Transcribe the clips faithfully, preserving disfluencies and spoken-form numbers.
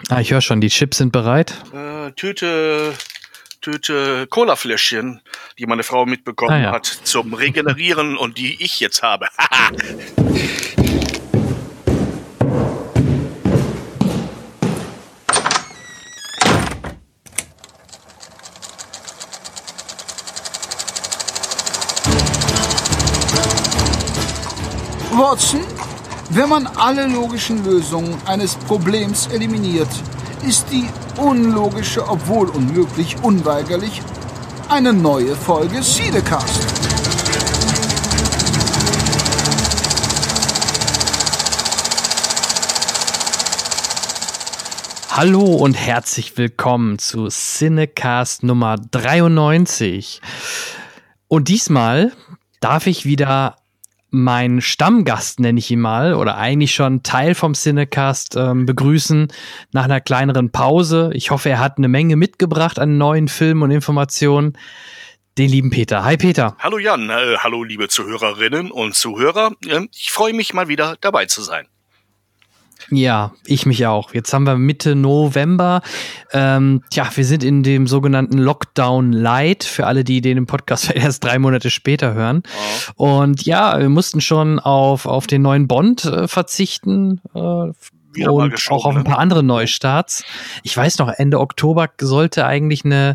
Ah, ich höre schon, die Chips sind bereit. Äh, Tüte, Tüte Colafläschchen, die meine Frau mitbekommen Ah, ja. hat zum Regenerieren und die ich jetzt habe. Watson, wenn man alle logischen Lösungen eines Problems eliminiert, ist die unlogische, obwohl unmöglich, unweigerlich eine neue Folge Cinecast. Hallo und herzlich willkommen zu Cinecast Nummer dreiundneunzig. Und diesmal darf ich wieder meinen Stammgast, nenne ich ihn mal, oder eigentlich schon Teil vom Cinecast ähm, begrüßen nach einer kleineren Pause. Ich hoffe, er hat eine Menge mitgebracht an neuen Filmen und Informationen. Den lieben Peter. Hi Peter. Hallo Jan, äh, hallo liebe Zuhörerinnen und Zuhörer. Äh, ich freue mich mal wieder dabei zu sein. Ja, ich mich auch. Jetzt haben wir Mitte November. Ähm, tja, wir sind in dem sogenannten Lockdown Light, für alle, die den Podcast erst drei Monate später hören. Oh. Und ja, wir mussten schon auf, auf den neuen Bond äh, verzichten äh, und auch auf ein paar andere Neustarts. Ich weiß noch, Ende Oktober sollte eigentlich eine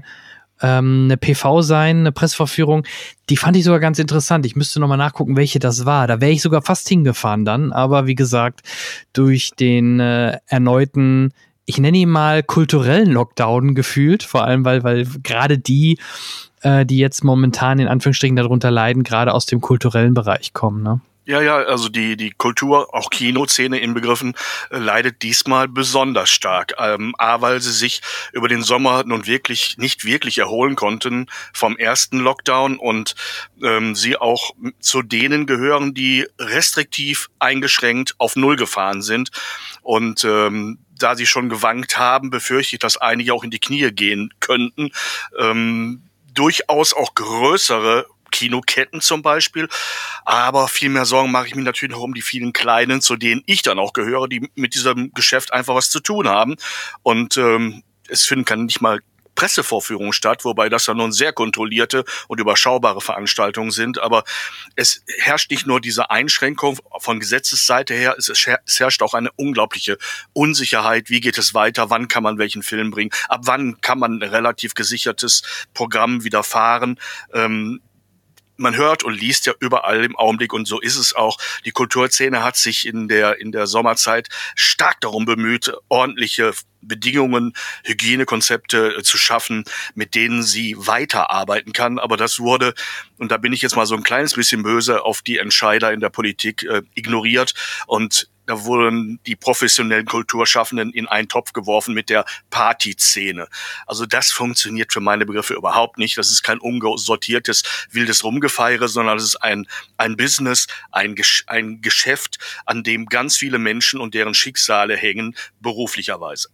eine P V sein, eine Pressevorführung, die fand ich sogar ganz interessant. Ich müsste nochmal nachgucken, welche das war. Da wäre ich sogar fast hingefahren dann, aber wie gesagt, durch den äh, erneuten, ich nenne ihn mal kulturellen Lockdown gefühlt, vor allem, weil, weil gerade die, äh, die jetzt momentan in Anführungsstrichen darunter leiden, gerade aus dem kulturellen Bereich kommen, ne? Ja, ja, also die die Kultur, auch Kinoszene inbegriffen, äh, leidet diesmal besonders stark. Ähm, A, weil sie sich über den Sommer nun wirklich nicht wirklich erholen konnten vom ersten Lockdown und ähm, sie auch zu denen gehören, die restriktiv eingeschränkt auf Null gefahren sind. Und ähm, da sie schon gewankt haben, befürchte ich, dass einige auch in die Knie gehen könnten. Ähm, durchaus auch größere Kinoketten zum Beispiel, aber viel mehr Sorgen mache ich mir natürlich noch um die vielen Kleinen, zu denen ich dann auch gehöre, die mit diesem Geschäft einfach was zu tun haben und ähm, es finden kann nicht mal Pressevorführungen statt, wobei das ja nun sehr kontrollierte und überschaubare Veranstaltungen sind, aber es herrscht nicht nur diese Einschränkung von Gesetzesseite her, es, es herrscht auch eine unglaubliche Unsicherheit, wie geht es weiter, wann kann man welchen Film bringen, ab wann kann man ein relativ gesichertes Programm wieder fahren, ähm, man hört und liest ja überall im Augenblick und so ist es auch. Die Kulturszene hat sich in der in der Sommerzeit stark darum bemüht, ordentliche Bedingungen, Hygienekonzepte zu schaffen, mit denen sie weiterarbeiten kann. Aber das wurde, und da bin ich jetzt mal so ein kleines bisschen böse auf die Entscheider in der Politik, äh, ignoriert und da wurden die professionellen Kulturschaffenden in einen Topf geworfen mit der Partyszene. Also das funktioniert für meine Begriffe überhaupt nicht. Das ist kein unsortiertes, wildes Rumgefeiere, sondern es ist ein ein Business, ein, Gesch- ein Geschäft, an dem ganz viele Menschen und deren Schicksale hängen, beruflicherweise.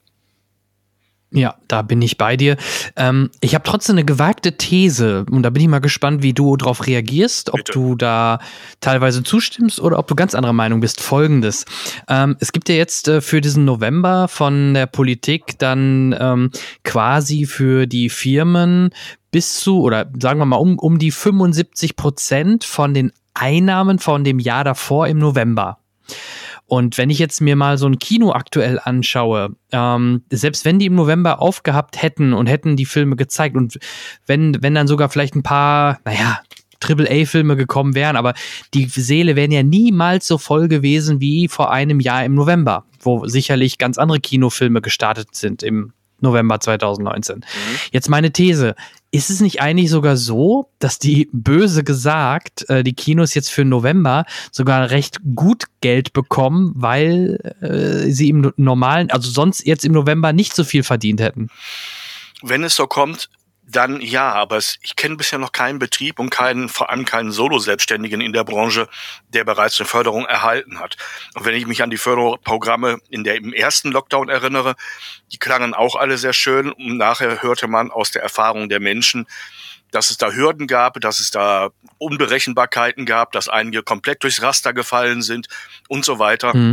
Ja, da bin ich bei dir. Ähm, ich habe trotzdem eine gewagte These und da bin ich mal gespannt, wie du darauf reagierst, ob Bitte. du da teilweise zustimmst oder ob du ganz anderer Meinung bist. Folgendes. Ähm, es gibt ja jetzt äh, für diesen November von der Politik dann ähm, quasi für die Firmen bis zu, oder sagen wir mal um, um die fünfundsiebzig Prozent von den Einnahmen von dem Jahr davor im November. Und wenn ich jetzt mir mal so ein Kino aktuell anschaue, ähm, selbst wenn die im November aufgehabt hätten und hätten die Filme gezeigt und wenn, wenn dann sogar vielleicht ein paar, naja, Triple-A-Filme gekommen wären, aber die Säle wären ja niemals so voll gewesen wie vor einem Jahr im November, wo sicherlich ganz andere Kinofilme gestartet sind im November zwanzig neunzehn. Mhm. Jetzt meine These. Ist es nicht eigentlich sogar so, dass die, böse gesagt, äh, die Kinos jetzt für November sogar recht gut Geld bekommen, weil äh, sie im normalen, also sonst jetzt im November nicht so viel verdient hätten? Wenn es so kommt, dann ja, aber es, ich kenne bisher noch keinen Betrieb und keinen, vor allem keinen Solo-Selbstständigen in der Branche, der bereits eine Förderung erhalten hat. Und wenn ich mich an die Förderprogramme in der, im ersten Lockdown erinnere, die klangen auch alle sehr schön und nachher hörte man aus der Erfahrung der Menschen, dass es da Hürden gab, dass es da Unberechenbarkeiten gab, dass einige komplett durchs Raster gefallen sind und so weiter. Mhm.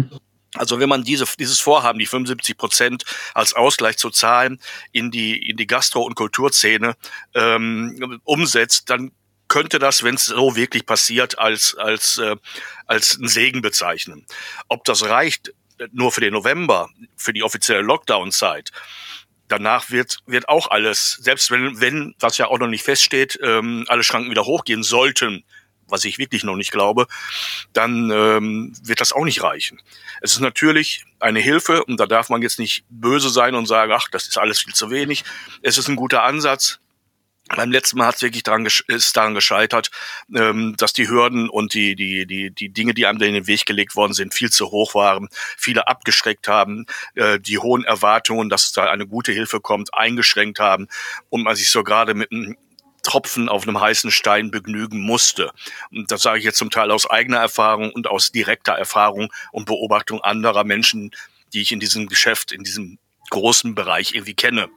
Also wenn man diese, dieses Vorhaben, die fünfundsiebzig Prozent als Ausgleich zu zahlen, in die, in die Gastro- und Kulturszene ähm, umsetzt, dann könnte das, wenn es so wirklich passiert, als, als, äh, als einen Segen bezeichnen. Ob das reicht, nur für den November, für die offizielle Lockdown-Zeit, danach wird, wird auch alles, selbst wenn, wenn, was ja auch noch nicht feststeht, ähm, alle Schranken wieder hochgehen sollten, was ich wirklich noch nicht glaube, dann ähm, wird das auch nicht reichen. Es ist natürlich eine Hilfe und da darf man jetzt nicht böse sein und sagen, ach, das ist alles viel zu wenig. Es ist ein guter Ansatz. Beim letzten Mal hat es wirklich daran, ist daran gescheitert, ähm, dass die Hürden und die, die, die, die Dinge, die einem in den Weg gelegt worden sind, viel zu hoch waren, viele abgeschreckt haben, äh, die hohen Erwartungen, dass da eine gute Hilfe kommt, eingeschränkt haben und man sich so gerade mit einem Tropfen auf einem heißen Stein begnügen musste. Und das sage ich jetzt zum Teil aus eigener Erfahrung und aus direkter Erfahrung und Beobachtung anderer Menschen, die ich in diesem Geschäft, in diesem großen Bereich irgendwie kenne.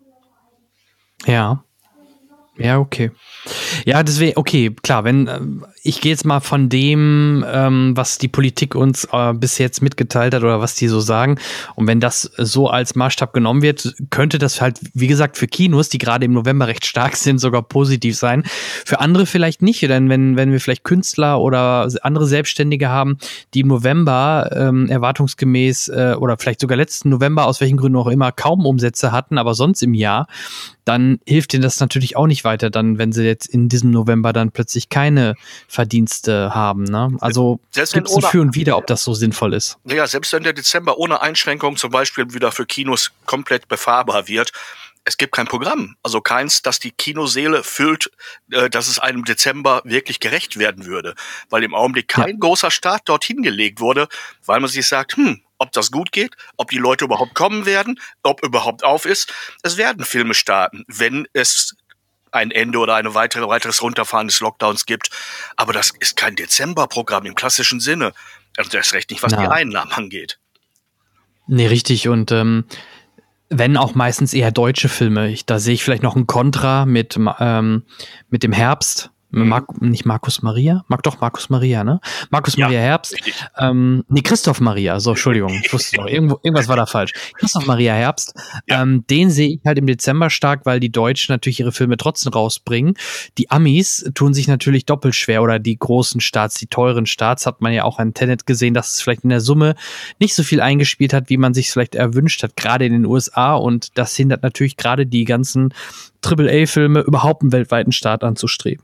Ja. Ja, okay. Ja, deswegen, okay, klar, wenn, äh, ich gehe jetzt mal von dem, ähm, was die Politik uns äh, bis jetzt mitgeteilt hat oder was die so sagen, und wenn das so als Maßstab genommen wird, könnte das halt, wie gesagt, für Kinos, die gerade im November recht stark sind, sogar positiv sein. Für andere vielleicht nicht, denn wenn, wenn wir vielleicht Künstler oder andere Selbstständige haben, die im November ähm, erwartungsgemäß äh, oder vielleicht sogar letzten November, aus welchen Gründen auch immer, kaum Umsätze hatten, aber sonst im Jahr, dann hilft denen das natürlich auch nicht weiter, dann, wenn sie jetzt in diesem November dann plötzlich keine Verdienste haben. Ne? Also gibt es ein Für und Wider, ob das so sinnvoll ist. Ja, selbst wenn der Dezember ohne Einschränkung zum Beispiel wieder für Kinos komplett befahrbar wird, es gibt kein Programm, also keins, das die Kinoseele füllt, äh, dass es einem Dezember wirklich gerecht werden würde, weil im Augenblick kein ja. großer Start dorthin gelegt wurde, weil man sich sagt, hm, ob das gut geht, ob die Leute überhaupt kommen werden, ob überhaupt auf ist. Es werden Filme starten, wenn es ein Ende oder ein weitere, weiteres Runterfahren des Lockdowns gibt. Aber das ist kein Dezemberprogramm im klassischen Sinne. Also das ist recht nicht, was Na. die Einnahmen angeht. Nee, richtig. Und ähm, wenn auch meistens eher deutsche Filme. Ich, da sehe ich vielleicht noch ein Kontra mit, ähm, mit dem Herbst. Mhm. Mar- nicht Markus Maria? Mag doch Markus Maria, ne? Markus ja, Maria Herbst. Ähm, nee, Christoph Maria. So, Entschuldigung. Ich wusste doch, irgendwo, irgendwas war da falsch. Christoph Maria Herbst. Ja. Ähm, den sehe ich halt im Dezember stark, weil die Deutschen natürlich ihre Filme trotzdem rausbringen. Die Amis tun sich natürlich doppelt schwer oder die großen Starts, die teuren Starts, hat man ja auch an Tenet gesehen, dass es vielleicht in der Summe nicht so viel eingespielt hat, wie man sich vielleicht erwünscht hat, gerade in den U S A, und das hindert natürlich gerade die ganzen Triple A Filme überhaupt einen weltweiten Start anzustreben.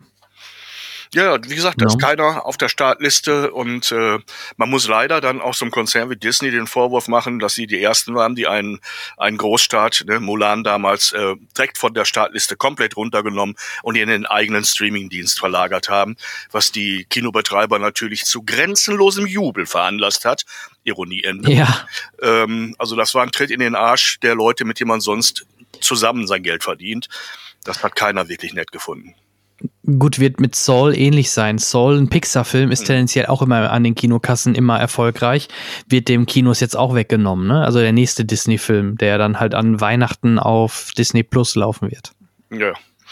Ja, wie gesagt, da ist ja. keiner auf der Startliste und äh, man muss leider dann auch so einem Konzern wie Disney den Vorwurf machen, dass sie die Ersten waren, die einen einen Großstart, ne, Mulan damals, äh, direkt von der Startliste komplett runtergenommen und in den eigenen Streamingdienst verlagert haben, was die Kinobetreiber natürlich zu grenzenlosem Jubel veranlasst hat. Ironieende. Ja. Ähm, also das war ein Tritt in den Arsch der Leute, mit denen man sonst zusammen sein Geld verdient. Das hat keiner wirklich nett gefunden. Gut, wird mit Soul ähnlich sein. Soul, ein Pixar-Film, ist mhm. tendenziell auch immer an den Kinokassen immer erfolgreich. Wird dem Kinos jetzt auch weggenommen, ne? Also der nächste Disney-Film, der dann halt an Weihnachten auf Disney Plus laufen wird. Ja.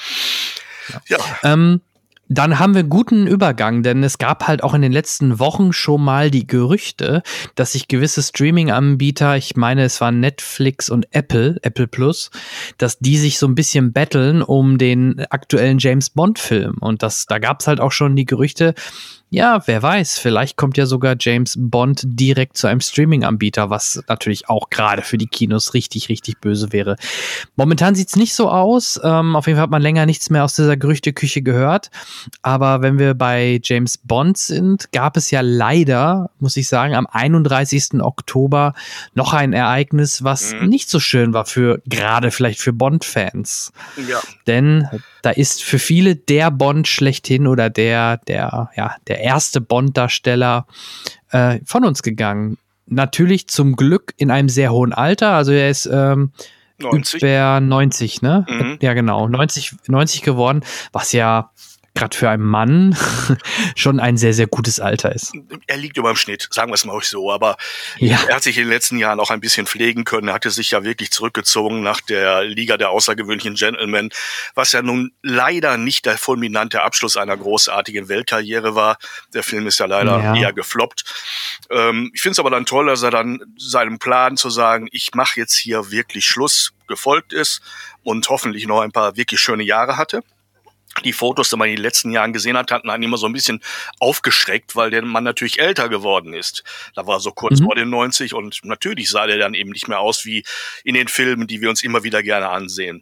Ja. ja. Ähm, Dann haben wir einen guten Übergang, denn es gab halt auch in den letzten Wochen schon mal die Gerüchte, dass sich gewisse Streaming-Anbieter, ich meine, es waren Netflix und Apple, Apple Plus, dass die sich so ein bisschen battlen um den aktuellen James-Bond-Film. Und das, da gab es halt auch schon die Gerüchte, ja, wer weiß, vielleicht kommt ja sogar James Bond direkt zu einem Streaming-Anbieter, was natürlich auch gerade für die Kinos richtig, richtig böse wäre. Momentan sieht's nicht so aus. Ähm, auf jeden Fall hat man länger nichts mehr aus dieser Gerüchteküche gehört. Aber wenn wir bei James Bond sind, gab es ja leider, muss ich sagen, am einunddreißigsten Oktober noch ein Ereignis, was mhm. nicht so schön war für, gerade vielleicht für Bond-Fans. Ja. Denn da ist für viele der Bond schlechthin oder der, der, ja, der erste Bond-Darsteller äh, von uns gegangen. Natürlich zum Glück in einem sehr hohen Alter. Also er ist ähm, neunzig. über neunzig, ne? Mhm. Ja, genau. neunzig, neunzig geworden, was ja gerade für einen Mann schon ein sehr, sehr gutes Alter ist. Er liegt über dem Schnitt, sagen wir es mal so, aber ja. Er hat sich in den letzten Jahren auch ein bisschen pflegen können. Er hatte sich ja wirklich zurückgezogen nach der Liga der außergewöhnlichen Gentlemen, was ja nun leider nicht der fulminante Abschluss einer großartigen Weltkarriere war. Der Film ist ja leider ja. eher gefloppt. Ähm, ich finde es aber dann toll, dass er dann seinem Plan zu sagen, ich mache jetzt hier wirklich Schluss, gefolgt ist und hoffentlich noch ein paar wirklich schöne Jahre hatte. Die Fotos, die man in den letzten Jahren gesehen hat, hatten einen immer so ein bisschen aufgeschreckt, weil der Mann natürlich älter geworden ist. Da war er so kurz mhm. vor den neunzig und natürlich sah der dann eben nicht mehr aus wie in den Filmen, die wir uns immer wieder gerne ansehen.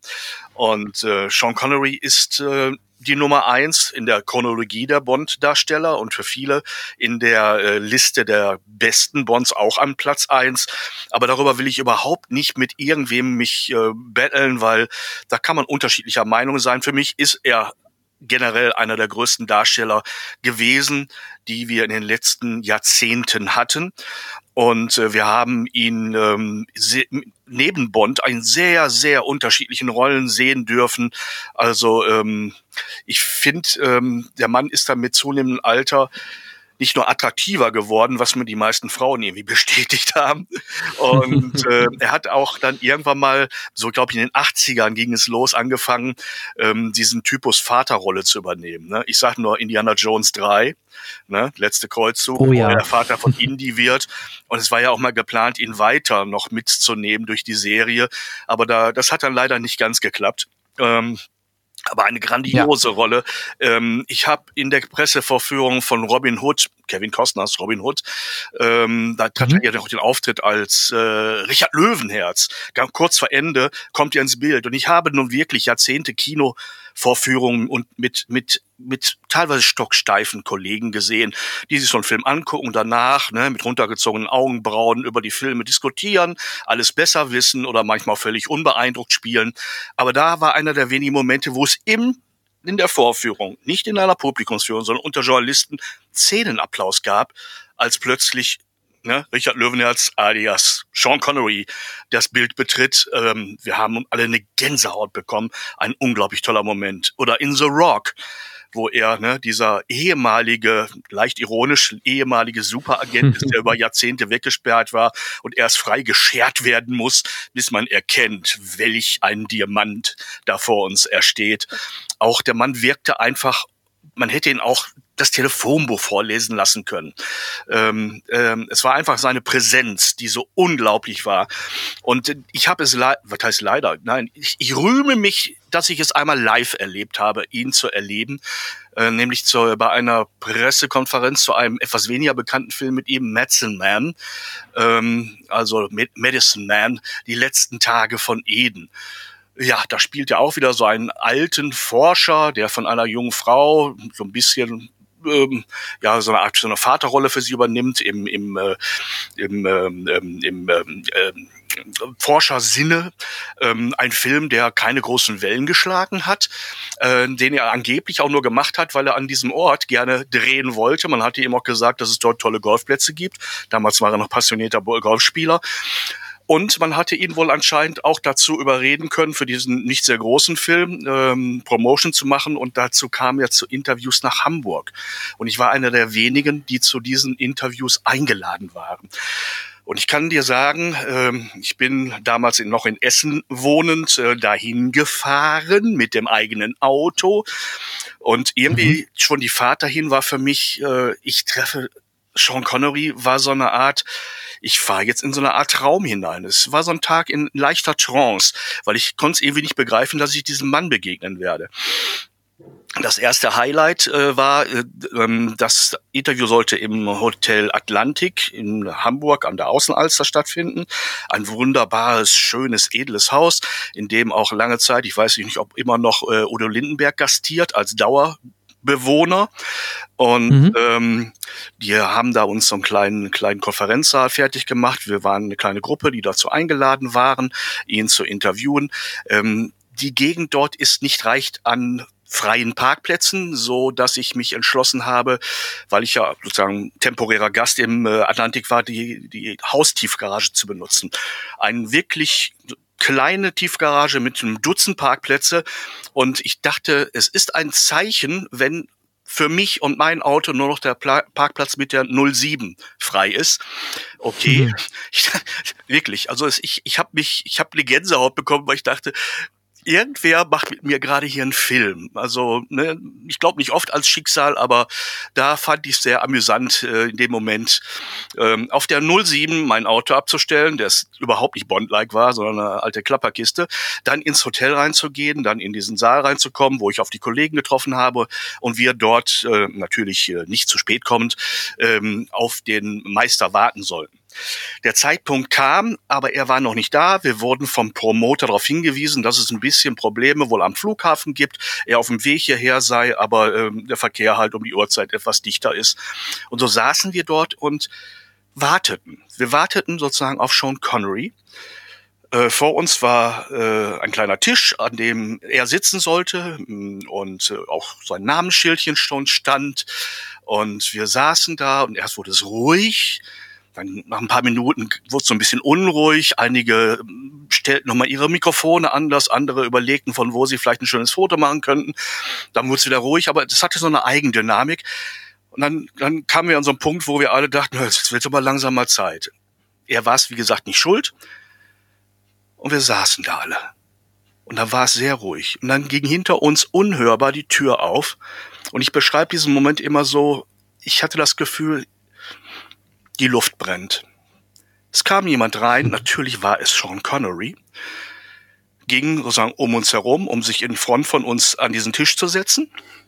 Und äh, Sean Connery ist äh, die Nummer eins in der Chronologie der Bond-Darsteller und für viele in der äh, Liste der besten Bonds auch an Platz eins. Aber darüber will ich überhaupt nicht mit irgendwem mich äh, battlen, weil da kann man unterschiedlicher Meinung sein. Für mich ist er generell einer der größten Darsteller gewesen, die wir in den letzten Jahrzehnten hatten. Und äh, wir haben ihn ähm, se- neben Bond in sehr, sehr unterschiedlichen Rollen sehen dürfen. Also ähm, ich finde, ähm, der Mann ist dann mit zunehmendem Alter nicht nur attraktiver geworden, was mir die meisten Frauen irgendwie bestätigt haben. Und äh, er hat auch dann irgendwann mal, so glaube ich in den achtzigern ging es los, angefangen, ähm, diesen Typus Vaterrolle zu übernehmen. Ne? Ich sage nur Indiana Jones drei, ne? Letzte Kreuzzug, oh, ja. wo er der Vater von Indy wird. Und es war ja auch mal geplant, ihn weiter noch mitzunehmen durch die Serie. Aber da das hat dann leider nicht ganz geklappt. Ähm, Aber eine grandiose ja. Rolle. Ähm, ich habe in der Pressevorführung von Robin Hood, Kevin Costners Robin Hood, ähm, da hat mhm. er ja auch den Auftritt als äh, Richard Löwenherz. Ganz kurz vor Ende kommt er ins Bild. Und ich habe nun wirklich Jahrzehnte Kinovorführungen und mit mit mit teilweise stocksteifen Kollegen gesehen, die sich so einen Film angucken, danach ne, mit runtergezogenen Augenbrauen über die Filme diskutieren, alles besser wissen oder manchmal völlig unbeeindruckt spielen. Aber da war einer der wenigen Momente, wo es im in der Vorführung, nicht in einer Publikumsführung, sondern unter Journalisten Szenenapplaus gab, als plötzlich ne, Richard Löwenherz alias Sean Connery das Bild betritt. Ähm, wir haben alle eine Gänsehaut bekommen. Ein unglaublich toller Moment. Oder in The Rock, wo er, ne, dieser ehemalige, leicht ironisch, ehemalige Superagent ist, der über Jahrzehnte weggesperrt war und erst frei geschert werden muss, bis man erkennt, welch ein Diamant da vor uns ersteht. Auch der Mann wirkte einfach, man hätte ihn auch das Telefonbuch vorlesen lassen können. Ähm, ähm, es war einfach seine Präsenz, die so unglaublich war. Und ich habe es, le- was heißt leider, nein, ich, ich rühme mich, dass ich es einmal live erlebt habe, ihn zu erleben, äh, nämlich zu, bei einer Pressekonferenz zu einem etwas weniger bekannten Film mit ihm, Medicine Man, ähm, also Medicine Man, die letzten Tage von Eden. Ja, da spielt er auch wieder so einen alten Forscher, der von einer jungen Frau so ein bisschen ähm, ja so eine Art so eine Vaterrolle für sie übernimmt im im äh, im ähm, im ähm, äh, Forschersinne. Ähm, ein Film, der keine großen Wellen geschlagen hat, äh, den er angeblich auch nur gemacht hat, weil er an diesem Ort gerne drehen wollte. Man hatte ihm auch gesagt, dass es dort tolle Golfplätze gibt. Damals war er noch passionierter Golfspieler. Und man hatte ihn wohl anscheinend auch dazu überreden können, für diesen nicht sehr großen Film ähm, Promotion zu machen. Und dazu kam er zu Interviews nach Hamburg. Und ich war einer der wenigen, die zu diesen Interviews eingeladen waren. Und ich kann dir sagen, ähm, ich bin damals in, noch in Essen wohnend äh, dahin gefahren mit dem eigenen Auto. Und irgendwie mhm. schon die Fahrt dahin war für mich, äh, ich treffe Sean Connery, war so eine Art, ich fahre jetzt in so eine Art Traum hinein. Es war so ein Tag in leichter Trance, weil ich konnte es irgendwie nicht begreifen, dass ich diesem Mann begegnen werde. Das erste Highlight äh, war, äh, ähm, das Interview sollte im Hotel Atlantik in Hamburg an der Außenalster stattfinden. Ein wunderbares, schönes, edles Haus, in dem auch lange Zeit, ich weiß nicht, ob immer noch äh, Udo Lindenberg gastiert als Dauerbewohner. Und mhm. ähm, die haben da uns so einen kleinen kleinen Konferenzsaal fertig gemacht. Wir waren eine kleine Gruppe, die dazu eingeladen waren, ihn zu interviewen. Ähm, die Gegend dort ist nicht reich an freien Parkplätzen, so dass ich mich entschlossen habe, weil ich ja sozusagen temporärer Gast im äh, Atlantik war, die die Haustiefgarage zu benutzen. Ein wirklich kleine Tiefgarage mit einem Dutzend Parkplätze. Und ich dachte, es ist ein Zeichen, wenn für mich und mein Auto nur noch der Pla- Parkplatz mit der null sieben frei ist. Okay, mhm. ich, wirklich. Also es, ich, ich habe mich, ich habe eine Gänsehaut bekommen, weil ich dachte, irgendwer macht mit mir gerade hier einen Film. Also, ne, ich glaube nicht oft als Schicksal, aber da fand ich es sehr amüsant, äh, in dem Moment ähm, auf der null sieben mein Auto abzustellen, das überhaupt nicht Bond-like war, sondern eine alte Klapperkiste, dann ins Hotel reinzugehen, dann in diesen Saal reinzukommen, wo ich auf die Kollegen getroffen habe und wir dort äh, natürlich äh, nicht zu spät kommend ähm, auf den Meister warten sollten. Der Zeitpunkt kam, aber er war noch nicht da. Wir wurden vom Promoter darauf hingewiesen, dass es ein bisschen Probleme wohl am Flughafen gibt, er auf dem Weg hierher sei, aber ähm, der Verkehr halt um die Uhrzeit etwas dichter ist. Und so saßen wir dort und warteten. Wir warteten sozusagen auf Sean Connery. Äh, vor uns war äh, ein kleiner Tisch, an dem er sitzen sollte und äh, auch sein Namensschildchen schon stand. Und wir saßen da und erst wurde es ruhig. Dann nach ein paar Minuten wurde es so ein bisschen unruhig. Einige stellten nochmal ihre Mikrofone anders, andere überlegten, von wo sie vielleicht ein schönes Foto machen könnten. Dann wurde es wieder ruhig, aber das hatte so eine Eigendynamik. Und dann, dann kamen wir an so einen Punkt, wo wir alle dachten, jetzt wird aber langsam mal Zeit. Er war es, wie gesagt, nicht schuld. Und wir saßen da alle. Und da war es sehr ruhig. Und dann ging hinter uns unhörbar die Tür auf. Und ich beschreibe diesen Moment immer so, ich hatte das Gefühl, die Luft brennt. Es kam jemand rein, natürlich war es Sean Connery, ging sozusagen um uns herum, um sich in Front von uns an diesen Tisch zu setzen,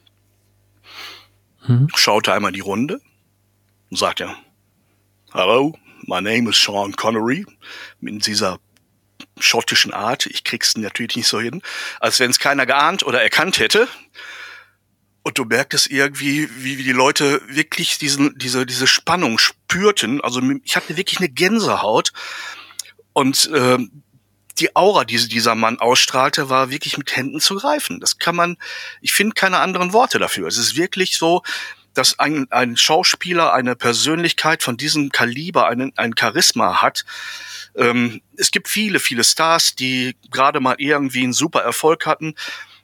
hm. schaute einmal die Runde und sagte, Hello, my name is Sean Connery, mit dieser schottischen Art, ich krieg's natürlich nicht so hin, als wenn es keiner geahnt oder erkannt hätte. Und du merktest irgendwie, wie, wie die Leute wirklich diesen, diese, diese Spannung spürten. Also ich hatte wirklich eine Gänsehaut. Und äh, die Aura, die dieser Mann ausstrahlte, war wirklich mit Händen zu greifen. Das kann man, ich finde keine anderen Worte dafür. Es ist wirklich so, dass ein, ein Schauspieler eine Persönlichkeit von diesem Kaliber, einen, ein Charisma hat. Ähm, es gibt viele, viele Stars, die gerade mal irgendwie einen super Erfolg hatten.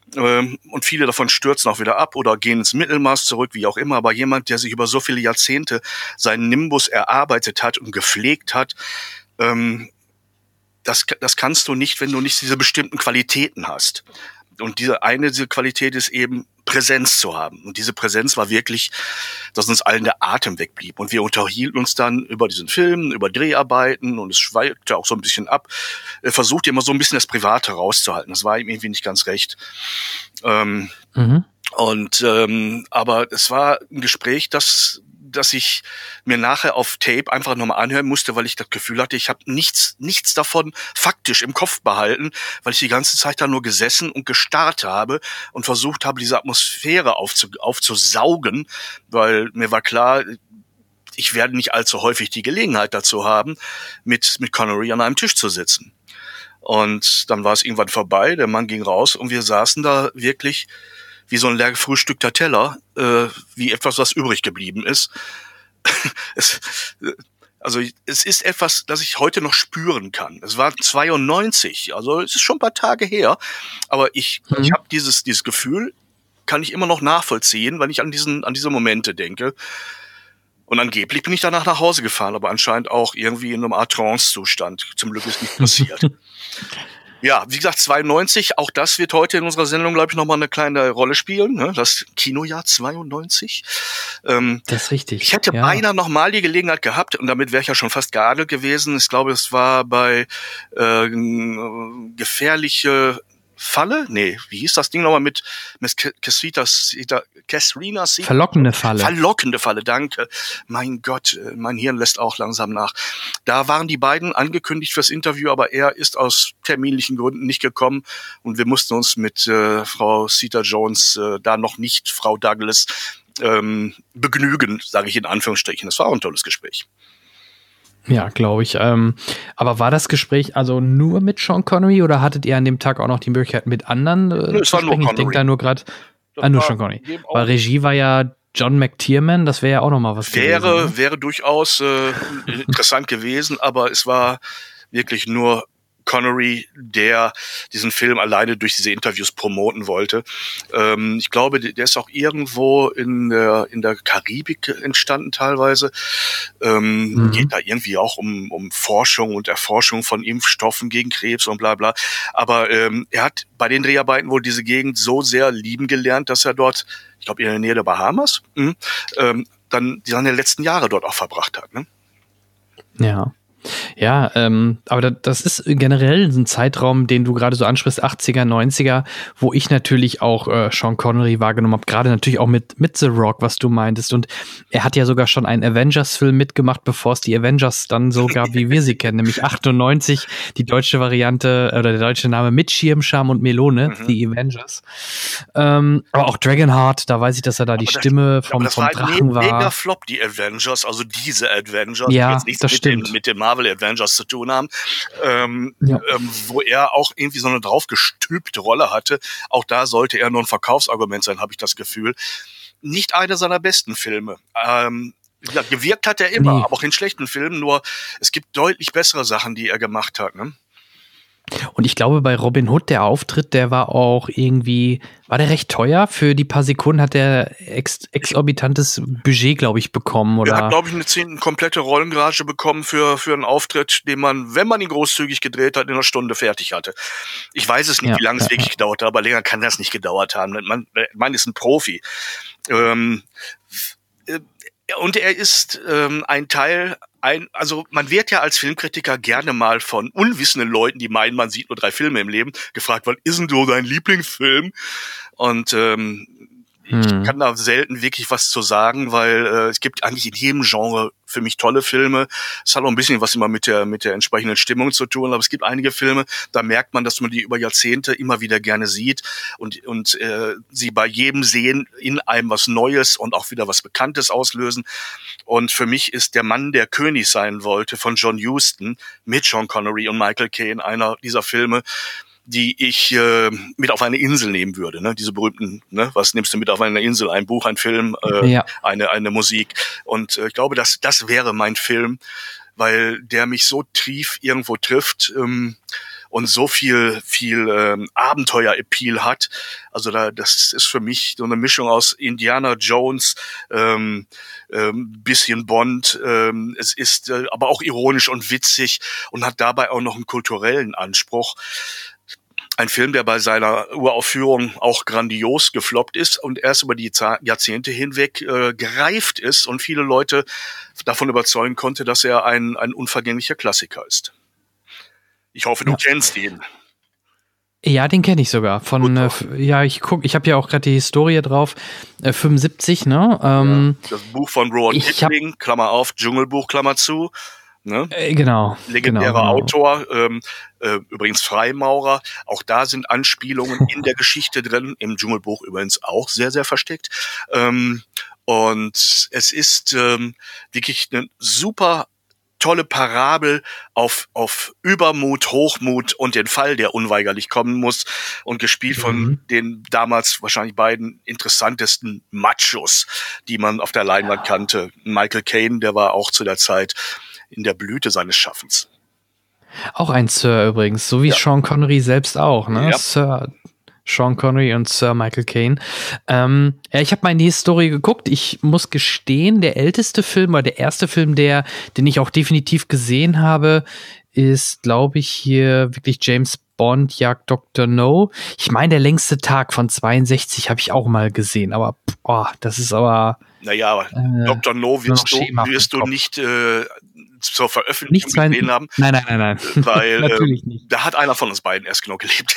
Und viele davon stürzen auch wieder ab oder gehen ins Mittelmaß zurück, wie auch immer. Aber jemand, der sich über so viele Jahrzehnte seinen Nimbus erarbeitet hat und gepflegt hat, ähm, das, das kannst du nicht, wenn du nicht diese bestimmten Qualitäten hast. Und diese eine diese Qualität ist eben, Präsenz zu haben. Und diese Präsenz war wirklich, dass uns allen der Atem wegblieb. Und wir unterhielten uns dann über diesen Film, über Dreharbeiten und es schweifte auch so ein bisschen ab. Er versuchte immer so ein bisschen das Private rauszuhalten. Das war ihm irgendwie nicht ganz recht. Ähm, mhm. Und ähm, aber es war ein Gespräch, das dass ich mir nachher auf Tape einfach nochmal anhören musste, weil ich das Gefühl hatte, ich habe nichts nichts davon faktisch im Kopf behalten, weil ich die ganze Zeit da nur gesessen und gestarrt habe und versucht habe, diese Atmosphäre aufzu, aufzusaugen, weil mir war klar, ich werde nicht allzu häufig die Gelegenheit dazu haben, mit mit Connery an einem Tisch zu sitzen. Und dann war es irgendwann vorbei, der Mann ging raus und wir saßen da wirklich wie so ein leer gefrühstückter Teller, äh, wie etwas, was übrig geblieben ist. es, also es ist etwas, das ich heute noch spüren kann. Es war zweiundneunzig, also es ist schon ein paar Tage her, aber ich, mhm. ich habe dieses dieses Gefühl, kann ich immer noch nachvollziehen, wenn ich an diesen an diese Momente denke. Und angeblich bin ich danach nach Hause gefahren, aber anscheinend auch irgendwie in einem Art Trance-Zustand. Zum Glück ist nicht passiert. Ja, wie gesagt, zweiundneunzig, auch das wird heute in unserer Sendung, glaube ich, nochmal eine kleine Rolle spielen, ne? Das Kinojahr zweiundneunzig. Ähm, das ist richtig. Ich hätte ja. beinahe nochmal die Gelegenheit gehabt, und damit wäre ich ja schon fast geadelt gewesen. Ich glaube, es war bei äh, gefährliche Falle? Nee, wie hieß das Ding nochmal mit Miss Casrina Casrina Verlockende Falle. Verlockende Falle, danke. Mein Gott, mein Hirn lässt auch langsam nach. Da waren die beiden angekündigt fürs Interview, aber er ist aus terminlichen Gründen nicht gekommen und wir mussten uns mit äh, Frau Zeta-Jones, äh, da noch nicht Frau Douglas, ähm, begnügen, sage ich in Anführungsstrichen. Das war auch ein tolles Gespräch. Ja, glaube ich. Ähm, aber war das Gespräch also nur mit Sean Connery oder hattet ihr an dem Tag auch noch die Möglichkeit mit anderen äh, Nö, zu sprechen? Ich denke da nur gerade ah, nur Sean Connery. Weil Regie war ja John McTiernan, das wäre ja auch noch mal was wäre, gewesen. Ne? Wäre durchaus äh, interessant gewesen, aber es war wirklich nur Connery, der diesen Film alleine durch diese Interviews promoten wollte. Ähm, ich glaube, der ist auch irgendwo in der, in der Karibik entstanden teilweise. Ähm, mhm. Geht da irgendwie auch um, um Forschung und Erforschung von Impfstoffen gegen Krebs und bla bla. Aber ähm, er hat bei den Dreharbeiten wohl diese Gegend so sehr lieben gelernt, dass er dort, ich glaube in der Nähe der Bahamas, mh, ähm, dann seine letzten Jahre dort auch verbracht hat. Ne? Ja. Ja, ähm, aber das ist generell ein Zeitraum, den du gerade so ansprichst, achtziger, neunziger, wo ich natürlich auch äh, Sean Connery wahrgenommen habe, gerade natürlich auch mit mit The Rock, was du meintest. Und er hat ja sogar schon einen Avengers-Film mitgemacht, bevor es die Avengers dann so gab, wie wir sie kennen, nämlich achtundneunzig, die deutsche Variante oder der deutsche Name mit Schirm, Scham und Melone, mhm. The Avengers. Ähm, aber auch Dragonheart, da weiß ich, dass er da aber die das, Stimme vom, vom war Drachen war. Mega Flop, die Avengers, also diese Avengers, ja, die jetzt nichts das mit stimmt. dem, mit dem Marvel Avengers zu tun haben, ähm, ja. ähm, wo er auch irgendwie so eine draufgestülpte Rolle hatte. Auch da sollte er nur ein Verkaufsargument sein, habe ich das Gefühl. Nicht einer seiner besten Filme. Ähm, ja, gewirkt hat er immer, nee. aber auch in schlechten Filmen, nur es gibt deutlich bessere Sachen, die er gemacht hat, ne? Und ich glaube, bei Robin Hood, der Auftritt, der war auch irgendwie, war der recht teuer? Für die paar Sekunden hat der ex exorbitantes Budget, glaube ich, bekommen, oder? Er hat, glaube ich, eine, eine komplette Rollengage bekommen für, für einen Auftritt, den man, wenn man ihn großzügig gedreht hat, in einer Stunde fertig hatte. Ich weiß es nicht, ja, wie lange ja, es wirklich ja. gedauert hat, aber länger kann das nicht gedauert haben. Man, man ist ein Profi. Ähm, und er ist ähm, ein Teil Ein, also man wird ja als Filmkritiker gerne mal von unwissenden Leuten, die meinen, man sieht nur drei Filme im Leben, gefragt, was ist denn so dein Lieblingsfilm? Und ähm, hm. ich kann da selten wirklich was zu sagen, weil äh, es gibt eigentlich in jedem Genre für mich tolle Filme. Es hat auch ein bisschen was immer mit der mit der entsprechenden Stimmung zu tun, aber es gibt einige Filme, da merkt man, dass man die über Jahrzehnte immer wieder gerne sieht und und äh, sie bei jedem Sehen in einem was Neues und auch wieder was Bekanntes auslösen. Und für mich ist Der Mann, der König sein wollte, von John Huston mit Sean Connery und Michael Caine einer dieser Filme, die ich äh, mit auf eine Insel nehmen würde, ne? Diese berühmten, ne? Was nimmst du mit auf eine Insel? Ein Buch, ein Film, äh, ja. eine eine Musik. Und äh, ich glaube, dass das wäre mein Film, weil der mich so tief irgendwo trifft ähm, und so viel viel ähm, Abenteuer-Appeal hat. Also da, das ist für mich so eine Mischung aus Indiana Jones, ähm, ähm, bisschen Bond. Ähm, es ist äh, aber auch ironisch und witzig und hat dabei auch noch einen kulturellen Anspruch. Ein Film, der bei seiner Uraufführung auch grandios gefloppt ist und erst über die Jahrzehnte hinweg äh, gereift ist und viele Leute davon überzeugen konnte, dass er ein, ein unvergänglicher Klassiker ist. Ich hoffe, du ja. kennst ihn. Ja, den kenne ich sogar. Von äh, ja, ich guck, ich habe ja auch gerade die Historie drauf. Äh, fünfundsiebzig, ne? Ähm, ja, das Buch von Rowan Kipling, Klammer auf, Dschungelbuch, Klammer zu. Ne? Äh, genau. Legendärer genau, genau. Autor, ähm, äh, übrigens Freimaurer. Auch da sind Anspielungen in der Geschichte drin, im Dschungelbuch übrigens auch sehr, sehr versteckt. Ähm, und es ist ähm, wirklich eine super tolle Parabel auf auf Übermut, Hochmut und den Fall, der unweigerlich kommen muss, und gespielt mhm. von den damals wahrscheinlich beiden interessantesten Machos, die man auf der Leinwand ja. kannte. Michael Caine, der war auch zu der Zeit in der Blüte seines Schaffens. Auch ein Sir übrigens, so wie ja. Sean Connery selbst auch, ne? Ja. Sir Sean Connery und Sir Michael Caine. Ähm, ja, ich habe mal in die Historie geguckt. Ich muss gestehen, der älteste Film oder der erste Film, der, den ich auch definitiv gesehen habe, ist, glaube ich, hier wirklich James Bond jagt Doktor No. Ich meine, der längste Tag von zweiundsechzig habe ich auch mal gesehen, aber boah, das ist aber naja, aber äh, Doktor No wirst du, wirst du nicht äh, zur Veröffentlichung mein, gesehen haben. Nein, nein, nein, nein. Weil Natürlich äh, nicht. Da hat einer von uns beiden erst genau gelebt.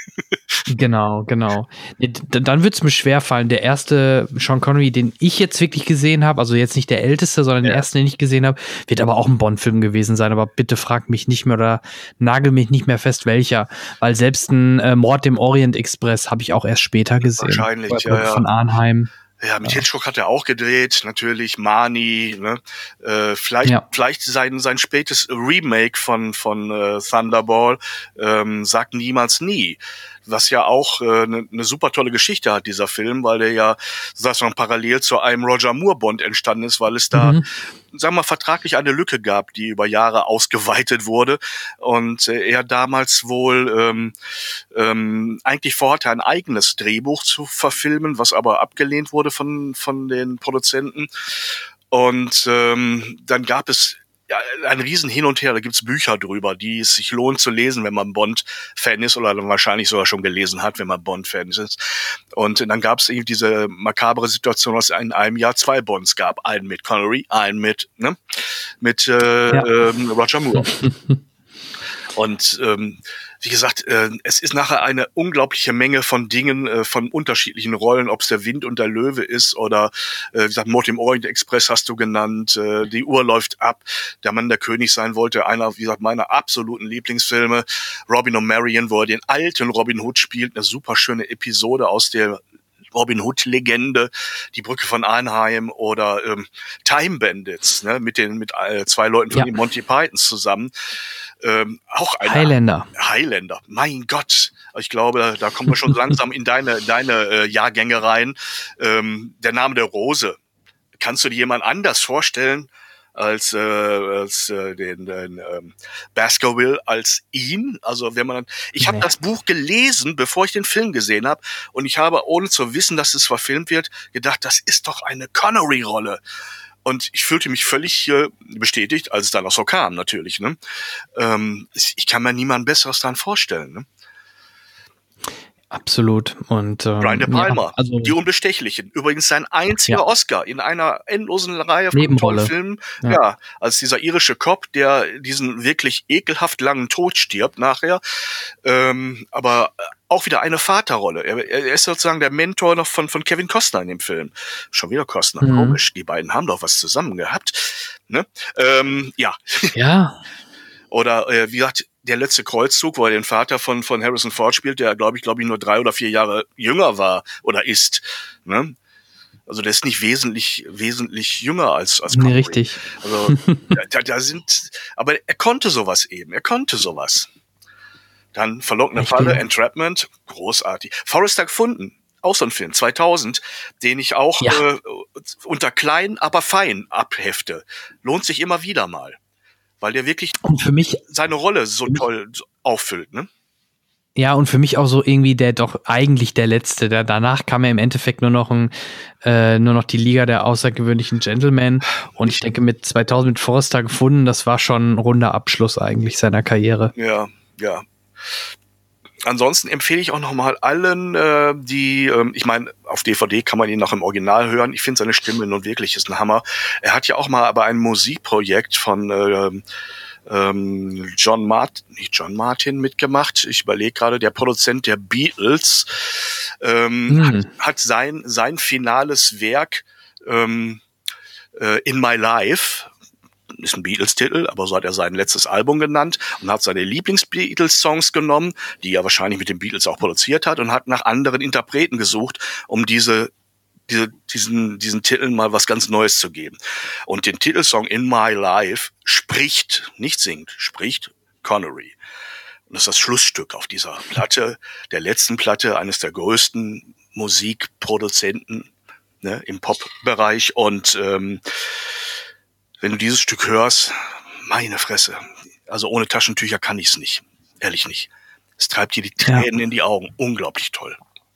Genau, genau. Dann wird es mir schwerfallen. Der erste Sean Connery, den ich jetzt wirklich gesehen habe, also jetzt nicht der älteste, sondern ja. den ersten, den ich gesehen habe, wird aber auch ein Bond-Film gewesen sein. Aber bitte frag mich nicht mehr oder nagel mich nicht mehr fest, welcher. Weil selbst ein äh, Mord im Orient Express habe ich auch erst später gesehen. Wahrscheinlich, ja, ja. Von Arnheim. Ja, mit ja. Hitchcock hat er auch gedreht, natürlich, Marnie, ne? Äh, vielleicht, ja. vielleicht sein, sein spätes Remake von, von äh, Thunderball, ähm, sagt niemals nie. was ja auch eine äh, ne, ne super tolle Geschichte hat, dieser Film, weil der ja, sagst du, parallel zu einem Roger Moore Bond entstanden ist, weil es da, mhm. sagen wir mal, vertraglich eine Lücke gab, die über Jahre ausgeweitet wurde und äh, er damals wohl ähm, ähm, eigentlich vorhatte, ein eigenes Drehbuch zu verfilmen, was aber abgelehnt wurde von von den Produzenten. Und ähm, dann gab es ja, ein riesen Hin und Her, da gibt's Bücher drüber, die es sich lohnt zu lesen, wenn man Bond-Fan ist oder dann wahrscheinlich sogar schon gelesen hat, wenn man Bond-Fan ist. Und dann gab's eben diese makabere Situation, dass es in einem Jahr zwei Bonds gab. Einen mit Connery, einen mit, ne, mit äh, ja. ähm, Roger Moore. Und ähm, wie gesagt, äh, es ist nachher eine unglaubliche Menge von Dingen, äh, von unterschiedlichen Rollen, ob es der Wind und der Löwe ist oder, äh, wie gesagt, Mord im Orient Express hast du genannt, äh, die Uhr läuft ab, der Mann der König sein wollte, einer, wie gesagt, meiner absoluten Lieblingsfilme, Robin und Marian, wo er den alten Robin Hood spielt, eine super schöne Episode aus der Robin Hood-Legende, die Brücke von Arnheim oder ähm, Time Bandits, ne, mit den mit äh, zwei Leuten von ja. den Monty Pythons zusammen. Ähm, auch eine Highlander. Highlander. Mein Gott, ich glaube, da kommen wir schon langsam in deine deine äh, Jahrgänge rein. Ähm, der Name der Rose. Kannst du dir jemand anders vorstellen als äh, als äh, den, den ähm, Baskerville als ihn? Also wenn man, ich habe nee. das Buch gelesen, bevor ich den Film gesehen habe, und ich habe, ohne zu wissen, dass es verfilmt wird, gedacht, das ist doch eine Connery-Rolle. Und ich fühlte mich völlig äh, bestätigt, als es dann auch so kam, natürlich. Ne? Ähm, ich kann mir niemand Besseres dann vorstellen. Ne? Absolut. Und ähm, Brian De Palma, ja, also, die Unbestechlichen. Übrigens sein einziger ja. Oscar in einer endlosen Reihe von Nebenrolle. tollen Filmen. Ja. ja, als dieser irische Cop, der diesen wirklich ekelhaft langen Tod stirbt nachher. Ähm, aber auch wieder eine Vaterrolle. Er, er ist sozusagen der Mentor noch von von Kevin Costner in dem Film. Schon wieder Costner, mhm. komisch. Die beiden haben doch was zusammen gehabt. Ne? Ähm, ja. Ja. Oder äh, wie gesagt, der letzte Kreuzzug, wo er den Vater von von Harrison Ford spielt, der glaube ich, glaube ich nur drei oder vier Jahre jünger war oder ist. Ne? Also der ist nicht wesentlich wesentlich jünger als als Nee, richtig. Also da, da sind, aber er konnte sowas eben. Er konnte sowas. Dann Verlockene Falle, Entrapment, großartig. Forrester gefunden. Auch so ein Film, zweitausend, den ich auch ja. äh, unter klein, aber fein abhefte. Lohnt sich immer wieder mal. Weil der wirklich und für mich, seine Rolle so toll auffüllt, ne? Ja, und für mich auch so irgendwie der doch eigentlich der letzte. Der, danach kam er im Endeffekt nur noch ein, äh, nur noch die Liga der außergewöhnlichen Gentlemen. Und ich denke, mit zweitausend mit Forrester gefunden, das war schon ein runder Abschluss eigentlich seiner Karriere. Ja, ja. Ansonsten empfehle ich auch nochmal allen, äh, die, ähm, ich meine, auf D V D kann man ihn noch im Original hören. Ich finde seine Stimme nun wirklich ist ein Hammer. Er hat ja auch mal bei einem Musikprojekt von äh, ähm, John Martin, nicht John Martin mitgemacht. Ich überlege gerade, der Produzent der Beatles ähm, hm. hat, hat sein sein finales Werk ähm, äh, In My Life, ist ein Beatles-Titel, aber so hat er sein letztes Album genannt und hat seine Lieblings-Beatles-Songs genommen, die er wahrscheinlich mit den Beatles auch produziert hat, und hat nach anderen Interpreten gesucht, um diese, diese, diesen, diesen Titeln mal was ganz Neues zu geben. Und den Titelsong In My Life spricht, nicht singt, spricht Connery. Und das ist das Schlussstück auf dieser Platte, der letzten Platte eines der größten Musikproduzenten, ne, im Pop-Bereich. Und ähm, wenn du dieses Stück hörst, meine Fresse, also ohne Taschentücher kann ich's nicht, ehrlich nicht. Es treibt dir die Tränen ja. in die Augen, unglaublich toll.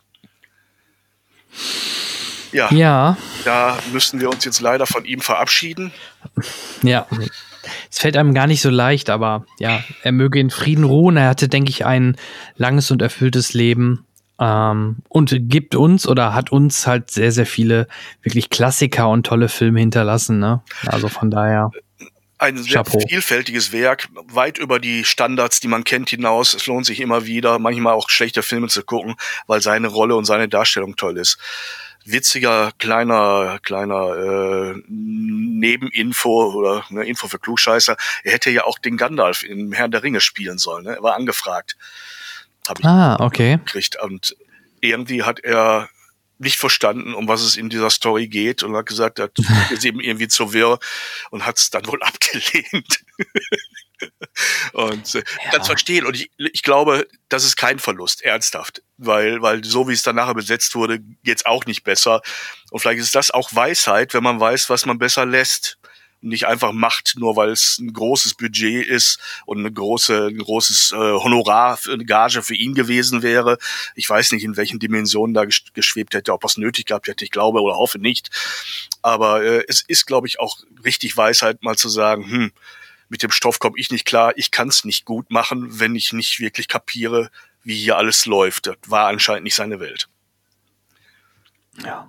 Ja, ja, da müssen wir uns jetzt leider von ihm verabschieden. Ja, es fällt einem gar nicht so leicht, aber ja, er möge in Frieden ruhen. Er hatte, denke ich, ein langes und erfülltes Leben. Ähm, und gibt uns oder hat uns halt sehr, sehr viele wirklich Klassiker und tolle Filme hinterlassen, ne? Also von daher. Ein sehr Chapeau. Vielfältiges Werk, weit über die Standards, die man kennt, hinaus. Es lohnt sich immer wieder, manchmal auch schlechte Filme zu gucken, weil seine Rolle und seine Darstellung toll ist. Witziger, kleiner, kleiner äh, Nebeninfo oder ne, Info für Klugscheißer. Er hätte ja auch den Gandalf in Herrn der Ringe spielen sollen, ne? Er war angefragt. Hab ich ah, okay. gekriegt. Und irgendwie hat er nicht verstanden, um was es in dieser Story geht, und hat gesagt, das ist eben irgendwie zu wirr, und hat es dann wohl abgelehnt. Und äh, Ja. das verstehen. Und ich, ich glaube, das ist kein Verlust, ernsthaft. Weil, weil so wie es dann nachher besetzt wurde, geht's auch nicht besser. Und vielleicht ist das auch Weisheit, wenn man weiß, was man besser lässt. Und nicht einfach macht, nur weil es ein großes Budget ist und eine große, ein großes äh, Honorar, für eine Gage für ihn gewesen wäre. Ich weiß nicht, in welchen Dimensionen da gesch- geschwebt hätte, ob er es nötig gehabt hätte. Ich glaube oder hoffe nicht. Aber äh, es ist, glaube ich, auch richtig Weisheit, mal zu sagen, hm, mit dem Stoff komme ich nicht klar, ich kann es nicht gut machen, wenn ich nicht wirklich kapiere, wie hier alles läuft. Das war anscheinend nicht seine Welt. Ja.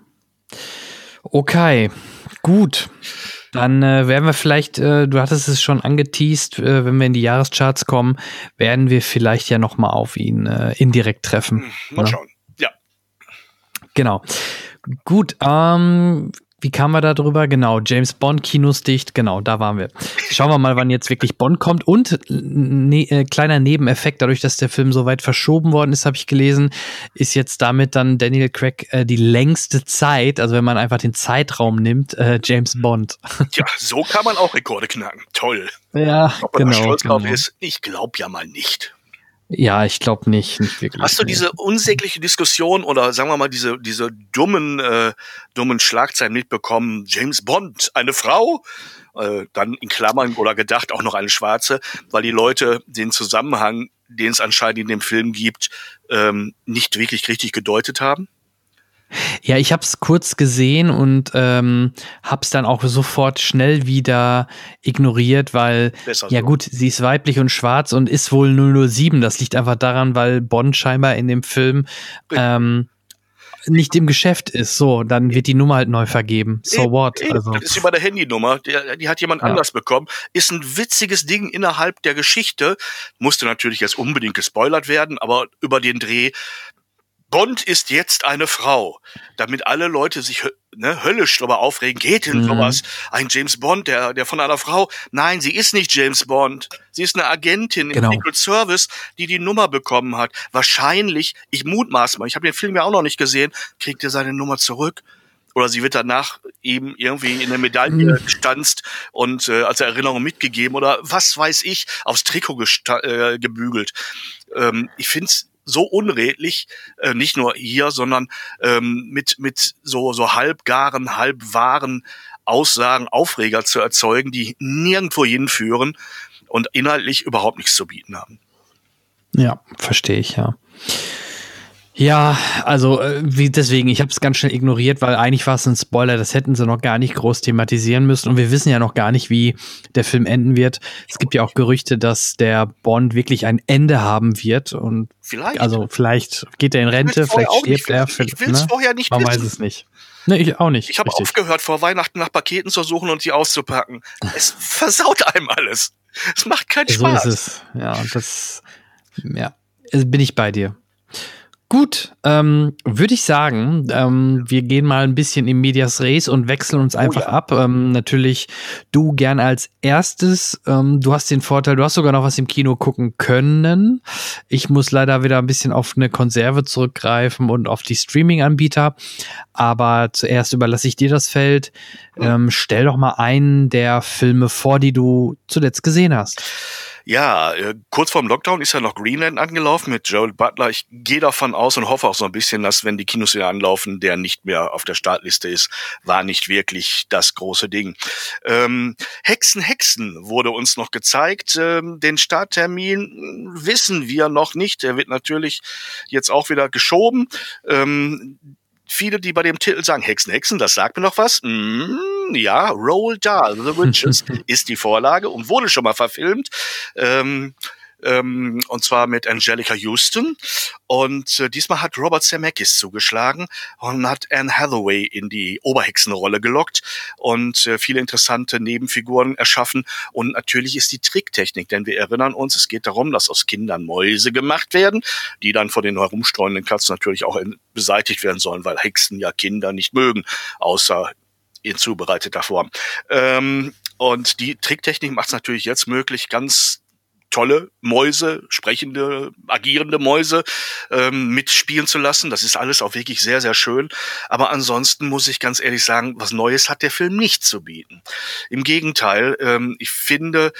Okay, gut. Dann äh, werden wir vielleicht, äh, du hattest es schon angeteast, äh, wenn wir in die Jahrescharts kommen, werden wir vielleicht ja noch mal auf ihn äh, indirekt treffen. Hm, mal ne? schauen. Ja. Genau. Gut, ähm, wie kamen wir da drüber? Genau, James Bond, Kinos dicht, genau, da waren wir. Schauen wir mal, wann jetzt wirklich Bond kommt. Und ne, äh, kleiner Nebeneffekt, dadurch, dass der Film so weit verschoben worden ist, habe ich gelesen, ist jetzt damit dann Daniel Craig äh, die längste Zeit, also wenn man einfach den Zeitraum nimmt, äh, James Bond. Ja, so kann man auch Rekorde knacken. Toll. Ja, Ob man da genau. stolz drauf genau. ist, ich glaube ja mal nicht. Ja, ich glaube nicht, nicht wirklich. Hast du nee. diese unsägliche Diskussion oder sagen wir mal diese diese dummen äh, dummen Schlagzeilen mitbekommen? James Bond, eine Frau, äh, dann in Klammern oder gedacht auch noch eine Schwarze, weil die Leute den Zusammenhang, den es anscheinend in dem Film gibt, ähm, nicht wirklich richtig gedeutet haben? Ja, ich habe es kurz gesehen und ähm, habe es dann auch sofort schnell wieder ignoriert, weil, Besser ja so. gut, sie ist weiblich und schwarz und ist wohl null null sieben. Das liegt einfach daran, weil Bond scheinbar in dem Film ähm, nicht im Geschäft ist. So, dann wird die Nummer halt neu vergeben. So Eben, what? eben. Also, Das ist wie bei der Handynummer, die, die hat jemand Ja. anders bekommen. Ist ein witziges Ding innerhalb der Geschichte. Musste natürlich jetzt unbedingt gespoilert werden, aber über den Dreh. Bond ist jetzt eine Frau, damit alle Leute sich ne, höllisch darüber aufregen. Geht denn Mhm. sowas? Ein James Bond, der, der von einer Frau. Nein, sie ist nicht James Bond. Sie ist eine Agentin Genau. im Secret Service, die die Nummer bekommen hat. Wahrscheinlich, ich mutmaß mal, ich habe den Film ja auch noch nicht gesehen, kriegt er seine Nummer zurück. Oder sie wird danach eben irgendwie in eine Medaille gestanzt und äh, als Erinnerung mitgegeben oder was weiß ich, aufs Trikot gesta- äh, gebügelt. Ähm, ich find's so unredlich, äh, nicht nur hier, sondern ähm, mit mit so so halbgaren, halbwahren Aussagen Aufreger zu erzeugen, die nirgendwo hinführen und inhaltlich überhaupt nichts zu bieten haben. ja, verstehe ich, ja. Ja, also äh, wie deswegen, ich habe es ganz schnell ignoriert, weil eigentlich war es ein Spoiler, das hätten sie noch gar nicht groß thematisieren müssen und wir wissen ja noch gar nicht, wie der Film enden wird. Es gibt ja auch Gerüchte, dass der Bond wirklich ein Ende haben wird und Vielleicht. also vielleicht geht er in Rente, Ich will's vorher vielleicht auch nicht stirbt er. wissen. Ich will's ne? vorher nicht Man wissen. weiß es nicht. Ne, ich auch nicht. Ich habe richtig. aufgehört, vor Weihnachten nach Paketen zu suchen und die auszupacken. Es versaut einem alles. Es macht keinen So Spaß. ist es. Ja, das, ja, also bin ich bei dir. Gut, ähm, würde ich sagen, ähm, wir gehen mal ein bisschen in Medias Res und wechseln uns einfach ja. ab. Ähm, natürlich du gern als erstes. Ähm, du hast den Vorteil, du hast sogar noch was im Kino gucken können. Ich muss leider wieder ein bisschen auf eine Konserve zurückgreifen und auf die Streaming-Anbieter. Aber zuerst überlasse ich dir das Feld. Ähm, stell doch mal einen der Filme vor, die du zuletzt gesehen hast. Ja, äh, kurz vorm Lockdown ist ja noch Greenland angelaufen mit Joel Butler. Ich gehe davon aus und hoffe auch so ein bisschen, dass wenn die Kinos wieder anlaufen, der nicht mehr auf der Startliste ist, war nicht wirklich das große Ding. Ähm, Hexen, Hexen wurde uns noch gezeigt. Ähm, den Starttermin wissen wir noch nicht. Der wird natürlich jetzt auch wieder geschoben. Ähm, Viele, die bei dem Titel sagen, Hexen, Hexen, das sagt mir noch was. Mm, ja, Roald Dahl, The Witches ist die Vorlage und wurde schon mal verfilmt. Ähm, ähm, und zwar mit Angelica Houston. Und äh, diesmal hat Robert Zemeckis zugeschlagen und hat Anne Hathaway in die Oberhexenrolle gelockt und äh, viele interessante Nebenfiguren erschaffen. Und natürlich ist die Tricktechnik, denn wir erinnern uns, es geht darum, dass aus Kindern Mäuse gemacht werden, die dann von den herumstreunenden Katzen natürlich auch in, beseitigt werden sollen, weil Hexen ja Kinder nicht mögen, außer in zubereiteter Form. Ähm, und die Tricktechnik macht es natürlich jetzt möglich, ganz tolle Mäuse, sprechende, agierende Mäuse ähm, mitspielen zu lassen. Das ist alles auch wirklich sehr, sehr schön. Aber ansonsten muss ich ganz ehrlich sagen, was Neues hat der Film nicht zu bieten. Im Gegenteil, ähm, ich finde,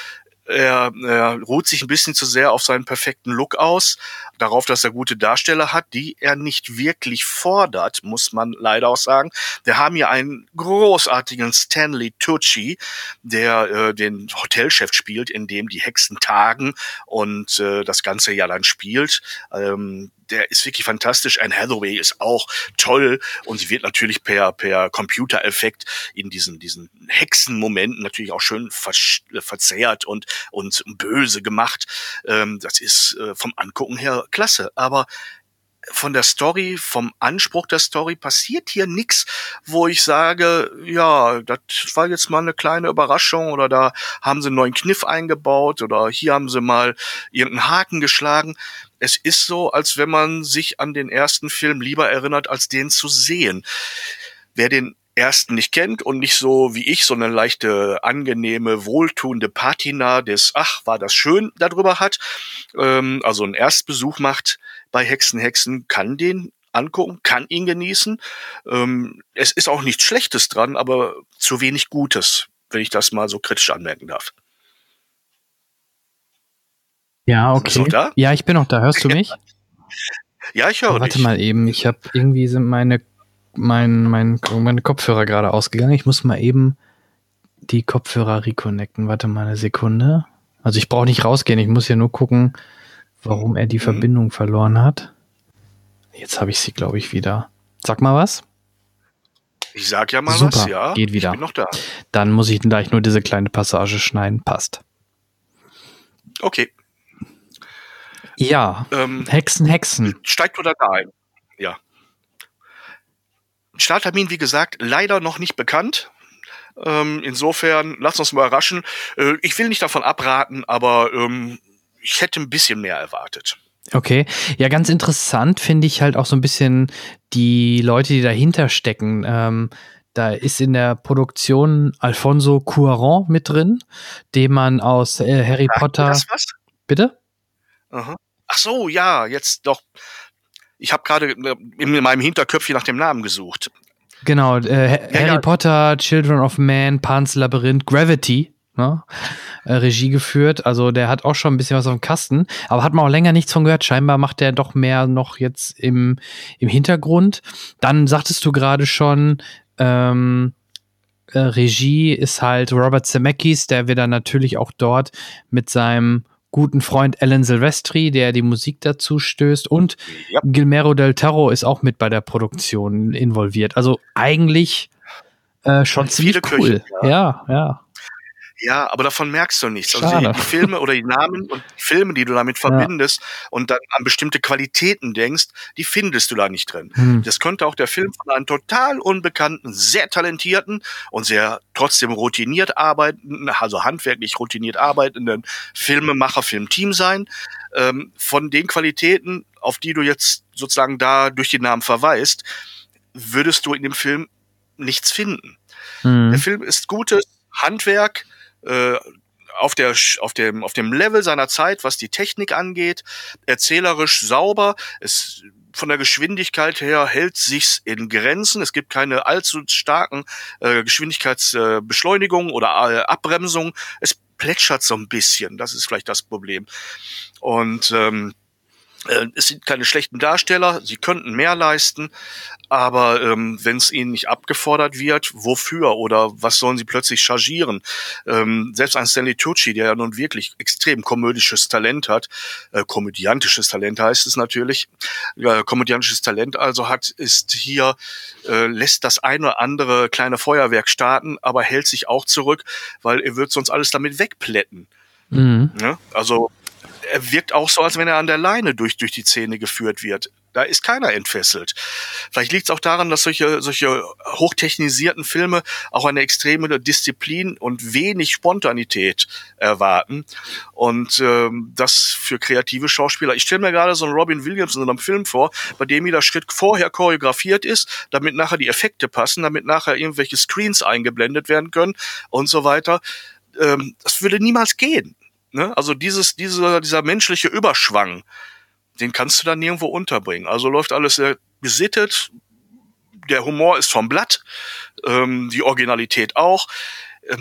Er, er ruht sich ein bisschen zu sehr auf seinen perfekten Look aus, darauf, dass er gute Darsteller hat, die er nicht wirklich fordert, muss man leider auch sagen. Wir haben hier einen großartigen Stanley Tucci, der äh, den Hotelchef spielt, in dem die Hexen tagen und äh, das ganze Jahr dann spielt. Ähm, der ist wirklich fantastisch. Anne Hathaway ist auch toll und sie wird natürlich per per Computereffekt in diesen diesen Hexenmomenten natürlich auch schön ver verzerrt und und böse gemacht. Ähm, das ist äh, vom Angucken her klasse, aber von der Story, vom Anspruch der Story passiert hier nichts, wo ich sage, ja, das war jetzt mal eine kleine Überraschung oder da haben sie einen neuen Kniff eingebaut oder hier haben sie mal irgendeinen Haken geschlagen. Es ist so, als wenn man sich an den ersten Film lieber erinnert, als den zu sehen. Wer den ersten nicht kennt und nicht so wie ich so eine leichte, angenehme, wohltuende Patina des Ach, war das schön darüber hat, ähm, also einen Erstbesuch macht bei Hexen, Hexen, kann den angucken, kann ihn genießen. Ähm, es ist auch nichts Schlechtes dran, aber zu wenig Gutes, wenn ich das mal so kritisch anmerken darf. Ja, okay. Bist du noch da? Ja, ich bin noch da. Hörst du mich? Ja, ich höre oh, warte dich. mal eben. Ich habe irgendwie sind meine mein, mein, meine Kopfhörer gerade ausgegangen. Ich muss mal eben die Kopfhörer reconnecten. Warte mal eine Sekunde. Also ich brauche nicht rausgehen. Ich muss ja nur gucken, warum er die mhm. Verbindung verloren hat. Jetzt habe ich sie, glaube ich, wieder. Sag mal was. Ich sag ja mal Super, was, ja. Geht wieder. Ich bin noch da. Dann muss ich gleich nur diese kleine Passage schneiden. Passt. Okay. Ja, ähm, Hexen, Hexen. Steigt oder da ein? Ja. Starttermin, wie gesagt, leider noch nicht bekannt. Ähm, insofern, lasst uns mal überraschen. Äh, ich will nicht davon abraten, aber ähm, ich hätte ein bisschen mehr erwartet. Okay, ja, ganz interessant finde ich halt auch so ein bisschen die Leute, die dahinter stecken. Ähm, da ist in der Produktion Alfonso Cuarón mit drin, den man aus äh, Harry Sagt Potter... das was? Bitte? Aha. Ach so, ja, jetzt doch. Ich habe gerade in meinem Hinterköpfchen nach dem Namen gesucht. Genau, äh, ja, Harry ja. Potter, Children of Man, Pan's Labyrinth, Gravity, ne? äh, Regie geführt. Also der hat auch schon ein bisschen was auf dem Kasten, aber hat man auch länger nichts von gehört. Scheinbar macht der doch mehr noch jetzt im, im Hintergrund. Dann sagtest du gerade schon, ähm, äh, Regie ist halt Robert Zemeckis, der wird dann natürlich auch dort mit seinem guten Freund Alan Silvestri, der die Musik dazu stößt, und Ja. Guillermo del Toro ist auch mit bei der Produktion involviert. Also eigentlich äh, schon ziemlich Viele cool. Köche, ja. ja, ja. Ja, aber davon merkst du nichts. Schade. Also die, die Filme oder die Namen und die Filme, die du damit verbindest ja. und dann an bestimmte Qualitäten denkst, die findest du da nicht drin. Hm. Das könnte auch der Film von einem total unbekannten, sehr talentierten und sehr trotzdem routiniert arbeitenden, also handwerklich routiniert arbeitenden Filmemacher, Filmteam sein. Ähm, von den Qualitäten, auf die du jetzt sozusagen da durch den Namen verweist, würdest du in dem Film nichts finden. Hm. Der Film ist gutes Handwerk, Äh, auf der auf dem auf dem Level seiner Zeit, was die Technik angeht, erzählerisch sauber. Es von der Geschwindigkeit her hält sich's in Grenzen. Es gibt keine allzu starken äh, Geschwindigkeitsbeschleunigungen äh, oder äh, Abbremsungen. Es plätschert so ein bisschen. Das ist vielleicht das Problem. Und ähm, äh, es sind keine schlechten Darsteller. Sie könnten mehr leisten. Aber ähm, wenn es ihnen nicht abgefordert wird, wofür oder was sollen sie plötzlich chargieren? Ähm, selbst ein Stanley Tucci, der ja nun wirklich extrem komödisches Talent hat, äh, komödiantisches Talent heißt es natürlich, äh, komödiantisches Talent also hat, ist hier, äh, lässt das eine oder andere kleine Feuerwerk starten, aber hält sich auch zurück, weil er wird sonst alles damit wegplätten. Mhm. Ja? Also er wirkt auch so, als wenn er an der Leine durch, durch die Szene geführt wird. Da ist keiner entfesselt. Vielleicht liegt es auch daran, dass solche, solche hochtechnisierten Filme auch eine extreme Disziplin und wenig Spontanität erwarten. Und ähm, das für kreative Schauspieler. Ich stelle mir gerade so einen Robin Williams in einem Film vor, bei dem jeder Schritt vorher choreografiert ist, damit nachher die Effekte passen, damit nachher irgendwelche Screens eingeblendet werden können und so weiter. Ähm, das würde niemals gehen. Ne? Also dieses, dieser, dieser menschliche Überschwang, den kannst du dann nirgendwo unterbringen. Also läuft alles sehr gesittet, der Humor ist vom Blatt, ähm, die Originalität auch. Ähm,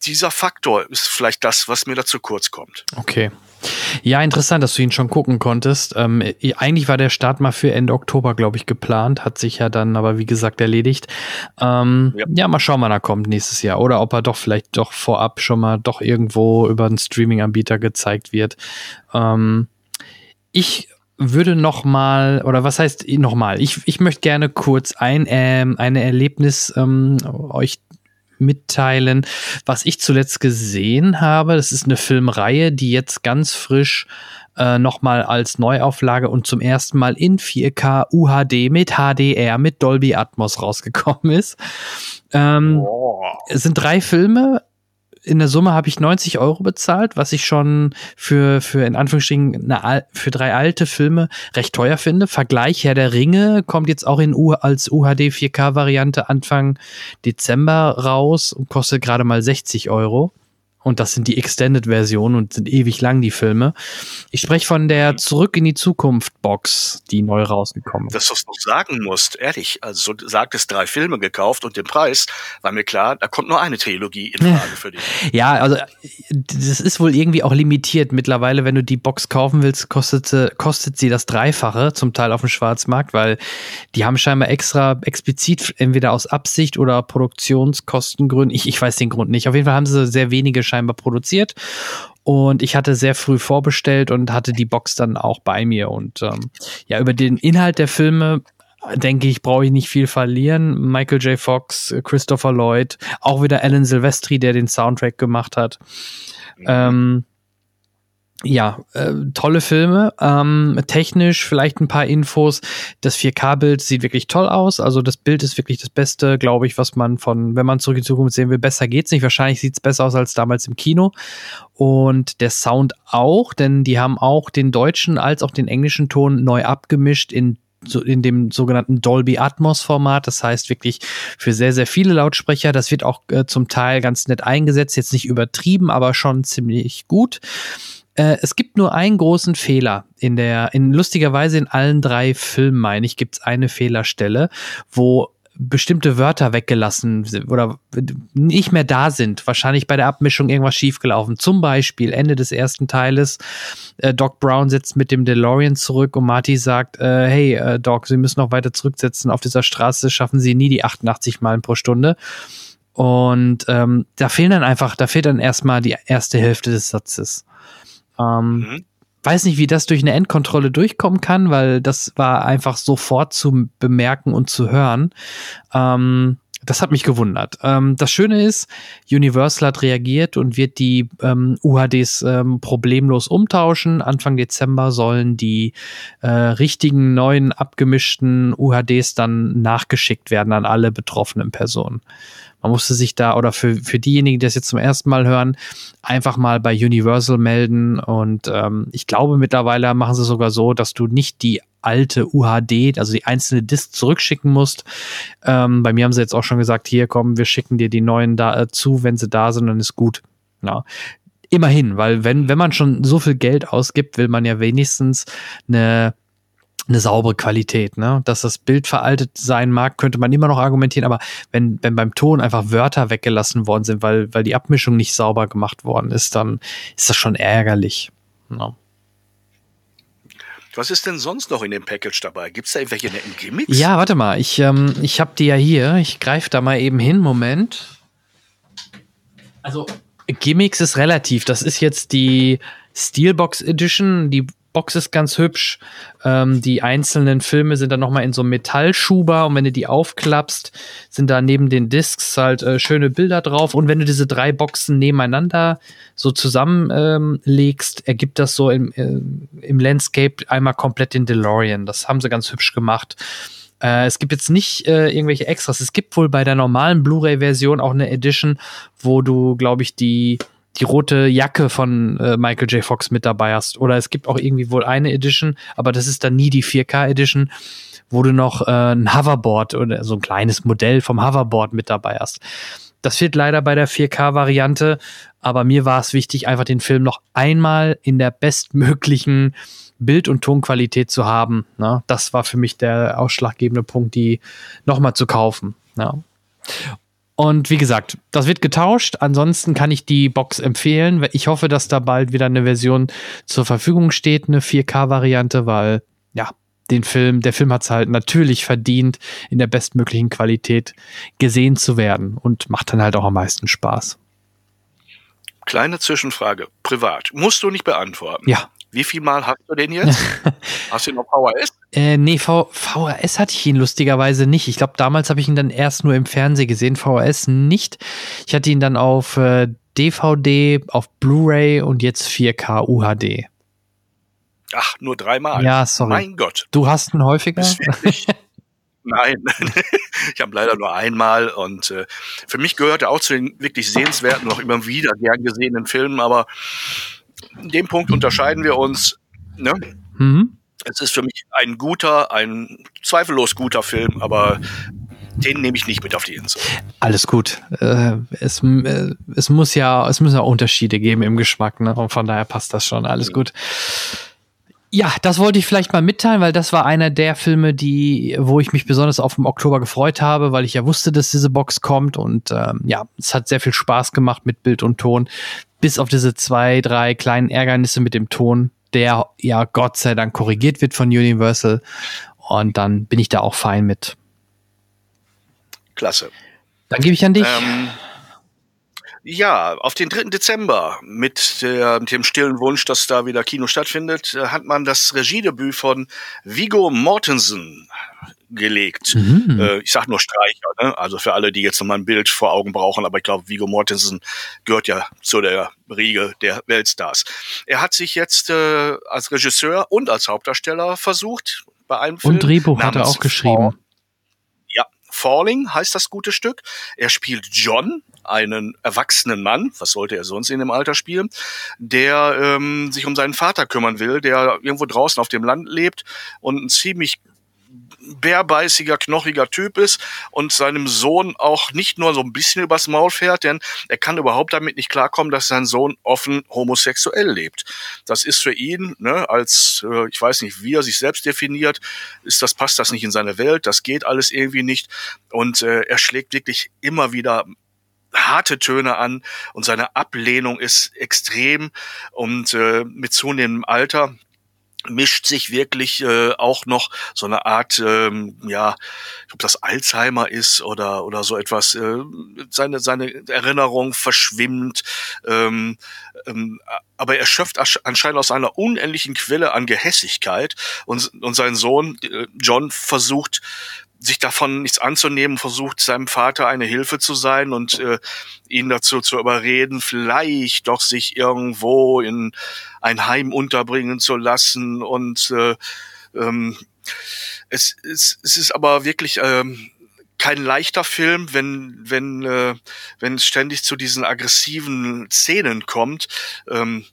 dieser Faktor ist vielleicht das, was mir da zu kurz kommt. Okay. Ja, interessant, dass du ihn schon gucken konntest. Ähm, eigentlich war der Start mal für Ende Oktober, glaube ich, geplant, hat sich ja dann aber, wie gesagt, erledigt. Ähm, ja. ja, mal schauen, wann er kommt nächstes Jahr. Oder ob er doch vielleicht doch vorab schon mal doch irgendwo über einen Streaming-Anbieter gezeigt wird. Ähm, ich würde noch mal, oder was heißt noch mal? Ich, ich möchte gerne kurz ein ähm, eine Erlebnis ähm, euch mitteilen, was ich zuletzt gesehen habe. Das ist eine Filmreihe, die jetzt ganz frisch äh, nochmal als Neuauflage und zum ersten Mal in vier K U H D mit H D R, mit Dolby Atmos rausgekommen ist. Ähm, oh. Es sind drei Filme. In der Summe habe ich neunzig Euro bezahlt, was ich schon für, für in Anführungsstrichen, eine, für drei alte Filme recht teuer finde. Vergleich Herr der Ringe kommt jetzt auch in U, als U H D vier K Variante Anfang Dezember raus und kostet gerade mal sechzig Euro. Und das sind die Extended-Versionen und sind ewig lang, die Filme. Ich spreche von der Zurück in die Zukunft-Box, die neu rausgekommen ist. Dass du es noch sagen musst, ehrlich. Also du sagtest, drei Filme gekauft und den Preis, war mir klar, da kommt nur eine Trilogie in Frage für dich. Ja, also das ist wohl irgendwie auch limitiert. Mittlerweile, wenn du die Box kaufen willst, kostet sie, kostet sie das Dreifache, zum Teil auf dem Schwarzmarkt, weil die haben scheinbar extra explizit, entweder aus Absicht oder Produktionskostengründen, ich, ich weiß den Grund nicht. Auf jeden Fall haben sie sehr wenige scheinbar produziert und ich hatte sehr früh vorbestellt und hatte die Box dann auch bei mir und ähm, ja, über den Inhalt der Filme denke ich, brauche ich nicht viel verlieren. Michael J. Fox, Christopher Lloyd, auch wieder Alan Silvestri, der den Soundtrack gemacht hat. Mhm. Ähm, Ja, äh, tolle Filme. Ähm, technisch vielleicht ein paar Infos. Das vier K-Bild sieht wirklich toll aus. Also das Bild ist wirklich das Beste, glaube ich, was man von, wenn man Zurück in die Zukunft sehen will, besser geht's nicht. Wahrscheinlich sieht's besser aus als damals im Kino. Und der Sound auch, denn die haben auch den deutschen als auch den englischen Ton neu abgemischt in so in dem sogenannten Dolby Atmos Format, das heißt wirklich für sehr, sehr viele Lautsprecher. Das wird auch äh, zum Teil ganz nett eingesetzt, jetzt nicht übertrieben, aber schon ziemlich gut. Äh, es gibt nur einen großen Fehler in der, in lustigerweise in allen drei Filmen, meine ich, gibt es eine Fehlerstelle, wo bestimmte Wörter weggelassen sind oder nicht mehr da sind. Wahrscheinlich bei der Abmischung irgendwas schiefgelaufen. Zum Beispiel Ende des ersten Teiles. Äh, Doc Brown setzt mit dem DeLorean zurück und Marty sagt, äh, hey äh, Doc, Sie müssen noch weiter zurücksetzen. Auf dieser Straße schaffen Sie nie die achtundachtzig Meilen pro Stunde. Und ähm, da fehlen dann einfach, da fehlt dann erstmal die erste Hälfte des Satzes. Ähm, mhm. Weiß nicht, wie das durch eine Endkontrolle durchkommen kann, weil das war einfach sofort zu bemerken und zu hören. Ähm, das hat mich gewundert. Ähm, das Schöne ist, Universal hat reagiert und wird die ähm, U H Ds ähm, problemlos umtauschen. Anfang Dezember sollen die äh, richtigen, neuen, abgemischten U H Ds dann nachgeschickt werden an alle betroffenen Personen. Man musste sich da, oder für, für diejenigen, die das jetzt zum ersten Mal hören, einfach mal bei Universal melden. Und ähm, ich glaube, mittlerweile machen sie sogar so, dass du nicht die alte U H D, also die einzelne Disc zurückschicken musst. Ähm, bei mir haben sie jetzt auch schon gesagt, hier komm, wir schicken dir die neuen da äh, zu, wenn sie da sind, dann ist gut. Ja. Immerhin, weil wenn, wenn man schon so viel Geld ausgibt, will man ja wenigstens eine eine saubere Qualität, ne? Dass das Bild veraltet sein mag, könnte man immer noch argumentieren, aber wenn, wenn beim Ton einfach Wörter weggelassen worden sind, weil, weil die Abmischung nicht sauber gemacht worden ist, dann ist das schon ärgerlich. Ja. Was ist denn sonst noch in dem Package dabei? Gibt's da irgendwelche netten Gimmicks? Ja, warte mal, ich, ähm, ich hab die ja hier, ich greife da mal eben hin, Moment. Also, Gimmicks ist relativ, das ist jetzt die Steelbox Edition, die Box ist ganz hübsch. Ähm, die einzelnen Filme sind dann nochmal in so einem Metallschuber und wenn du die aufklappst, sind da neben den Discs halt äh, schöne Bilder drauf. Und wenn du diese drei Boxen nebeneinander so zusammenlegst, ähm, ergibt das so im, äh, im Landscape einmal komplett den DeLorean. Das haben sie ganz hübsch gemacht. Äh, es gibt jetzt nicht äh, irgendwelche Extras. Es gibt wohl bei der normalen Blu-ray-Version auch eine Edition, wo du, glaube ich, die die rote Jacke von äh, Michael J. Fox mit dabei hast. Oder es gibt auch irgendwie wohl eine Edition, aber das ist dann nie die vier K Edition, wo du noch äh, ein Hoverboard oder so ein kleines Modell vom Hoverboard mit dabei hast. Das fehlt leider bei der vier K Variante, aber mir war es wichtig, einfach den Film noch einmal in der bestmöglichen Bild- und Tonqualität zu haben. Ne? Das war für mich der ausschlaggebende Punkt, die nochmal zu kaufen. Ja. Und wie gesagt, das wird getauscht. Ansonsten kann ich die Box empfehlen. Ich hoffe, dass da bald wieder eine Version zur Verfügung steht, eine vier K-Variante, weil, ja, den Film, der Film hat es halt natürlich verdient, in der bestmöglichen Qualität gesehen zu werden und macht dann halt auch am meisten Spaß. Kleine Zwischenfrage, privat. Musst du nicht beantworten. Ja. Wie viel Mal hast du den jetzt? Hast du ihn auf V H S? Äh, nee, v VHS hatte ich ihn lustigerweise nicht. Ich glaube, damals habe ich ihn dann erst nur im Fernsehen gesehen, V H S nicht. Ich hatte ihn dann auf äh, D V D, auf Blu-ray und jetzt vier K U H D. Ach, nur dreimal? Ja, sorry. Mein Gott. Du hast ihn häufiger? Ist wirklich Nein, ich habe leider nur einmal und äh, für mich gehört er auch zu den wirklich sehenswerten, noch immer wieder gern gesehenen Filmen, aber in dem Punkt unterscheiden wir uns. Ne? Mhm. Es ist für mich ein guter, ein zweifellos guter Film, aber den nehme ich nicht mit auf die Insel. Alles gut. Äh, es, äh, es muss ja, es müssen ja Unterschiede geben im Geschmack, ne? Und von daher passt das schon. Alles mhm. gut. Ja, das wollte ich vielleicht mal mitteilen, weil das war einer der Filme, die, wo ich mich besonders auf den Oktober gefreut habe, weil ich ja wusste, dass diese Box kommt und ähm, ja, es hat sehr viel Spaß gemacht mit Bild und Ton, bis auf diese zwei, drei kleinen Ärgernisse mit dem Ton, der ja Gott sei Dank korrigiert wird von Universal und dann bin ich da auch fein mit. Klasse. Dann gebe ich an dich. Ähm Ja, auf den dritten Dezember mit, der, mit dem stillen Wunsch, dass da wieder Kino stattfindet, hat man das Regiedebüt von Viggo Mortensen gelegt. Mhm. Äh, ich sag nur Streicher, ne? Also für alle, die jetzt nochmal ein Bild vor Augen brauchen, aber ich glaube, Viggo Mortensen gehört ja zu der Riege der Weltstars. Er hat sich jetzt äh, als Regisseur und als Hauptdarsteller versucht bei einem Film. Und Drehbuch hat er auch geschrieben. Ja, Falling heißt das gute Stück. Er spielt John, einen erwachsenen Mann, was sollte er sonst in dem Alter spielen, der ähm, sich um seinen Vater kümmern will, der irgendwo draußen auf dem Land lebt und ein ziemlich bärbeißiger, knochiger Typ ist und seinem Sohn auch nicht nur so ein bisschen übers Maul fährt, denn er kann überhaupt damit nicht klarkommen, dass sein Sohn offen homosexuell lebt. Das ist für ihn, ne, als, äh, ich weiß nicht, wie er sich selbst definiert, ist das, passt das nicht in seine Welt, das geht alles irgendwie nicht und äh, er schlägt wirklich immer wieder harte Töne an und seine Ablehnung ist extrem und äh, mit zunehmendem Alter mischt sich wirklich äh, auch noch so eine Art, ähm, ja, ob das Alzheimer ist oder oder so etwas, äh, seine seine Erinnerung verschwimmt, ähm, ähm, aber er schöpft anscheinend aus einer unendlichen Quelle an Gehässigkeit und und sein Sohn äh, John versucht sich davon nichts anzunehmen, versucht seinem Vater eine Hilfe zu sein und äh, ihn dazu zu überreden, vielleicht doch sich irgendwo in ein Heim unterbringen zu lassen. Und äh, ähm, es, es, es ist aber wirklich ähm, kein leichter Film, wenn wenn äh, wenn es ständig zu diesen aggressiven Szenen kommt. Ähm,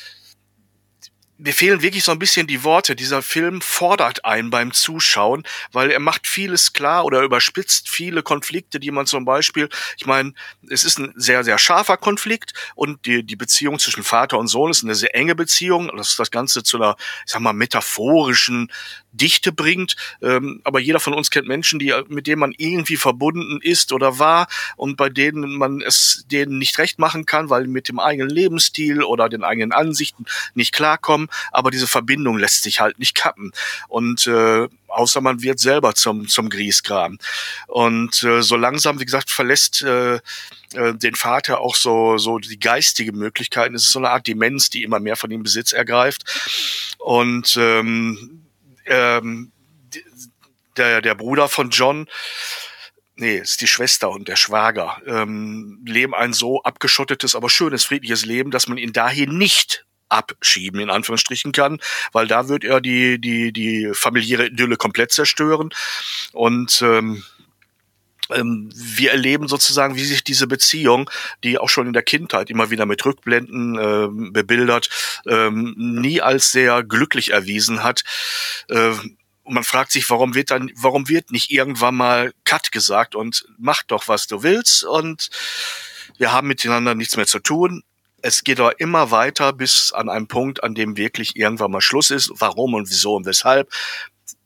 Mir fehlen wirklich so ein bisschen die Worte. Dieser Film fordert einen beim Zuschauen, weil er macht vieles klar oder überspitzt viele Konflikte, die man zum Beispiel, ich meine, es ist ein sehr, sehr scharfer Konflikt und die, die Beziehung zwischen Vater und Sohn ist eine sehr enge Beziehung, dass das Ganze zu einer, ich sag mal, metaphorischen Dichte bringt. Ähm, aber jeder von uns kennt Menschen, die, mit denen man irgendwie verbunden ist oder war und bei denen man es denen nicht recht machen kann, weil mit dem eigenen Lebensstil oder den eigenen Ansichten nicht klarkommen. Aber diese Verbindung lässt sich halt nicht kappen. Und äh, außer man wird selber zum zum Griesgram. Und äh, so langsam, wie gesagt, verlässt äh, äh, den Vater auch so so die geistige Möglichkeiten. Es ist so eine Art Demenz, die immer mehr von ihm Besitz ergreift. Und ähm, ähm, der der Bruder von John, nee, ist die Schwester und der Schwager, ähm, leben ein so abgeschottetes, aber schönes, friedliches Leben, dass man ihn dahin nicht abschieben, in Anführungsstrichen kann, weil da wird er die die die familiäre Idylle komplett zerstören und ähm, ähm, wir erleben sozusagen, wie sich diese Beziehung, die auch schon in der Kindheit immer wieder mit Rückblenden äh, bebildert, ähm, nie als sehr glücklich erwiesen hat. Äh, und man fragt sich, warum wird dann, warum wird nicht irgendwann mal Cut gesagt und mach doch, was du willst und wir haben miteinander nichts mehr zu tun. Es geht aber immer weiter bis an einen Punkt, an dem wirklich irgendwann mal Schluss ist. Warum und wieso und weshalb,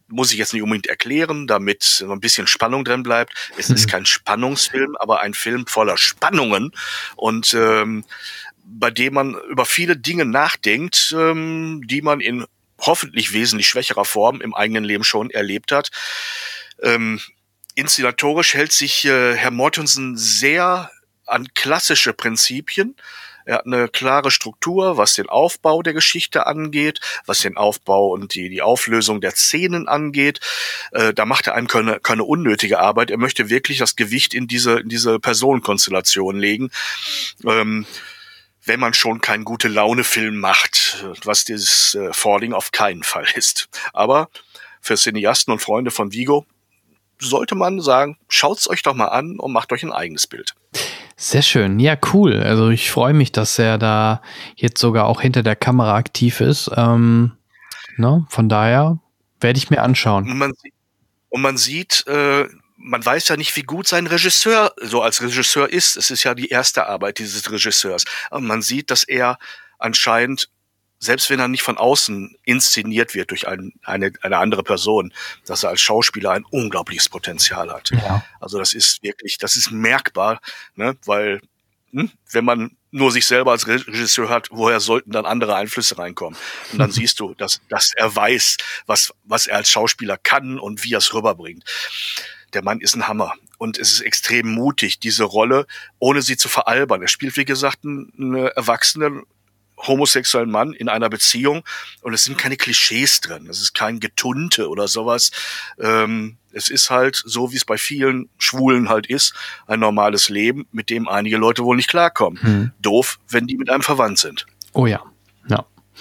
muss ich jetzt nicht unbedingt erklären, damit so ein bisschen Spannung drin bleibt. Es mhm. ist kein Spannungsfilm, aber ein Film voller Spannungen und ähm, bei dem man über viele Dinge nachdenkt, ähm, die man in hoffentlich wesentlich schwächerer Form im eigenen Leben schon erlebt hat. Ähm, inszenatorisch hält sich äh, Herr Mortensen sehr an klassische Prinzipien. Er hat eine klare Struktur, was den Aufbau der Geschichte angeht, was den Aufbau und die, die Auflösung der Szenen angeht. Äh, da macht er einem keine, keine unnötige Arbeit. Er möchte wirklich das Gewicht in diese, in diese Personenkonstellation legen. Ähm, wenn man schon keinen Gute-Laune-Film macht, was dieses äh, Falling auf keinen Fall ist. Aber für Cineasten und Freunde von Vigo sollte man sagen, schaut's euch doch mal an und macht euch ein eigenes Bild. Sehr schön. Ja, cool. Also ich freue mich, dass er da jetzt sogar auch hinter der Kamera aktiv ist. Ähm, ne? Von daher werde ich mir anschauen. Und man, und man sieht, äh, man weiß ja nicht, wie gut sein Regisseur so als Regisseur ist. Es ist ja die erste Arbeit dieses Regisseurs. Aber man sieht, dass er anscheinend, selbst wenn er nicht von außen inszeniert wird durch ein, eine, eine andere Person, dass er als Schauspieler ein unglaubliches Potenzial hat. Ja. Also das ist wirklich, das ist merkbar, ne? Weil hm, wenn man nur sich selber als Regisseur hat, woher sollten dann andere Einflüsse reinkommen? Und dann siehst du, dass, dass er weiß, was, was er als Schauspieler kann und wie er es rüberbringt. Der Mann ist ein Hammer. Und es ist extrem mutig, diese Rolle, ohne sie zu veralbern. Er spielt, wie gesagt, einen erwachsenen, homosexuellen Mann in einer Beziehung und es sind keine Klischees drin, es ist kein Getunte oder sowas. Ähm, es ist halt so, wie es bei vielen Schwulen halt ist, ein normales Leben, mit dem einige Leute wohl nicht klarkommen. Hm. Doof, wenn die mit einem verwandt sind. Oh ja, ja.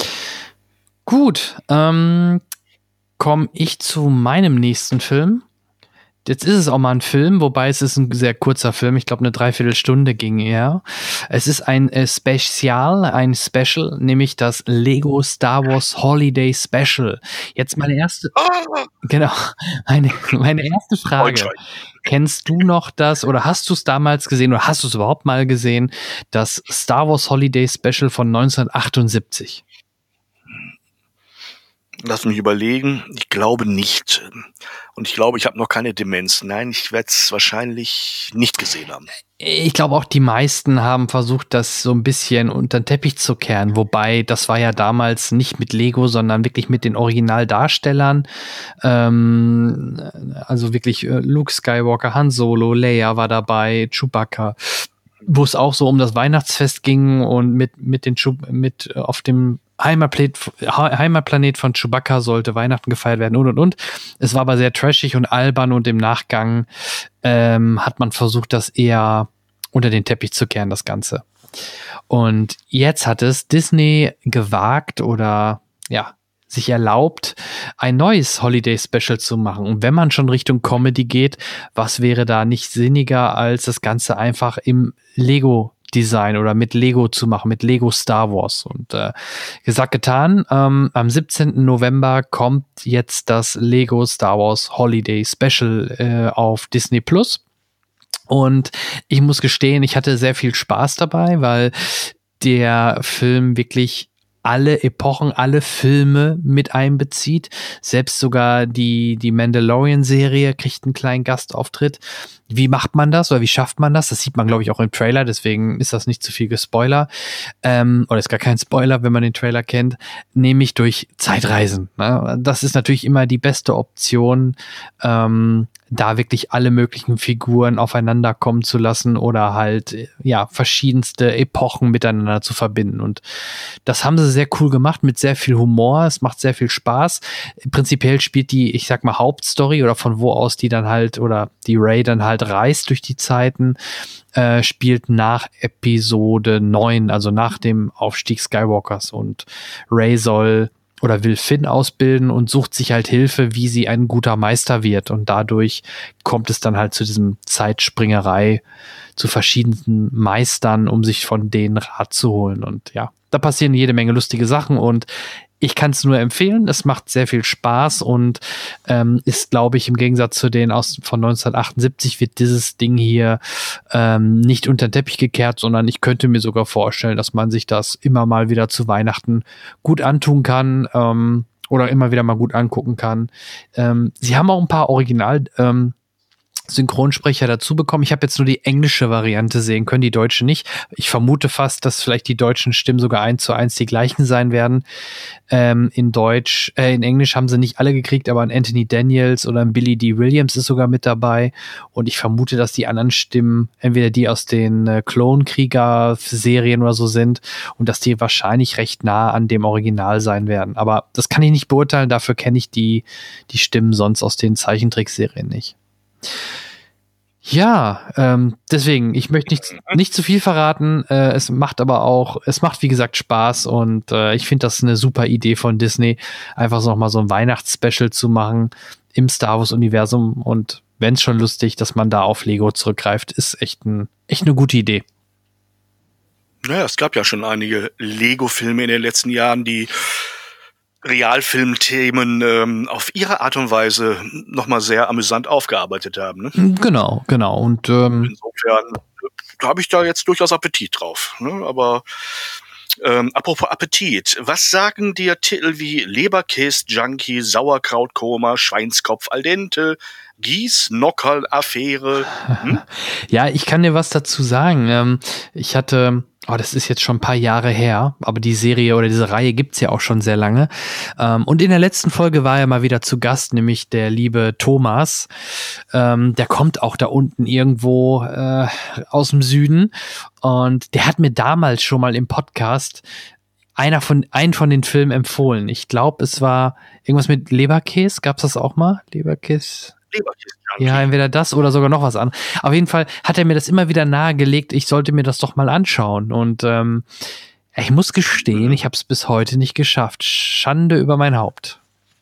Gut, ähm, komme ich zu meinem nächsten Film. Jetzt ist es auch mal ein Film, wobei es ist ein sehr kurzer Film. Ich glaube, eine Dreiviertelstunde ging er. Es ist ein äh, Spezial, ein Special, nämlich das Lego Star Wars Holiday Special. Jetzt meine erste, ah! genau, meine, meine erste Frage. Kennst du noch das oder hast du es damals gesehen oder hast du es überhaupt mal gesehen? Das Star Wars Holiday Special von neunzehnhundertachtundsiebzig. Lass mich überlegen. Ich glaube nicht. Und ich glaube, ich habe noch keine Demenz. Nein, ich werde es wahrscheinlich nicht gesehen haben. Ich glaube auch, die meisten haben versucht, das so ein bisschen unter den Teppich zu kehren. Wobei, das war ja damals nicht mit Lego, sondern wirklich mit den Originaldarstellern. Ähm, also wirklich Luke Skywalker, Han Solo, Leia war dabei, Chewbacca. Wo es auch so um das Weihnachtsfest ging und mit, mit den Chub- mit auf dem Heimatplanet, Heimatplanet von Chewbacca sollte Weihnachten gefeiert werden und und und. Es war aber sehr trashig und albern und im Nachgang ähm, hat man versucht, das eher unter den Teppich zu kehren, das Ganze. Und jetzt hat es Disney gewagt oder ja, sich erlaubt, ein neues Holiday Special zu machen. Und wenn man schon Richtung Comedy geht, was wäre da nicht sinniger, als das Ganze einfach im Lego Design oder mit Lego zu machen, mit Lego Star Wars. Und äh, gesagt, getan, ähm, am siebzehnten November kommt jetzt das Lego Star Wars Holiday Special äh, auf Disney Plus. Und ich muss gestehen, ich hatte sehr viel Spaß dabei, weil der Film wirklich alle Epochen, alle Filme mit einbezieht. Selbst sogar die, die Mandalorian-Serie kriegt einen kleinen Gastauftritt. Wie macht man das oder wie schafft man das? Das sieht man, glaube ich, auch im Trailer, deswegen ist das nicht zu viel Gespoiler. Ähm, oder ist gar kein Spoiler, wenn man den Trailer kennt. Nämlich durch Zeitreisen. Ne? Das ist natürlich immer die beste Option, ähm, da wirklich alle möglichen Figuren aufeinander kommen zu lassen oder halt, ja, verschiedenste Epochen miteinander zu verbinden. Und das haben sie sehr cool gemacht mit sehr viel Humor. Es macht sehr viel Spaß. Prinzipiell spielt die, ich sag mal, Hauptstory oder von wo aus die dann halt oder die Rey dann halt reist durch die Zeiten, äh, spielt nach Episode neun, also nach dem Aufstieg Skywalkers. Und Rey soll oder will Finn ausbilden und sucht sich halt Hilfe, wie sie ein guter Meister wird. Und dadurch kommt es dann halt zu diesem Zeitspringerei zu verschiedenen Meistern, um sich von denen Rat zu holen. Und ja, da passieren jede Menge lustige Sachen und ich kann es nur empfehlen. Es macht sehr viel Spaß und ähm, ist, glaube ich, im Gegensatz zu denen aus von neunzehnhundertachtundsiebzig wird dieses Ding hier ähm, nicht unter den Teppich gekehrt, sondern ich könnte mir sogar vorstellen, dass man sich das immer mal wieder zu Weihnachten gut antun kann. Ähm, oder immer wieder mal gut angucken kann. Ähm, sie haben auch ein paar Original ähm, Synchronsprecher dazu bekommen. Ich habe jetzt nur die englische Variante sehen können, die deutsche nicht. Ich vermute fast, dass vielleicht die deutschen Stimmen sogar eins zu eins die gleichen sein werden. Ähm, in Deutsch, äh, in Englisch haben sie nicht alle gekriegt, aber ein Anthony Daniels oder ein Billy D. Williams ist sogar mit dabei. Und ich vermute, dass die anderen Stimmen entweder die aus den äh, Klonkrieger-Serien oder so sind und dass die wahrscheinlich recht nah an dem Original sein werden. Aber das kann ich nicht beurteilen, dafür kenne ich die, die Stimmen sonst aus den Zeichentrickserien nicht. Ja, ähm, deswegen, ich möchte nicht, nicht zu viel verraten. Äh, es macht aber auch, es macht wie gesagt Spaß und äh, ich finde das eine super Idee von Disney, einfach so nochmal so ein Weihnachtsspecial zu machen im Star Wars-Universum und wenn es schon lustig, dass man da auf Lego zurückgreift, ist echt, ein, echt eine gute Idee. Naja, es gab ja schon einige Lego-Filme in den letzten Jahren, die Realfilmthemen ähm, auf ihre Art und Weise nochmal sehr amüsant aufgearbeitet haben. Ne? Genau, genau. Und ähm, insofern äh, habe ich da jetzt durchaus Appetit drauf. Ne? Aber ähm, apropos Appetit, was sagen dir Titel wie Leberkäse-Junkie, Sauerkrautkoma, Schweinskopf al dente, Gieß, Nockerl, Affäre? Hm? Ja, ich kann dir was dazu sagen. Ähm, ich hatte, oh, das ist jetzt schon ein paar Jahre her, aber die Serie oder diese Reihe gibt's ja auch schon sehr lange. Ähm, und in der letzten Folge war er mal wieder zu Gast, nämlich der liebe Thomas. Ähm, der kommt auch da unten irgendwo äh, aus dem Süden. Und der hat mir damals schon mal im Podcast einer von, einen von den Filmen empfohlen. Ich glaube, es war irgendwas mit Leberkäse. Gab's das auch mal? Leberkäse? Ja, entweder das oder sogar noch was an. Auf jeden Fall hat er mir das immer wieder nahegelegt, ich sollte mir das doch mal anschauen. Und ähm, ich muss gestehen, ich habe es bis heute nicht geschafft. Schande über mein Haupt.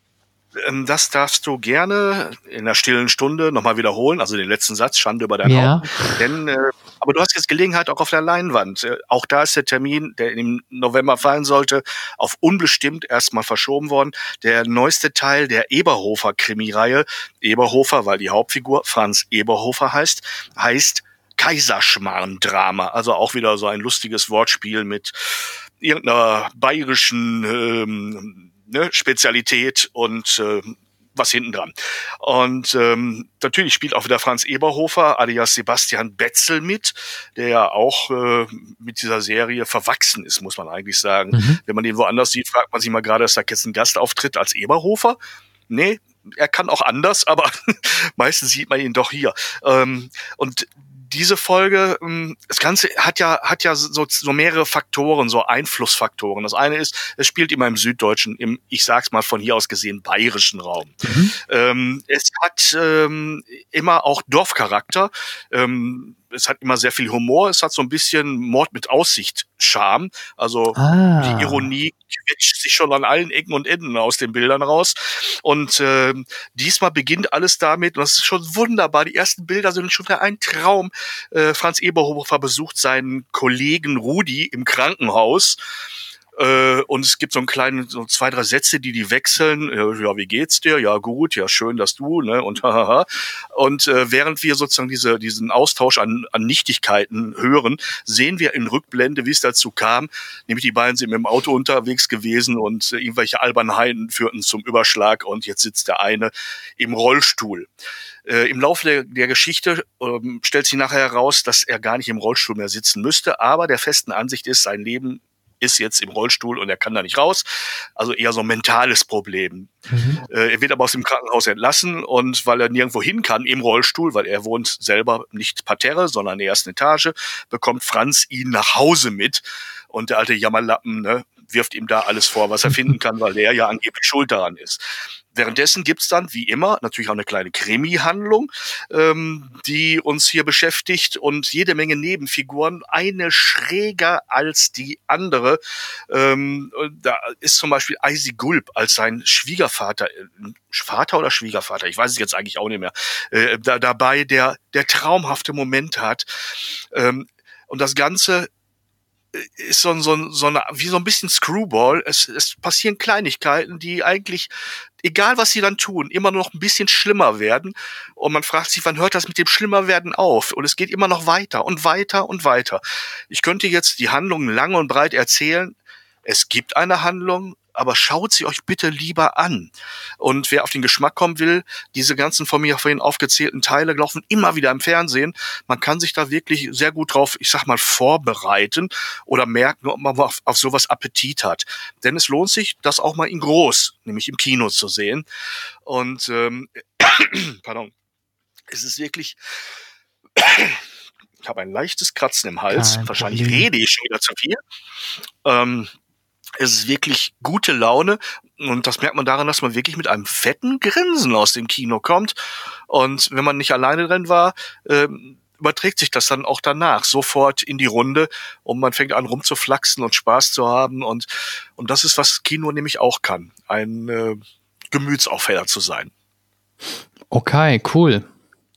Das darfst du gerne in der stillen Stunde nochmal wiederholen, also den letzten Satz, Schande über dein ja. Haupt. Denn, äh, aber du hast jetzt Gelegenheit auch auf der Leinwand. Äh, auch da ist der Termin, der im November fallen sollte, auf unbestimmt erstmal verschoben worden. Der neueste Teil der Eberhofer-Krimireihe, Eberhofer, weil die Hauptfigur Franz Eberhofer heißt, heißt Kaiserschmarrn-Drama. Also auch wieder so ein lustiges Wortspiel mit irgendeiner bayerischen ähm, Ne, Spezialität und äh, was hinten dran. Und ähm, natürlich spielt auch wieder Franz Eberhofer alias Sebastian Betzel mit, der ja auch äh, mit dieser Serie verwachsen ist, muss man eigentlich sagen. Mhm. Wenn man den woanders sieht, fragt man sich mal gerade, ist da jetzt ein Gastauftritt als Eberhofer? Nee, er kann auch anders, aber meistens sieht man ihn doch hier. Ähm, und diese Folge, das Ganze hat ja hat ja so, so mehrere Faktoren, so Einflussfaktoren. Das eine ist, es spielt immer im süddeutschen, im, ich sag's mal von hier aus gesehen, bayerischen Raum. Mhm. Ähm, es hat ähm, immer auch Dorfcharakter. Ähm, es hat immer sehr viel Humor. Es hat so ein bisschen Mord mit Aussicht Charme. Also ah. die Ironie quetscht sich schon an allen Ecken und Enden aus den Bildern raus. Und äh, diesmal beginnt alles damit, und das ist schon wunderbar, die ersten Bilder sind schon wieder ein Traum. Äh, Franz Eberhofer besucht seinen Kollegen Rudi im Krankenhaus. Äh, und es gibt so einen kleinen, so zwei, drei Sätze, die die wechseln. Äh, ja, wie geht's dir? Ja, gut, ja, schön, dass du, ne? Und hahaha. Und äh, während wir sozusagen diese, diesen Austausch an, an Nichtigkeiten hören, sehen wir in Rückblende, wie es dazu kam. Nämlich die beiden sind mit dem Auto unterwegs gewesen und äh, irgendwelche Albernheiten führten zum Überschlag und jetzt sitzt der eine im Rollstuhl. Äh, Im Laufe der, der Geschichte ähm, stellt sich nachher heraus, dass er gar nicht im Rollstuhl mehr sitzen müsste, aber der festen Ansicht ist, sein Leben ist jetzt im Rollstuhl und er kann da nicht raus. Also eher so ein mentales Problem. Mhm. Äh, er wird aber aus dem Krankenhaus entlassen und weil er nirgendwo hin kann im Rollstuhl, weil er wohnt selber nicht parterre, sondern in der ersten Etage, bekommt Franz ihn nach Hause mit und der alte Jammerlappen, ne, wirft ihm da alles vor, was er finden kann, weil er ja angeblich schuld daran ist. Währenddessen gibt's dann, wie immer, natürlich auch eine kleine Krimi-Handlung, ähm, die uns hier beschäftigt und jede Menge Nebenfiguren, eine schräger als die andere. Ähm, da ist zum Beispiel Eisi Gulb als sein Schwiegervater, äh, Vater oder Schwiegervater, ich weiß es jetzt eigentlich auch nicht mehr, äh, da, dabei, der, der traumhafte Moment hat. Ähm, und das Ganze ist so, so, so eine, wie so ein bisschen Screwball. Es, es passieren Kleinigkeiten, die eigentlich, egal was sie dann tun, immer noch ein bisschen schlimmer werden. Und man fragt sich, wann hört das mit dem Schlimmerwerden auf? Und es geht immer noch weiter und weiter und weiter. Ich könnte jetzt die Handlung lang und breit erzählen. Es gibt eine Handlung, aber schaut sie euch bitte lieber an. Und wer auf den Geschmack kommen will, diese ganzen von mir vorhin aufgezählten Teile laufen immer wieder im Fernsehen. Man kann sich da wirklich sehr gut drauf, ich sag mal, vorbereiten oder merken, ob man auf, auf sowas Appetit hat. Denn es lohnt sich, das auch mal in groß, nämlich im Kino zu sehen. Und ähm, pardon, es ist wirklich... Ich habe ein leichtes Kratzen im Hals. Kein Wahrscheinlich Problem. rede ich schon wieder zu viel. Ähm, es ist wirklich gute Laune. Und das merkt man daran, dass man wirklich mit einem fetten Grinsen aus dem Kino kommt. Und wenn man nicht alleine drin war, ähm, überträgt sich das dann auch danach sofort in die Runde. Und man fängt an rumzuflaxen und Spaß zu haben. Und, und das ist, was Kino nämlich auch kann. Ein äh, Gemütsaufheller zu sein. Okay, cool.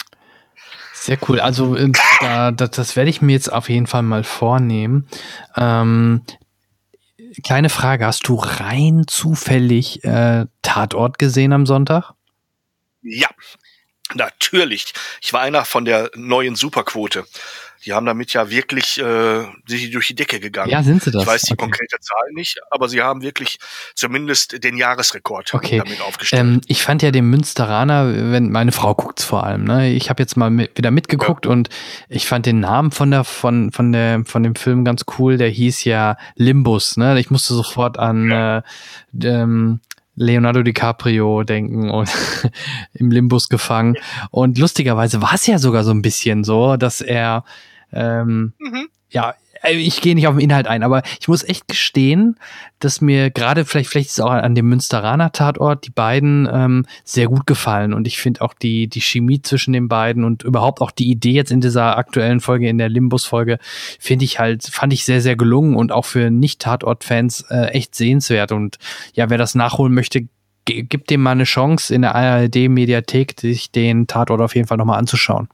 Sehr cool. Also äh, da, das, das werde ich mir jetzt auf jeden Fall mal vornehmen. Ähm, kleine Frage, hast du rein zufällig äh, Tatort gesehen am Sonntag? Ja, natürlich. Ich war einer von der neuen Superquote. Die haben damit ja wirklich äh, sich durch die Decke gegangen. Ja, sind sie das? Ich weiß die Okay. konkrete Zahl nicht, aber sie haben wirklich zumindest den Jahresrekord Okay. damit aufgestellt. Ähm, ich fand ja den Münsteraner, wenn meine Frau guckt's vor allem, ne? Ich habe jetzt mal mit, wieder mitgeguckt ja. Und ich fand den Namen von der von von der von dem Film ganz cool. Der hieß ja Limbus, ne? Ich musste sofort an ja. äh, ähm, Leonardo DiCaprio denken und im Limbus gefangen. Und lustigerweise war es ja sogar so ein bisschen so, dass er ähm, mhm. ja, ich gehe nicht auf den Inhalt ein, aber ich muss echt gestehen, dass mir gerade, vielleicht vielleicht ist es auch an dem Münsteraner Tatort, die beiden ähm, sehr gut gefallen. Und ich finde auch die die Chemie zwischen den beiden und überhaupt auch die Idee jetzt in dieser aktuellen Folge, in der Limbus-Folge, finde ich halt, fand ich sehr, sehr gelungen und auch für Nicht-Tatort-Fans äh, echt sehenswert. Und ja, wer das nachholen möchte, g- gibt dem mal eine Chance, in der A R D-Mediathek sich den Tatort auf jeden Fall nochmal anzuschauen.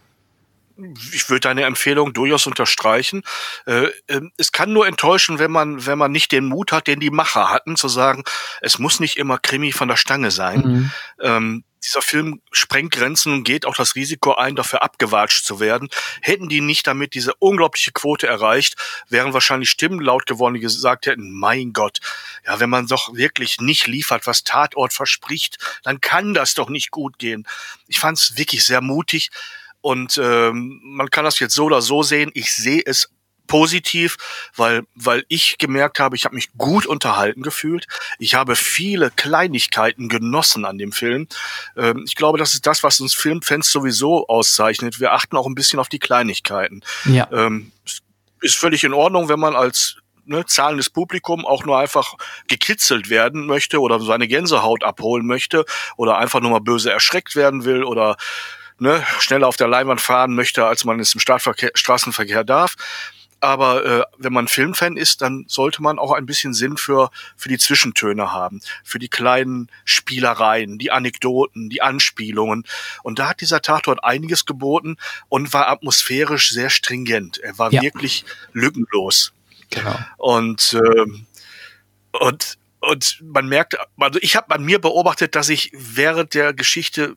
Ich würde deine Empfehlung durchaus unterstreichen. Äh, äh, es kann nur enttäuschen, wenn man, wenn man nicht den Mut hat, den die Macher hatten, zu sagen, es muss nicht immer Krimi von der Stange sein. Mhm. Ähm, dieser Film sprengt Grenzen und geht auch das Risiko ein, dafür abgewatscht zu werden. Hätten die nicht damit diese unglaubliche Quote erreicht, wären wahrscheinlich Stimmen laut geworden, die gesagt hätten, mein Gott, ja, wenn man doch wirklich nicht liefert, was Tatort verspricht, dann kann das doch nicht gut gehen. Ich fand es wirklich sehr mutig. Und ähm, man kann das jetzt so oder so sehen. Ich sehe es positiv, weil weil ich gemerkt habe, ich habe mich gut unterhalten gefühlt. Ich habe viele Kleinigkeiten genossen an dem Film. Ähm, ich glaube, das ist das, was uns Filmfans sowieso auszeichnet. Wir achten auch ein bisschen auf die Kleinigkeiten. Ja. Ähm, ist völlig in Ordnung, wenn man als ne, zahlendes Publikum auch nur einfach gekitzelt werden möchte oder seine Gänsehaut abholen möchte oder einfach nur mal böse erschreckt werden will oder Ne, schneller auf der Leinwand fahren möchte, als man es im Straßenverkehr, Straßenverkehr darf. Aber äh, wenn man Filmfan ist, dann sollte man auch ein bisschen Sinn für für die Zwischentöne haben, für die kleinen Spielereien, die Anekdoten, die Anspielungen. Und da hat dieser Tatort einiges geboten und war atmosphärisch sehr stringent. Er war ja. wirklich lückenlos. Genau. Und ähm, und und man merkt, also ich habe an mir beobachtet, dass ich während der Geschichte,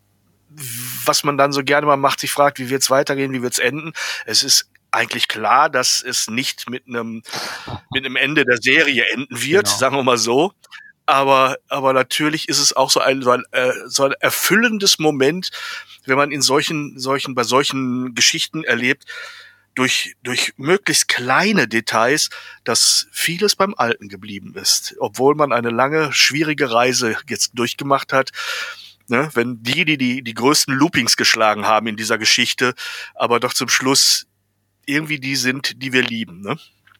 was man dann so gerne mal macht, sich fragt, wie wird's weitergehen, wie wird's enden. Es ist eigentlich klar, dass es nicht mit einem mit einem Ende der Serie enden wird, genau. Sagen wir mal so. Aber aber natürlich ist es auch so ein so ein, äh, so ein erfüllendes Moment, wenn man in solchen solchen bei solchen Geschichten erlebt, durch durch möglichst kleine Details, dass vieles beim Alten geblieben ist, obwohl man eine lange schwierige Reise jetzt durchgemacht hat. Ne, wenn die, die, die die größten Loopings geschlagen haben in dieser Geschichte, aber doch zum Schluss irgendwie die sind, die wir lieben. Ne?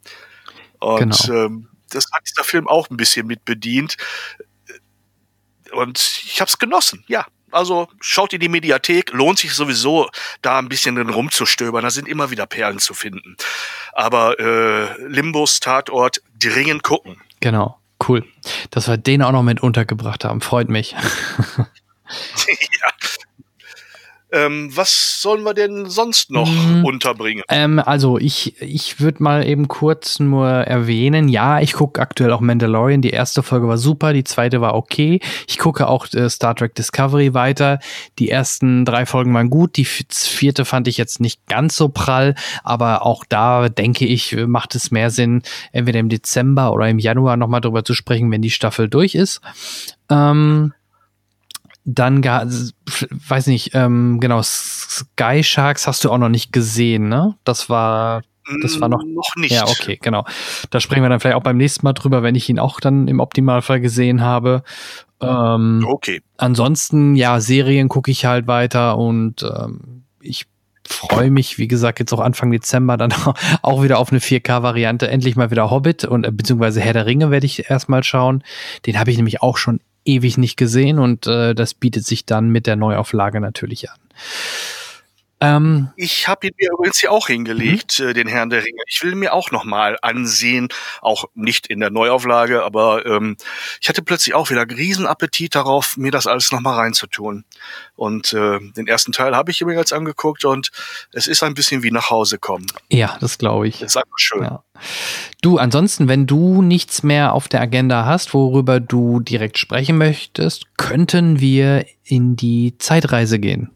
Und genau. ähm, das hat dieser Film auch ein bisschen mit bedient. Und ich habe es genossen, ja. Also schaut in die Mediathek, lohnt sich sowieso, da ein bisschen drin rumzustöbern. Da sind immer wieder Perlen zu finden. Aber äh, Limbus, Tatort, dringend gucken. Genau, cool. Dass wir den auch noch mit untergebracht haben, freut mich. Ja. Ähm, was sollen wir denn sonst noch mm, unterbringen? Ähm, also ich, ich würde mal eben kurz nur erwähnen, ja, ich gucke aktuell auch Mandalorian. Die erste Folge war super, die zweite war okay. Ich gucke auch äh, Star Trek Discovery weiter. Die ersten drei Folgen waren gut, die vierte fand ich jetzt nicht ganz so prall, aber auch da denke ich, macht es mehr Sinn, entweder im Dezember oder im Januar nochmal drüber zu sprechen, wenn die Staffel durch ist. Ähm, Dann, weiß nicht, ähm, genau, Sky Sharks hast du auch noch nicht gesehen, ne? Das war, das war noch, noch nicht. Ja, okay, genau. Da sprechen wir dann vielleicht auch beim nächsten Mal drüber, wenn ich ihn auch dann im Optimalfall gesehen habe. Ähm, okay. Ansonsten, ja, Serien gucke ich halt weiter und ähm, ich freue mich, wie gesagt, jetzt auch Anfang Dezember dann auch wieder auf eine vier K-Variante. Endlich mal wieder Hobbit und äh, beziehungsweise Herr der Ringe werde ich erstmal schauen. Den habe ich nämlich auch schon ewig nicht gesehen und äh, das bietet sich dann mit der Neuauflage natürlich an. Ähm, ich habe ihn mir übrigens hier auch hingelegt, mhm. äh, den Herrn der Ringe. Ich will mir auch noch mal ansehen, auch nicht in der Neuauflage, aber ähm, ich hatte plötzlich auch wieder einen riesen Appetit darauf, mir das alles noch mal reinzutun. Und äh, den ersten Teil habe ich mir jetzt angeguckt und es ist ein bisschen wie nach Hause kommen. Ja, das glaube ich. Das ist einfach schön. Ja. Du, ansonsten, wenn du nichts mehr auf der Agenda hast, worüber du direkt sprechen möchtest, könnten wir in die Zeitreise gehen.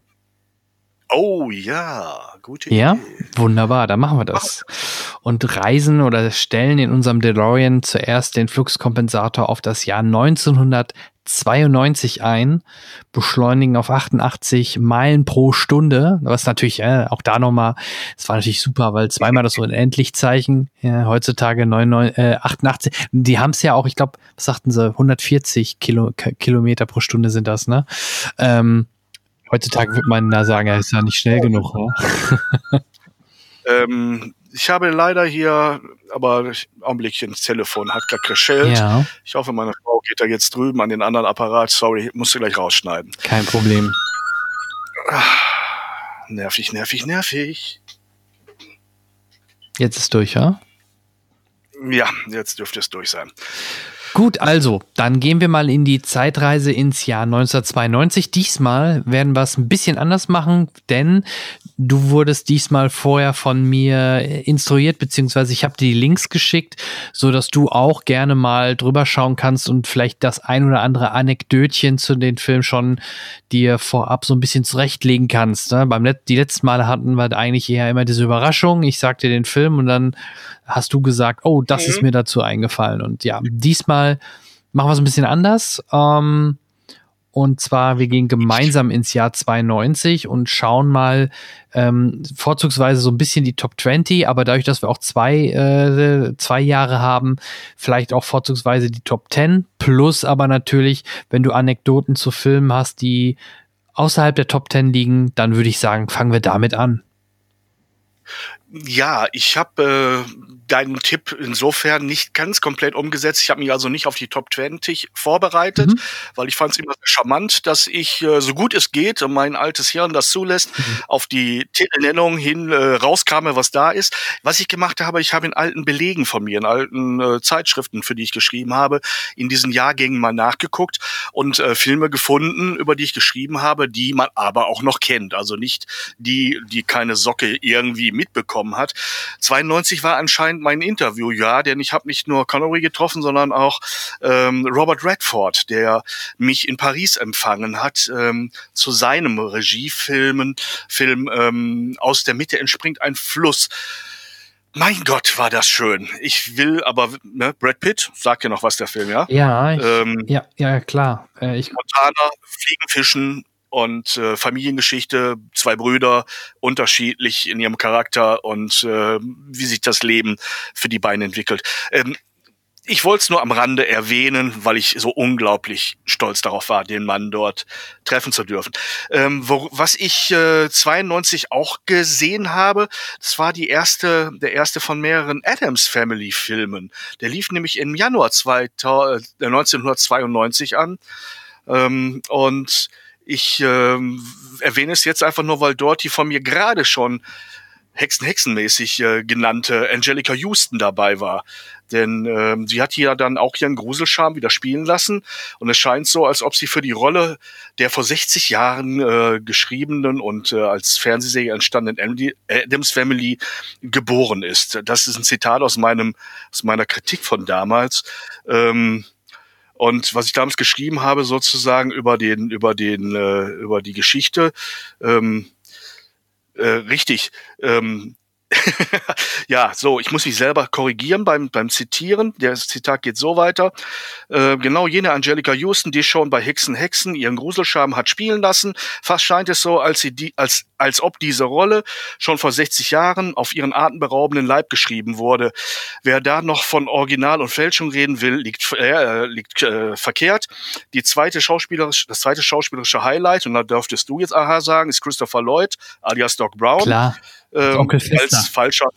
Oh ja, gute Idee. Ja, wunderbar, dann machen wir das. Und reisen oder stellen in unserem DeLorean zuerst den Fluxkompensator auf das Jahr neunzehnhundertzweiundneunzig ein, beschleunigen auf achtundachtzig Meilen pro Stunde, was natürlich äh, auch da nochmal, es war natürlich super, weil zweimal das Unendlichzeichen, ja, heutzutage neunundneunzig, äh, achtundachtzig, die haben es ja auch, ich glaube, was sagten sie, hundertvierzig Kilo, Kilometer pro Stunde sind das, ne? Ähm, Heutzutage würde man da sagen, er ist ja nicht schnell genug. Ne? ähm, ich habe leider hier, aber Augenblickchen, das Telefon hat gerade geschellt. Ja. Ich hoffe, meine Frau geht da jetzt drüben an den anderen Apparat. Sorry, musst du gleich rausschneiden. Kein Problem. Ach, nervig, nervig, nervig. Jetzt ist durch, ja? Ja, jetzt dürfte es durch sein. Gut, also, dann gehen wir mal in die Zeitreise ins Jahr neunzehnhundertzweiundneunzig. Diesmal werden wir es ein bisschen anders machen, denn du wurdest diesmal vorher von mir instruiert, beziehungsweise ich habe dir die Links geschickt, so dass du auch gerne mal drüber schauen kannst und vielleicht das ein oder andere Anekdötchen zu den Film schon dir vorab so ein bisschen zurechtlegen kannst. Ne? Beim Let- die letzten Male hatten wir eigentlich eher immer diese Überraschung. Ich sag dir den Film und dann hast du gesagt, oh, das mhm. ist mir dazu eingefallen. Und ja, diesmal machen wir es ein bisschen anders. Ähm, und zwar, wir gehen gemeinsam ins Jahr zweiundneunzig und schauen mal ähm, vorzugsweise so ein bisschen die Top zwanzig, aber dadurch, dass wir auch zwei, äh, zwei Jahre haben, vielleicht auch vorzugsweise die Top zehn, plus aber natürlich, wenn du Anekdoten zu Filmen hast, die außerhalb der Top zehn liegen, dann würde ich sagen, fangen wir damit an. Ja, ich habe äh, deinen Tipp insofern nicht ganz komplett umgesetzt. Ich habe mich also nicht auf die Top zwanzig vorbereitet, mhm. weil ich fand es immer sehr charmant, dass ich, äh, so gut es geht, und mein altes Hirn das zulässt, mhm. auf die Titelnennung hin äh, rauskame, was da ist. Was ich gemacht habe, ich habe in alten Belegen von mir, in alten äh, Zeitschriften, für die ich geschrieben habe, in diesen Jahrgängen mal nachgeguckt und äh, Filme gefunden, über die ich geschrieben habe, die man aber auch noch kennt. Also nicht die, die keine Socke irgendwie mitbekommen hat. zweiundneunzig war anscheinend mein Interviewjahr, denn ich habe nicht nur Connery getroffen, sondern auch ähm, Robert Redford, der mich in Paris empfangen hat, ähm, zu seinem Regiefilmen, Film ähm, Aus der Mitte entspringt ein Fluss. Mein Gott, war das schön. Ich will aber, ne, Brad Pitt, sagt ja noch was der Film, ja? Ja, ich, ähm, ja, ja, klar. Äh, ich Montana, Fliegen, Fischen, und äh, Familiengeschichte, zwei Brüder, unterschiedlich in ihrem Charakter und äh, wie sich das Leben für die beiden entwickelt. Ähm, ich wollte es nur am Rande erwähnen, weil ich so unglaublich stolz darauf war, den Mann dort treffen zu dürfen. Ähm, wo, was ich äh, zweiundneunzig auch gesehen habe, das war die erste, der erste von mehreren Addams Family Filmen. Der lief nämlich im Januar zweitausend, äh, neunzehnhundertzweiundneunzig an ähm, und ich ähm, erwähne es jetzt einfach nur, weil dort die von mir gerade schon Hexen-Hexenmäßig äh, genannte Angelica Houston dabei war. Denn ähm, sie hat hier dann auch ihren Gruselscharme wieder spielen lassen. Und es scheint so, als ob sie für die Rolle der vor sechzig Jahren äh, geschriebenen und äh, als Fernsehserie entstandenen Addams Family geboren ist. Das ist ein Zitat aus meinem aus meiner Kritik von damals. Ähm, und was ich damals geschrieben habe, sozusagen über den über den äh, über die Geschichte, ähm, äh, richtig. Ähm, ja, so, ich muss mich selber korrigieren beim beim Zitieren. Das Zitat geht so weiter. Äh, genau jene Angelica Houston, die schon bei Hexen Hexen ihren Gruselscharme hat spielen lassen. Fast scheint es so, als sie die, als als ob diese Rolle schon vor sechzig Jahren auf ihren atemberaubenden Leib geschrieben wurde. Wer da noch von Original und Fälschung reden will, liegt äh, liegt äh, verkehrt. Die zweite schauspielerische, das zweite schauspielerische Highlight, und da dürftest du jetzt aha sagen, ist Christopher Lloyd alias Doc Brown. Klar. Ähm, Onkel Fester. Als falscher,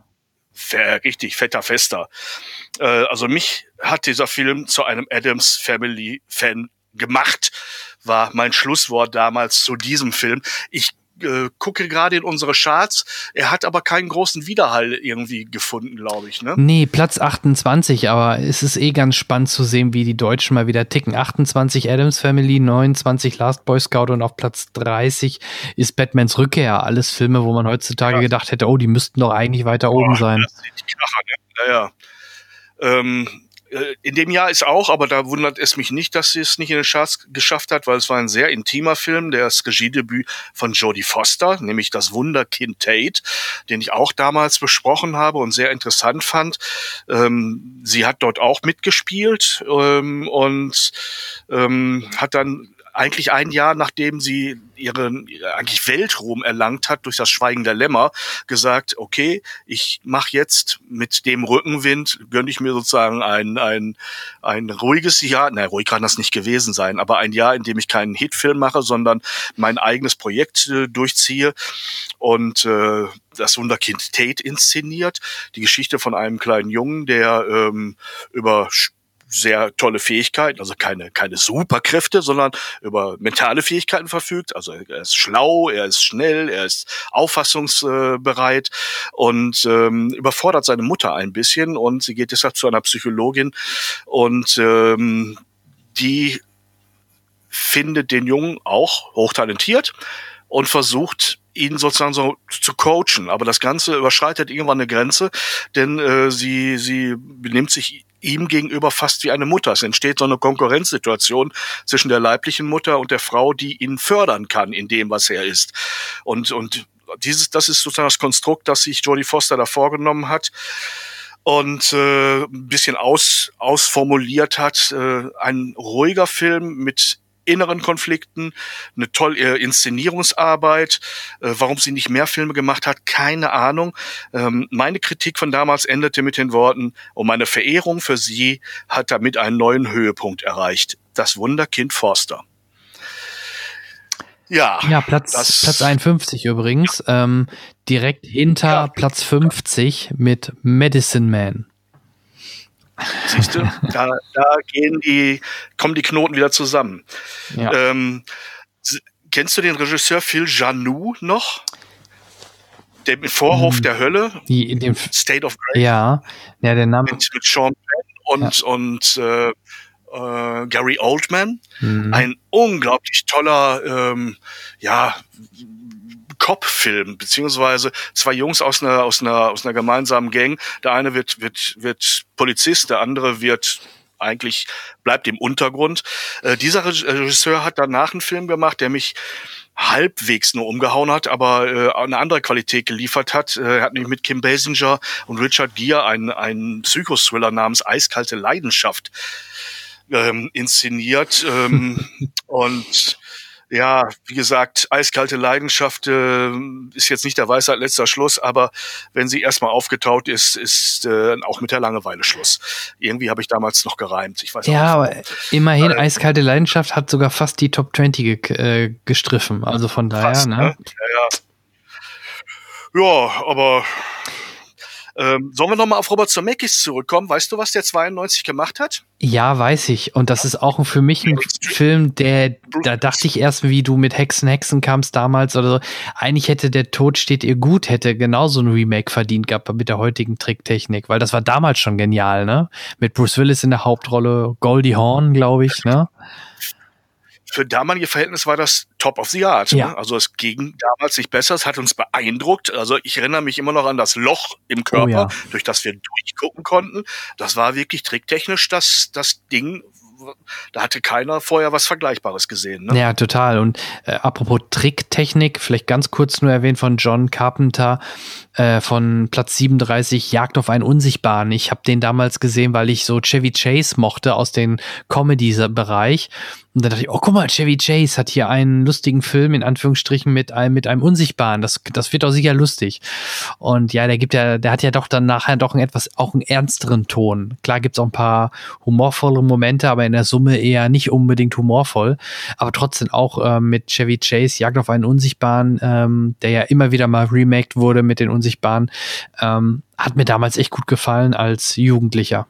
fe- richtig fetter Fester. Äh, also mich hat dieser Film zu einem Addams Family Fan gemacht, war mein Schlusswort damals zu diesem Film. Ich äh, gucke gerade in unsere Charts, er hat aber keinen großen Widerhall irgendwie gefunden, glaube ich, ne? Nee, Platz achtundzwanzig, aber es ist eh ganz spannend zu sehen, wie die Deutschen mal wieder ticken. achtundzwanzig Addams Family, neunundzwanzig Last Boy Scout und auf Platz dreißig ist Batmans Rückkehr. Alles Filme, wo man heutzutage ja. gedacht hätte, oh, die müssten doch eigentlich weiter oh, oben sein. Das sind die Kracher, ne? Naja. Ähm, in dem Jahr ist auch, aber da wundert es mich nicht, dass sie es nicht in den Charts geschafft hat, weil es war ein sehr intimer Film, das Regiedebüt von Jodie Foster, nämlich das Wunderkind Tate, den ich auch damals besprochen habe und sehr interessant fand. Ähm, sie hat dort auch mitgespielt ähm, und ähm, hat dann eigentlich ein Jahr, nachdem sie ihren eigentlich Weltruhm erlangt hat durch das Schweigen der Lämmer, gesagt, okay, ich mache jetzt mit dem Rückenwind, gönne ich mir sozusagen ein ein ein ruhiges Jahr, na ruhig kann das nicht gewesen sein, aber ein Jahr, in dem ich keinen Hitfilm mache, sondern mein eigenes Projekt äh, durchziehe und äh, das Wunderkind Tate inszeniert, die Geschichte von einem kleinen Jungen, der ähm, über sehr tolle Fähigkeiten, also keine keine Superkräfte, sondern über mentale Fähigkeiten verfügt. Also er ist schlau, er ist schnell, er ist auffassungsbereit und ähm, überfordert seine Mutter ein bisschen und sie geht deshalb zu einer Psychologin und ähm, die findet den Jungen auch hochtalentiert und versucht ihn sozusagen so zu coachen, aber das Ganze überschreitet irgendwann eine Grenze, denn äh, sie sie benimmt sich ihm gegenüber fast wie eine Mutter. Es entsteht so eine Konkurrenzsituation zwischen der leiblichen Mutter und der Frau, die ihn fördern kann in dem, was er ist. Und und dieses, das ist sozusagen das Konstrukt, das sich Jodie Foster da vorgenommen hat und äh, ein bisschen aus ausformuliert hat. Äh, ein ruhiger Film mit inneren Konflikten, eine tolle äh, Inszenierungsarbeit. Äh, warum sie nicht mehr Filme gemacht hat, keine Ahnung. Ähm, meine Kritik von damals endete mit den Worten, und meine Verehrung für sie hat damit einen neuen Höhepunkt erreicht. Das Wunderkind Foster. Ja, ja Platz, das, Platz einundfünfzig übrigens. Ja. Ähm, direkt hinter ja. Platz fünfzig mit Medicine Man. Siehst du, da, da gehen die, kommen die Knoten wieder zusammen. Ja. Ähm, kennst du den Regisseur Phil Janu noch? Der im Vorhof hm. der Hölle? Die, in dem State of Grace? Ja, ja, der Name. Mit, mit Sean Penn und, ja. und äh, äh, Gary Oldman. Hm. Ein unglaublich toller, ähm, ja, Cop-Film, beziehungsweise zwei Jungs aus einer aus einer aus einer gemeinsamen Gang. Der eine wird wird wird Polizist, der andere wird eigentlich bleibt im Untergrund. Äh, dieser Regisseur hat danach einen Film gemacht, der mich halbwegs nur umgehauen hat, aber äh, eine andere Qualität geliefert hat. Er hat nämlich mit Kim Basinger und Richard Gere einen einen Psychothriller namens Eiskalte Leidenschaft ähm, inszeniert ähm, und ja, wie gesagt, Eiskalte Leidenschaft äh, ist jetzt nicht der Weisheit letzter Schluss, aber wenn sie erstmal aufgetaut ist, ist äh, auch mit der Langeweile Schluss. Irgendwie habe ich damals noch gereimt. Ich weiß ja, auch aber immerhin, äh, Eiskalte Leidenschaft hat sogar fast die Top zwanzig ge- äh, gestriffen. Also von daher, fast, ne? ne? Ja, ja. ja, aber Ähm, sollen wir nochmal auf Robert Zemeckis zurückkommen? Weißt du, was der zweiundneunzig gemacht hat? Ja, weiß ich. Und das ist auch für mich ein Film, der, da dachte ich erst, wie du mit Hexen, Hexen kamst damals oder so. Eigentlich hätte der Tod steht ihr gut, hätte genauso ein Remake verdient gehabt mit der heutigen Tricktechnik, weil das war damals schon genial, ne? Mit Bruce Willis in der Hauptrolle, Goldie Hawn, glaube ich, ne? Für damalige Verhältnisse war das top of the art. Ja. Ne? Also es ging damals nicht besser, es hat uns beeindruckt. Also ich erinnere mich immer noch an das Loch im Körper, Oh ja. durch das wir durchgucken konnten. Das war wirklich tricktechnisch das, das Ding. Da hatte keiner vorher was Vergleichbares gesehen. Ne? Ja, total. Und äh, apropos Tricktechnik, vielleicht ganz kurz nur erwähnt von John Carpenter äh, von Platz siebenunddreißig, Jagd auf einen Unsichtbaren. Ich habe den damals gesehen, weil ich so Chevy Chase mochte aus dem Comedy-Bereich. Und dann dachte ich, oh, guck mal, Chevy Chase hat hier einen lustigen Film, in Anführungsstrichen, mit einem, mit einem Unsichtbaren. Das, das wird doch sicher lustig. Und ja, der gibt ja, der hat ja doch dann nachher doch einen etwas, auch einen ernsteren Ton. Klar gibt's auch ein paar humorvolle Momente, aber in der Summe eher nicht unbedingt humorvoll. Aber trotzdem auch äh, mit Chevy Chase, Jagd auf einen Unsichtbaren, ähm, der ja immer wieder mal remaked wurde mit den Unsichtbaren, ähm, hat mir damals echt gut gefallen als Jugendlicher.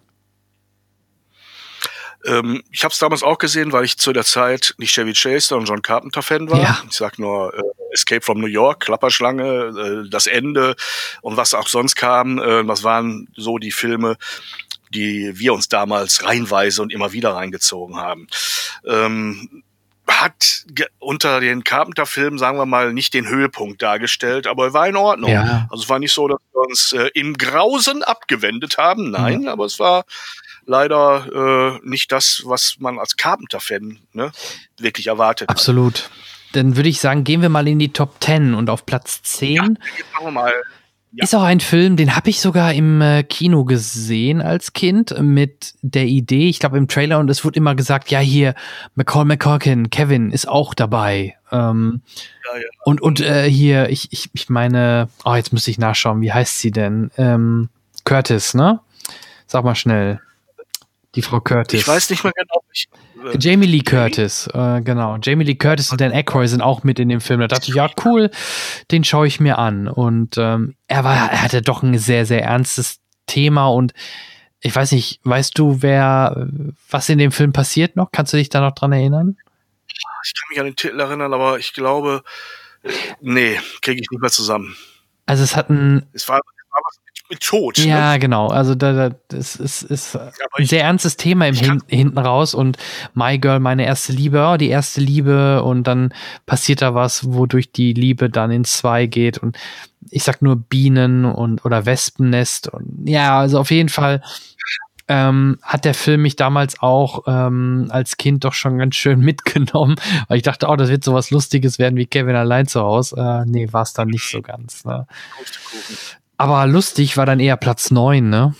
Ähm, ich habe es damals auch gesehen, weil ich zu der Zeit nicht Chevy Chase, sondern John Carpenter Fan war. Ja. Ich sag nur äh, Escape from New York, Klapperschlange, äh, das Ende und was auch sonst kam. Äh, das waren so die Filme, die wir uns damals reihenweise und immer wieder reingezogen haben. Ähm, hat ge- unter den Carpenter-Filmen, sagen wir mal, nicht den Höhepunkt dargestellt, aber er war in Ordnung. Ja. Also es war nicht so, dass wir uns äh, im Grausen abgewendet haben, nein, Mhm. aber es war leider äh, nicht das, was man als Carpenter-Fan ne, wirklich erwartet hat. Absolut. Dann würde ich sagen, gehen wir mal in die Top zehn und auf Platz zehn Jetzt machen wir mal. Ja. ist auch ein Film, den habe ich sogar im äh, Kino gesehen als Kind mit der Idee, ich glaube im Trailer, und es wurde immer gesagt, ja hier, Macaulay McCulkin, Kevin ist auch dabei. Ähm, Ja, ja. Und, und äh, hier, ich, ich, ich meine, oh, jetzt müsste ich nachschauen, wie heißt sie denn? Ähm, Curtis, ne? Sag mal schnell. Die Frau Curtis. Ich weiß nicht mehr genau. Ich, äh, Jamie Lee Curtis, äh, genau. Jamie Lee Curtis und Dan Aykroyd sind auch mit in dem Film. Da dachte ich, ja, cool, den schaue ich mir an. Und ähm, er war, er hatte doch ein sehr, sehr ernstes Thema. Und ich weiß nicht, weißt du, wer, was in dem Film passiert noch? Kannst du dich da noch dran erinnern? ich kann mich an den Titel erinnern, aber ich glaube, äh, nee, kriege ich nicht mehr zusammen. Also es hat ein, Es war, es war was mit, mit Tod. ja, Ne? genau. Also da, da, das ist, ist Aber ein ich- sehr ernstes Thema im ich Hin kann- hinten raus und My Girl, meine erste Liebe, oh, die erste Liebe und dann passiert da was, wodurch die Liebe dann in zwei geht und ich sag nur Bienen und oder Wespennest und ja, also auf jeden Fall ähm, hat der Film mich damals auch ähm, als Kind doch schon ganz schön mitgenommen, weil ich dachte, oh, das wird sowas Lustiges werden wie Kevin allein zu Hause. Äh, nee, war es dann nicht so ganz. Ne? Pustekuchen. Aber lustig war dann eher Platz neun, ne?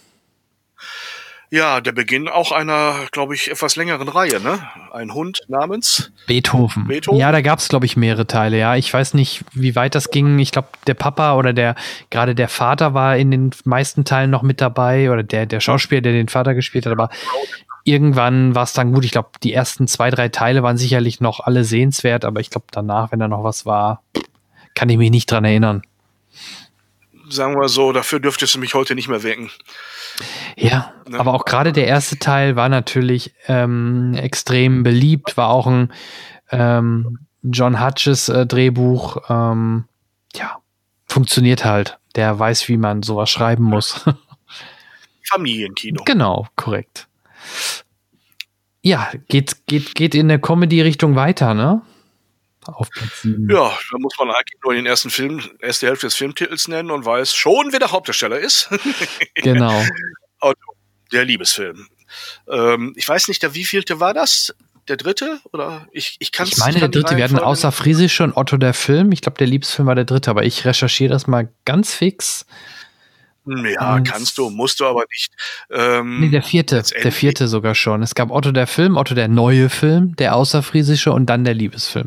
Ja, der Beginn auch einer, glaube ich, etwas längeren Reihe, ne? Ein Hund namens Beethoven. Beethoven? Ja, da gab es, glaube ich, mehrere Teile, ja. Ich weiß nicht, wie weit das ging. Ich glaube, der Papa oder der, gerade der Vater war in den meisten Teilen noch mit dabei oder der, der Schauspieler, der den Vater gespielt hat, aber irgendwann war es dann gut. Ich glaube, die ersten zwei, drei Teile waren sicherlich noch alle sehenswert, aber ich glaube, danach, wenn da noch was war, kann ich mich nicht dran erinnern. Sagen wir so, dafür dürftest du mich heute nicht mehr wecken. Ja, Ne? aber auch gerade der erste Teil war natürlich ähm, extrem beliebt, war auch ein ähm, John Hutches äh, Drehbuch. Ähm, ja, funktioniert halt. Der weiß, wie man sowas schreiben muss. Familienkino. Genau, korrekt. Ja, geht, geht, geht in der Comedy-Richtung weiter, ne? Auf Platz sieben. Ja, da muss man eigentlich nur den ersten Film, erste Hälfte des Filmtitels nennen und weiß schon, wer der Hauptdarsteller ist. Genau. Otto, der Liebesfilm. Ähm, ich weiß nicht, der wievielte war das? Der dritte? Oder ich, ich kann Ich meine, der dritte, wir hatten außer Friesisch schon Otto der Film. Ich glaube, der Liebesfilm war der dritte, aber ich recherchiere das mal ganz fix. Ja, Und- kannst du, musst du aber nicht. Ähm, Nee, der vierte, letztendlich- der vierte sogar schon. Es gab Otto der Film, Otto der neue Film, der außerfriesische und dann der Liebesfilm.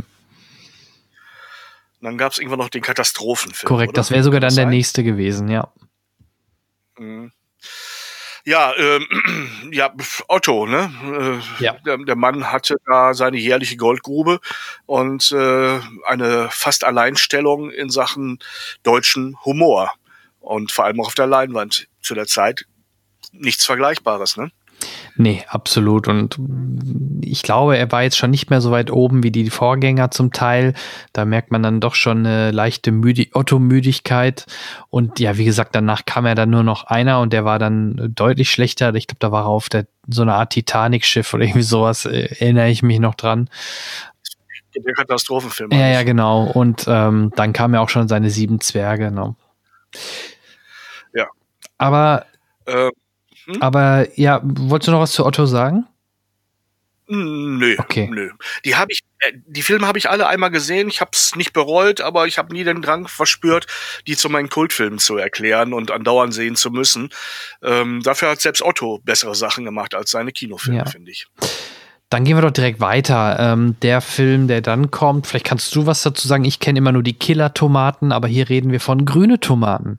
Dann gab es irgendwann noch den Katastrophenfilm. Korrekt, oder? das wäre sogar Kann dann der sein? nächste gewesen, ja. Mhm. Ja, ähm, ja, pf, Otto, ne? Äh, Ja. der, der Mann hatte da seine jährliche Goldgrube und äh, eine fast Alleinstellung in Sachen deutschen Humor. Und vor allem auch auf der Leinwand. Zu der Zeit nichts Vergleichbares, ne? Nee, absolut. Und ich glaube, er war jetzt schon nicht mehr so weit oben wie die Vorgänger zum Teil. Da merkt man dann doch schon eine leichte Müdi- Otto-Müdigkeit. Und ja, wie gesagt, danach kam ja dann nur noch einer und der war dann deutlich schlechter. Ich glaube, da war er auf der, so eine Art Titanic-Schiff oder irgendwie sowas, äh, erinnere ich mich noch dran. Der Katastrophenfilm. Ja, ja, genau. Und ähm, dann kam ja auch schon seine sieben Zwerge. Ne? Ja. Aber Äh, hm? Aber ja, wolltest du noch was zu Otto sagen? Nö, okay. nö. Die habe ich, äh, die Filme habe ich alle einmal gesehen. Ich habe es nicht bereut, aber ich habe nie den Drang verspürt, die zu meinen Kultfilmen zu erklären und andauernd sehen zu müssen. Ähm, dafür hat selbst Otto bessere Sachen gemacht als seine Kinofilme, ja. finde ich. Dann gehen wir doch direkt weiter. Ähm, der Film, der dann kommt, vielleicht kannst du was dazu sagen. Ich kenne immer nur die Killer-Tomaten, aber hier reden wir von grüne Tomaten.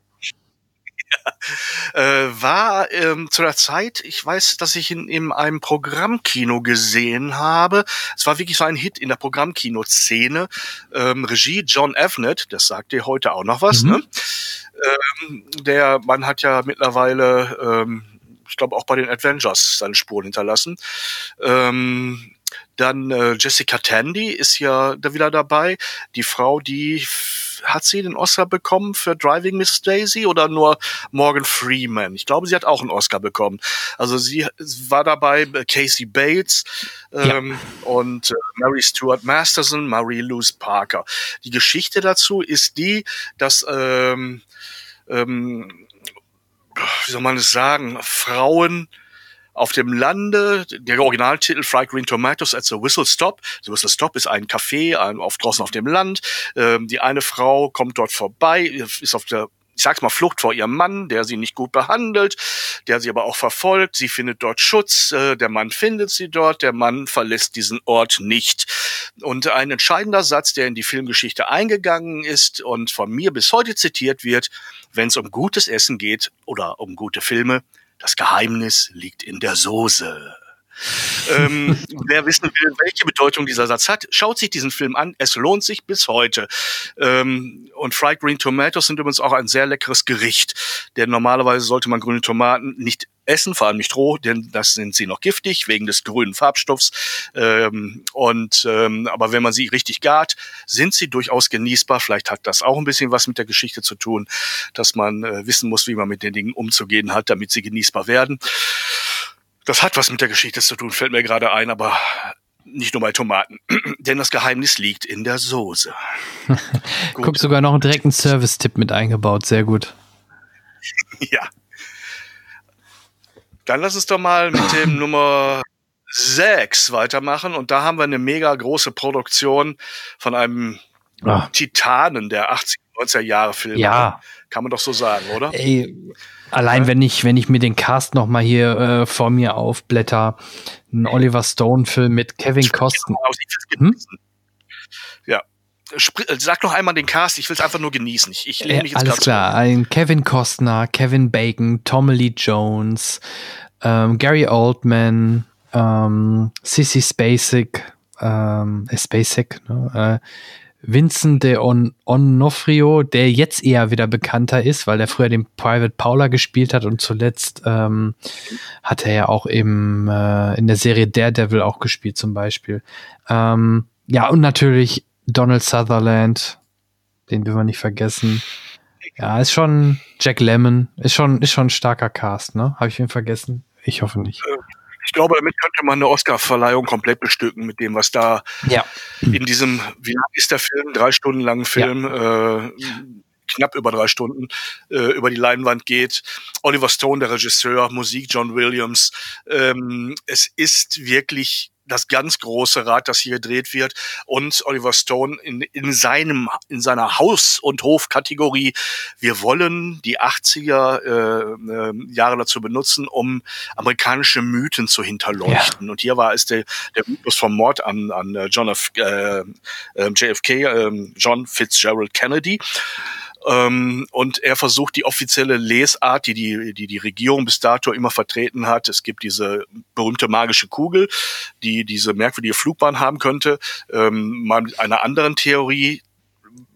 Ja, äh, war ähm, zu der Zeit, ich weiß, dass ich ihn in einem Programmkino gesehen habe. Es war wirklich so ein Hit in der Programmkino-Szene. Ähm, Regie John Avnet, das sagt dir heute auch noch was, mhm. ne? Ähm, der Mann hat ja mittlerweile, ähm, ich glaube auch bei den Avengers seine Spuren hinterlassen. Ähm, dann äh, Jessica Tandy ist ja da wieder dabei. Die Frau, die hat sie den Oscar bekommen für Driving Miss Daisy oder nur Morgan Freeman? Ich glaube, sie hat auch einen Oscar bekommen. Also sie war dabei, Casey Bates ähm, ja. und äh, Mary Stuart Masterson, Marie-Louise Parker. Die Geschichte dazu ist die, dass ähm, ähm, wie soll man es sagen, Frauen auf dem Lande, der Originaltitel Fried Green Tomatoes at the Whistle Stop. The Whistle Stop ist ein Café ein, auf, draußen auf dem Land. Ähm, die eine Frau kommt dort vorbei, ist auf der, ich sag's mal, Flucht vor ihrem Mann, der sie nicht gut behandelt, der sie aber auch verfolgt. Sie findet dort Schutz, äh, der Mann findet sie dort, der Mann verlässt diesen Ort nicht. Und ein entscheidender Satz, der in die Filmgeschichte eingegangen ist und von mir bis heute zitiert wird, wenn es um gutes Essen geht oder um gute Filme, das Geheimnis liegt in der Soße. ähm, wer wissen will, welche Bedeutung dieser Satz hat, schaut sich diesen Film an. Es lohnt sich bis heute. Ähm, und Fried Green Tomatoes sind übrigens auch ein sehr leckeres Gericht. Denn normalerweise sollte man grüne Tomaten nicht essen, vor allem nicht roh, denn das sind sie noch giftig wegen des grünen Farbstoffs. Ähm, und ähm, aber wenn man sie richtig gart, sind sie durchaus genießbar. Vielleicht hat das auch ein bisschen was mit der Geschichte zu tun, dass man äh, wissen muss, wie man mit den Dingen umzugehen hat, damit sie genießbar werden. Das hat was mit der Geschichte zu tun, fällt mir gerade ein, aber nicht nur bei Tomaten. Denn das Geheimnis liegt in der Soße. Guck, sogar noch einen direkten Service-Tipp mit eingebaut, sehr gut. Ja. Dann lass uns doch mal mit dem Nummer sechs weitermachen. Und da haben wir eine mega große Produktion von einem ah. Titanen der achtziger, neunziger Jahre Filme. Ja. Kann man doch so sagen, oder? Ey, allein ja? wenn ich wenn ich mir den Cast noch mal hier äh, vor mir aufblätter, ein Oliver Stone-Film mit Kevin Costner. Hm? Ja. Sag noch einmal den Cast, ich will es einfach nur genießen. Ich, ich lehne mich jetzt Alles klar, zu. Ein Kevin Costner, Kevin Bacon, Tommy Lee Jones, ähm, Gary Oldman, ähm, Sissy Spacek, ähm, Spacek, ne, äh, Vincent de On- Onofrio, der jetzt eher wieder bekannter ist, weil er früher den Private Paula gespielt hat und zuletzt ähm, hat er ja auch im, äh, in der Serie Daredevil auch gespielt zum Beispiel. Ähm, ja, und natürlich Donald Sutherland, den dürfen wir nicht vergessen. Ja, ist schon Jack Lemmon, ist schon, ist schon ein starker Cast, ne? Habe ich ihn vergessen? Ich hoffe nicht. Ich glaube, damit könnte man eine Oscar-Verleihung komplett bestücken mit dem, was da ja. in diesem, wie lang ist der Film? Drei Stunden langen Film, ja. äh, knapp über drei Stunden, äh, über die Leinwand geht. Oliver Stone, der Regisseur, Musik John Williams. Ähm, es ist wirklich das ganz große Rad, das hier gedreht wird, und Oliver Stone in, in seinem, in seiner Haus- und Hofkategorie. Wir wollen die achtziger äh, äh, Jahre dazu benutzen, um amerikanische Mythen zu hinterleuchten. Ja. Und hier war es der, der Mythos vom Mord an, an John F., äh, äh, J F K, äh, John Fitzgerald Kennedy. Ähm, und er versucht die offizielle Lesart, die die, die die Regierung bis dato immer vertreten hat. Es gibt diese berühmte magische Kugel, die diese merkwürdige Flugbahn haben könnte. Ähm, mal mit einer anderen Theorie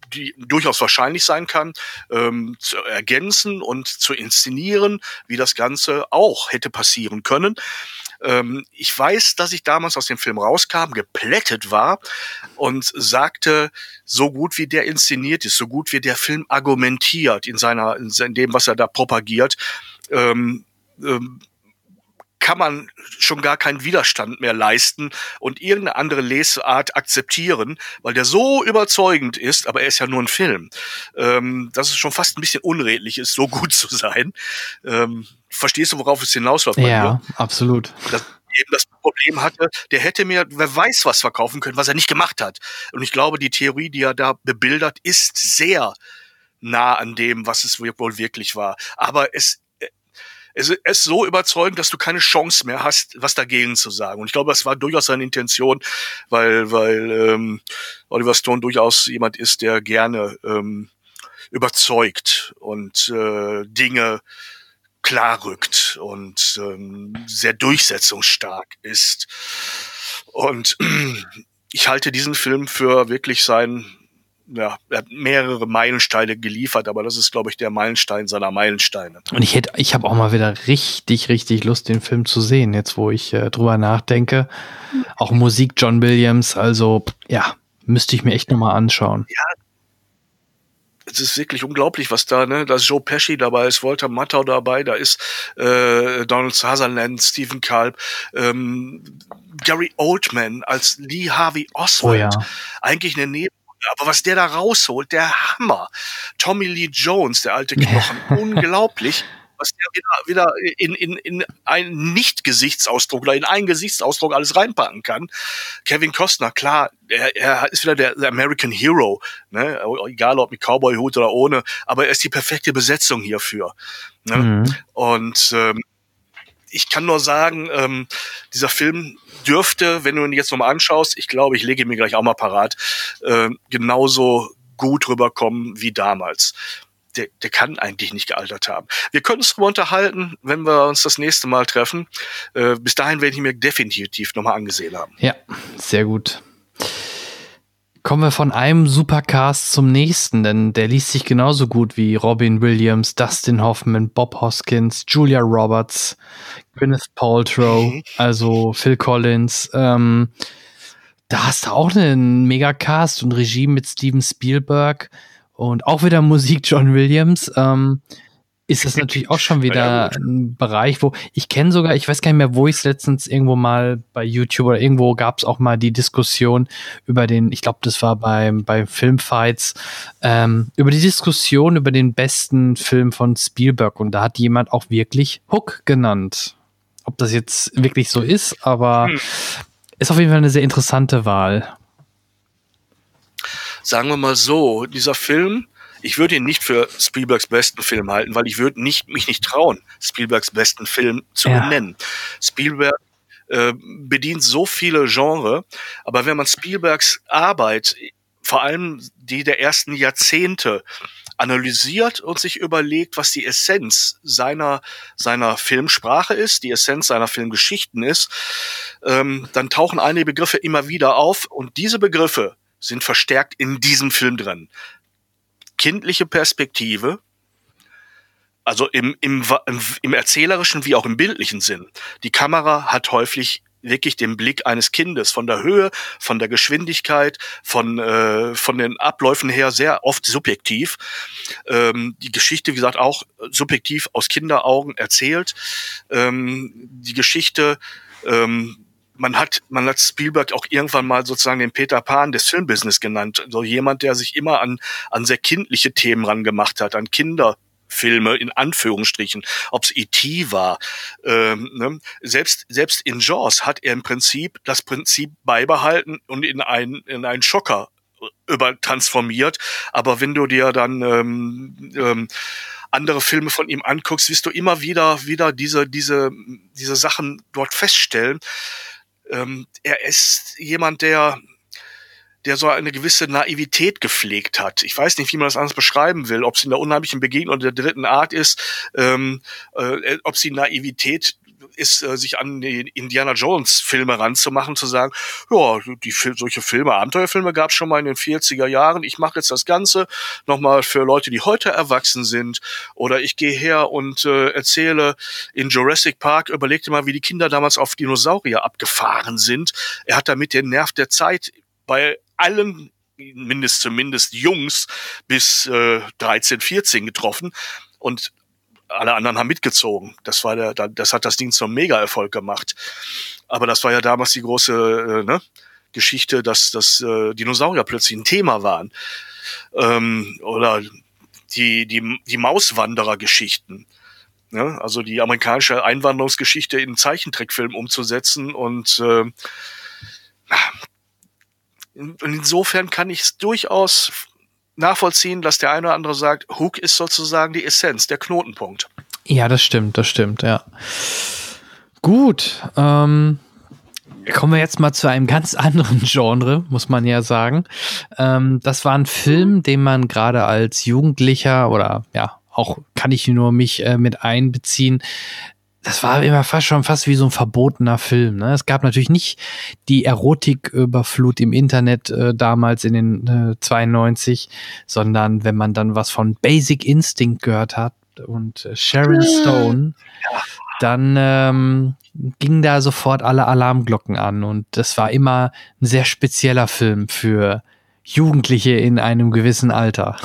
die durchaus wahrscheinlich sein kann, ähm, zu ergänzen und zu inszenieren, wie das Ganze auch hätte passieren können. Ähm, ich weiß, dass ich damals aus dem Film rauskam, geplättet war und sagte, so gut wie der inszeniert ist, so gut wie der Film argumentiert in seiner, in dem, was er da propagiert, ähm, ähm, kann man schon gar keinen Widerstand mehr leisten und irgendeine andere Lesart akzeptieren, weil der so überzeugend ist, aber er ist ja nur ein Film, ähm, dass es schon fast ein bisschen unredlich ist, so gut zu sein. Ähm, verstehst du, worauf es hinausläuft? Ja, absolut. Dass eben das Problem hatte, der hätte mir, wer weiß was verkaufen können, was er nicht gemacht hat. Und ich glaube, die Theorie, die er da bebildert, ist sehr nah an dem, was es wohl wirklich war. Aber es Es ist so überzeugend, dass du keine Chance mehr hast, was dagegen zu sagen. Und ich glaube, das war durchaus seine Intention, weil weil ähm, Oliver Stone durchaus jemand ist, der gerne ähm, überzeugt und äh, Dinge klar rückt und ähm, sehr durchsetzungsstark ist. Und ich halte diesen Film für wirklich sein, ja, er hat mehrere Meilensteine geliefert, aber das ist, glaube ich, der Meilenstein seiner Meilensteine. Und ich hätte, ich habe auch mal wieder richtig, richtig Lust, den Film zu sehen, jetzt wo ich äh, drüber nachdenke. Auch Musik John Williams, also ja, müsste ich mir echt nochmal anschauen. Ja, es ist wirklich unglaublich, was da, ne, da ist Joe Pesci dabei, ist Walter Matthau dabei, da ist äh, Donald Sutherland, Stephen Culp, ähm, Gary Oldman als Lee Harvey Oswald. Oh ja. Eigentlich eine Neben Aber was der da rausholt, der Hammer. Tommy Lee Jones, der alte Knochen, ja. Unglaublich, was der wieder, wieder in, in, in einen Nicht-Gesichtsausdruck oder in einen Gesichtsausdruck alles reinpacken kann. Kevin Costner, klar, er, er ist wieder der, der American Hero, ne? Egal ob mit Cowboy-Hut oder ohne, aber er ist die perfekte Besetzung hierfür. Ne? Mhm. Und ähm, ich kann nur sagen, ähm, dieser Film dürfte, wenn du ihn jetzt nochmal anschaust, ich glaube, ich lege ihn mir gleich auch mal parat, äh, genauso gut rüberkommen wie damals. Der, der kann eigentlich nicht gealtert haben. Wir können uns darüber unterhalten, wenn wir uns das nächste Mal treffen. Äh, bis dahin werde ich ihn mir definitiv nochmal angesehen haben. Ja, sehr gut. Kommen wir von einem Supercast zum nächsten, denn der liest sich genauso gut wie Robin Williams, Dustin Hoffman, Bob Hoskins, Julia Roberts, Gwyneth Paltrow, mhm. also Phil Collins. Ähm, da hast du auch einen Megacast und Regie mit Steven Spielberg und auch wieder Musik John Williams. Ähm, ist das natürlich auch schon wieder ja, ein Bereich, wo ich kenne sogar, ich weiß gar nicht mehr, wo ich es letztens irgendwo mal bei YouTube oder irgendwo gab es auch mal die Diskussion über den, ich glaube, das war beim bei Filmfights, ähm, über die Diskussion über den besten Film von Spielberg und da hat jemand auch wirklich Hook genannt. Ob das jetzt wirklich so ist, aber hm. ist auf jeden Fall eine sehr interessante Wahl. Sagen wir mal so, dieser Film, ich würde ihn nicht für Spielbergs besten Film halten, weil ich würde nicht, mich nicht trauen, Spielbergs besten Film zu ja. benennen. Spielberg äh, bedient so viele Genres, aber wenn man Spielbergs Arbeit, vor allem die der ersten Jahrzehnte, analysiert und sich überlegt, was die Essenz seiner seiner Filmsprache ist, die Essenz seiner Filmgeschichten ist, ähm, dann tauchen einige Begriffe immer wieder auf und diese Begriffe sind verstärkt in diesem Film drin. Kindliche Perspektive, also im, im, im erzählerischen wie auch im bildlichen Sinn. Die Kamera hat häufig wirklich den Blick eines Kindes von der Höhe, von der Geschwindigkeit, von äh, von den Abläufen her sehr oft subjektiv. Ähm, die Geschichte, wie gesagt, auch subjektiv aus Kinderaugen erzählt. Ähm, die Geschichte ähm, Man hat, man hat Spielberg auch irgendwann mal sozusagen den Peter Pan des Filmbusiness genannt. So jemand, der sich immer an, an sehr kindliche Themen rangemacht hat, an Kinderfilme, in Anführungsstrichen. Ob es E T war. Ähm, ne? Selbst, selbst in Jaws hat er im Prinzip das Prinzip beibehalten und in einen, in einen Schocker übertransformiert. Aber wenn du dir dann, ähm, ähm, andere Filme von ihm anguckst, wirst du immer wieder, wieder diese, diese, diese Sachen dort feststellen. Ähm, er ist jemand, der, der so eine gewisse Naivität gepflegt hat. Ich weiß nicht, wie man das anders beschreiben will, ob es in der unheimlichen Begegnung der dritten Art ist, ähm, äh, ob sie Naivität ist, äh, sich an die Indiana Jones Filme ranzumachen, zu sagen, ja, die solche Filme, Abenteuerfilme gab es schon mal in den vierziger Jahren. Ich mache jetzt das Ganze nochmal für Leute, die heute erwachsen sind. Oder ich gehe her und äh, erzähle in Jurassic Park, überleg dir mal, wie die Kinder damals auf Dinosaurier abgefahren sind. Er hat damit den Nerv der Zeit bei allen, mindest zumindest Jungs, bis äh, dreizehn, vierzehn getroffen. Und alle anderen haben mitgezogen. Das war der, das hat das Ding zum Mega-Erfolg gemacht. Aber das war ja damals die große äh, ne, Geschichte, dass, dass äh, Dinosaurier plötzlich ein Thema waren. Ähm, oder die, die, die Mauswanderer-Geschichten. Ne? Also die amerikanische Einwanderungsgeschichte in einen Zeichentrickfilm umzusetzen. Und äh, insofern kann ich es durchaus nachvollziehen, dass der eine oder andere sagt, Hook ist sozusagen die Essenz, der Knotenpunkt. Ja, das stimmt, das stimmt, ja. Gut, ähm, kommen wir jetzt mal zu einem ganz anderen Genre, muss man ja sagen. Ähm, das war ein Film, den man gerade als Jugendlicher oder ja, auch kann ich nur mich äh, mit einbeziehen, das war immer fast schon fast wie so ein verbotener Film. Ne? Es gab natürlich nicht die Erotiküberflut im Internet äh, damals in den äh, zweiundneunzig, sondern wenn man dann was von Basic Instinct gehört hat und äh, Sharon Stone, dann ähm, gingen da sofort alle Alarmglocken an. Und das war immer ein sehr spezieller Film für Jugendliche in einem gewissen Alter.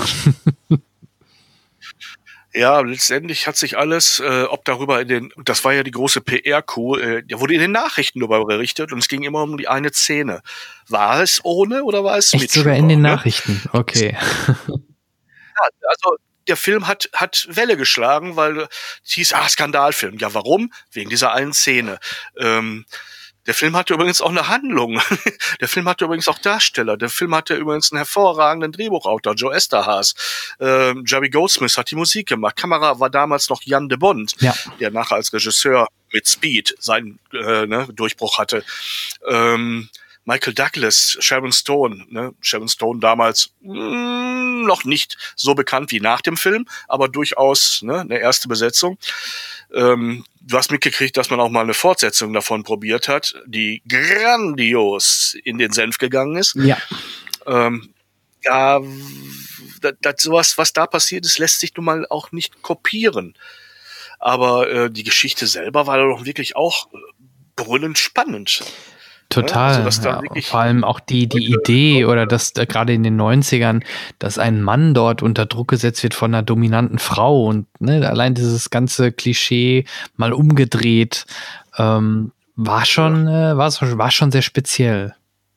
Ja, letztendlich hat sich alles, äh, ob darüber in den, das war ja die große P R-Coup, äh, da wurde in den Nachrichten darüber berichtet und es ging immer um die eine Szene. War es ohne oder war es Echt mit? Sogar in den ne? Nachrichten, okay. Ja, also der Film hat hat Welle geschlagen, weil es hieß, ah, Skandalfilm. Ja, warum? Wegen dieser einen Szene. Ähm, Der Film hatte übrigens auch eine Handlung. Der Film hatte übrigens auch Darsteller. Der Film hatte übrigens einen hervorragenden Drehbuchautor, Joe Esterhazy. Äh, Jerry Goldsmith hat die Musik gemacht. Kamera war damals noch Jan de Bont, ja. der nachher als Regisseur mit Speed seinen äh, ne, Durchbruch hatte. Ähm, Michael Douglas, Sharon Stone. Ne? Sharon Stone damals mh, noch nicht so bekannt wie nach dem Film, aber durchaus ne, eine erste Besetzung. Ähm, du hast mitgekriegt, dass man auch mal eine Fortsetzung davon probiert hat, die grandios in den Senf gegangen ist. Ja. Ähm, ja, das, das, sowas, was da passiert ist, lässt sich nun mal auch nicht kopieren. Aber äh, die Geschichte selber war doch wirklich auch brüllend spannend. Total, ja, also, ja. Vor allem auch die, die Idee oder dass da gerade in den neunzigern, dass ein Mann dort unter Druck gesetzt wird von einer dominanten Frau und ne, allein dieses ganze Klischee mal umgedreht, ähm, war schon, äh, war, war schon sehr speziell.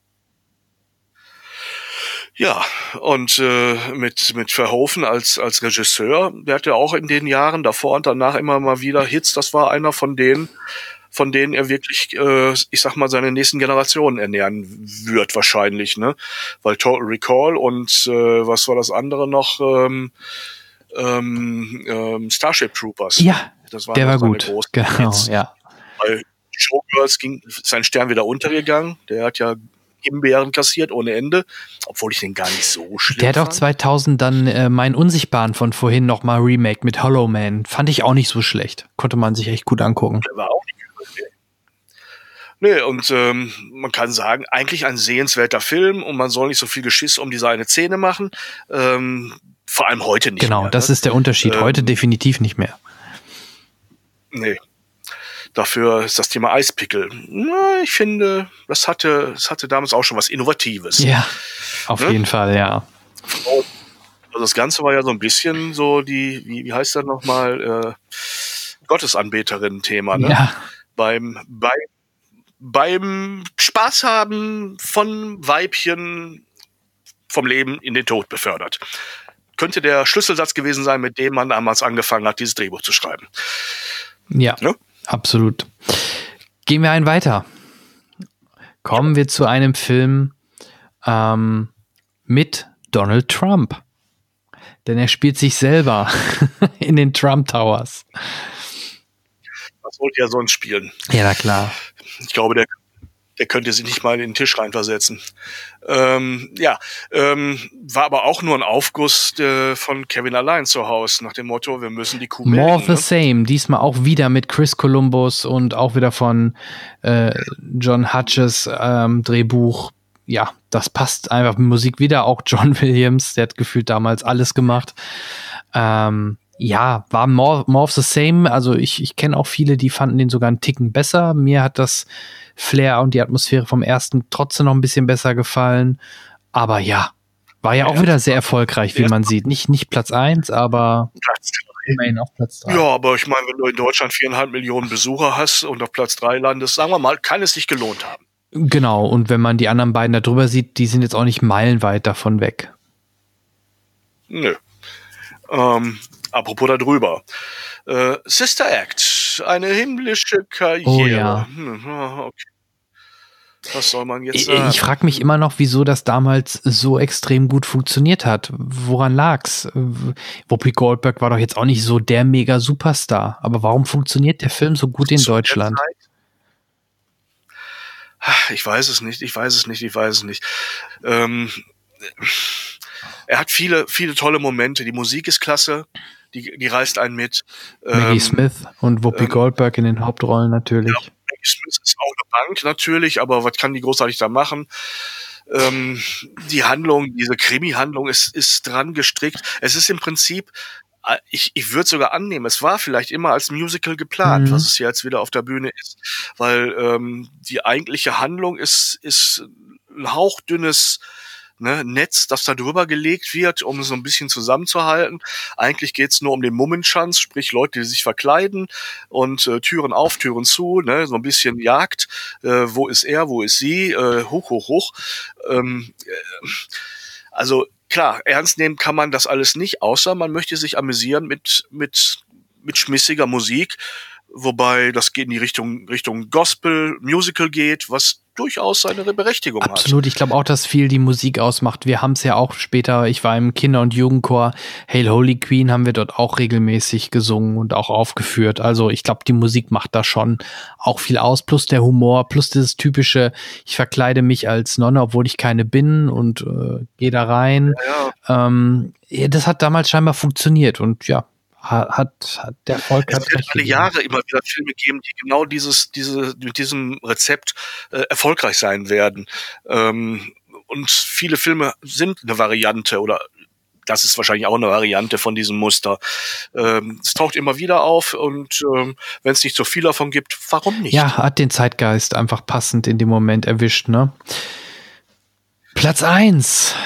Ja, und äh, mit mit Verhoeven als als Regisseur, der hat ja auch in den Jahren davor und danach immer mal wieder Hits, das war einer von denen, von denen er wirklich, äh, ich sag mal, seine nächsten Generationen ernähren wird wahrscheinlich, ne? Weil Total Recall und äh, was war das andere noch? Ähm, ähm, ähm, Starship Troopers. Ja, das war der war gut. Genau, Hits. ja. Weil Showgirls ging, ist sein Stern wieder untergegangen. Der hat ja Himbeeren kassiert ohne Ende, obwohl ich den gar nicht so schlimm Der hat auch fand. zweitausend dann äh, Mein Unsichtbaren von vorhin nochmal Remake mit Hollow Man. Fand ich auch nicht so schlecht. Konnte man sich echt gut angucken. Der war auch nicht übel. Nee, und ähm, man kann sagen, eigentlich ein sehenswerter Film und man soll nicht so viel Geschiss um diese eine Szene machen. Ähm, vor allem heute nicht genau, mehr. Genau, das ne? ist der Unterschied. Heute ähm, definitiv nicht mehr. Nee. Dafür ist das Thema Eispickel. Na, ich finde, das hatte, das hatte damals auch schon was Innovatives. Ja, auf ne? jeden Fall, ja. Also das Ganze war ja so ein bisschen so die, wie, wie heißt das nochmal, äh, Gottesanbeterinnen-Thema, ne? Ja. Beim, bei, beim Spaß haben von Weibchen vom Leben in den Tod befördert. Könnte der Schlüsselsatz gewesen sein, mit dem man damals angefangen hat, dieses Drehbuch zu schreiben. Ja. Ne? Absolut. Gehen wir einen weiter. Kommen wir zu einem Film ähm, mit Donald Trump. Denn er spielt sich selber in den Trump Towers. Was wollte er sonst spielen? Ja, na klar. Ich glaube, der, Der könnte sich nicht mal in den Tisch reinversetzen. Ähm, ja, ähm, war aber auch nur ein Aufguss äh, von Kevin allein zu Hause, nach dem Motto, wir müssen die Kuh melken. More of the ne? same, diesmal auch wieder mit Chris Columbus und auch wieder von äh, John Hutches ähm, Drehbuch. Ja, das passt einfach mit Musik wieder. Auch John Williams, der hat gefühlt damals alles gemacht. Ähm, ja, war more, more of the same. Also ich, ich kenne auch viele, die fanden den sogar einen Ticken besser. Mir hat das Flair und die Atmosphäre vom ersten trotzdem noch ein bisschen besser gefallen. Aber ja, war ja, ja auch wieder sehr erfolgreich, wie man sieht. Nicht, nicht Platz eins, aber Platz immerhin auf Platz drei. Ja, aber ich meine, wenn du in Deutschland viereinhalb Millionen Besucher hast und auf Platz drei landest, sagen wir mal, kann es sich gelohnt haben. Genau, und wenn man die anderen beiden da drüber sieht, die sind jetzt auch nicht meilenweit davon weg. Nö. Ähm, apropos da drüber. Äh, Sister Act, eine himmlische Karriere. Oh ja. Hm, okay. Was soll man jetzt Ich, sagen? ich frage mich immer noch, wieso das damals so extrem gut funktioniert hat. Woran lag's? Whoopi Goldberg war doch jetzt auch nicht so der Mega-Superstar. Aber warum funktioniert der Film so gut in Zu der Deutschland? Zeit? Ich weiß es nicht, ich weiß es nicht, ich weiß es nicht. Ähm, er hat viele, viele tolle Momente. Die Musik ist klasse, die, die reißt einen mit. Maggie Ähm, Smith und Whoopi ähm, Goldberg in den Hauptrollen natürlich. Ja, Maggie Smith ist auch eine Bank natürlich, aber was kann die großartig da machen? Ähm, die Handlung, diese Krimi-Handlung ist, ist dran gestrickt. Es ist im Prinzip, ich, ich würde sogar annehmen, es war vielleicht immer als Musical geplant, Mhm. was es jetzt wieder auf der Bühne ist. Weil ähm, die eigentliche Handlung ist, ist ein hauchdünnes ne, Netz, das da drüber gelegt wird, um so ein bisschen zusammenzuhalten. Eigentlich geht's nur um den Mummenschanz, sprich Leute, die sich verkleiden und äh, Türen auf, Türen zu, ne, so ein bisschen Jagd. Äh, wo ist er, wo ist sie? Äh, hoch, hoch, hoch. Ähm, äh, also klar, ernst nehmen kann man das alles nicht, außer man möchte sich amüsieren mit mit mit schmissiger Musik, wobei das geht in die Richtung Richtung Gospel, Musical geht, was durchaus seine Berechtigung hat. Absolut, ich glaube auch, dass viel die Musik ausmacht. Wir haben es ja auch später, ich war im Kinder- und Jugendchor, Hail Holy Queen haben wir dort auch regelmäßig gesungen und auch aufgeführt. Also ich glaube, die Musik macht da schon auch viel aus, plus der Humor, plus dieses typische, ich verkleide mich als Nonne, obwohl ich keine bin und äh, gehe da rein. Ja, ja. Ähm, das hat damals scheinbar funktioniert und ja, hat, hat der Erfolg Es hat wird recht alle gegeben. Jahre immer wieder Filme geben, die genau dieses, diese, mit diesem Rezept äh, erfolgreich sein werden. Ähm, und viele Filme sind eine Variante oder das ist wahrscheinlich auch eine Variante von diesem Muster. Ähm, es taucht immer wieder auf und ähm, wenn es nicht so viel davon gibt, warum nicht? Ja, hat den Zeitgeist einfach passend in dem Moment erwischt, ne? Platz eins.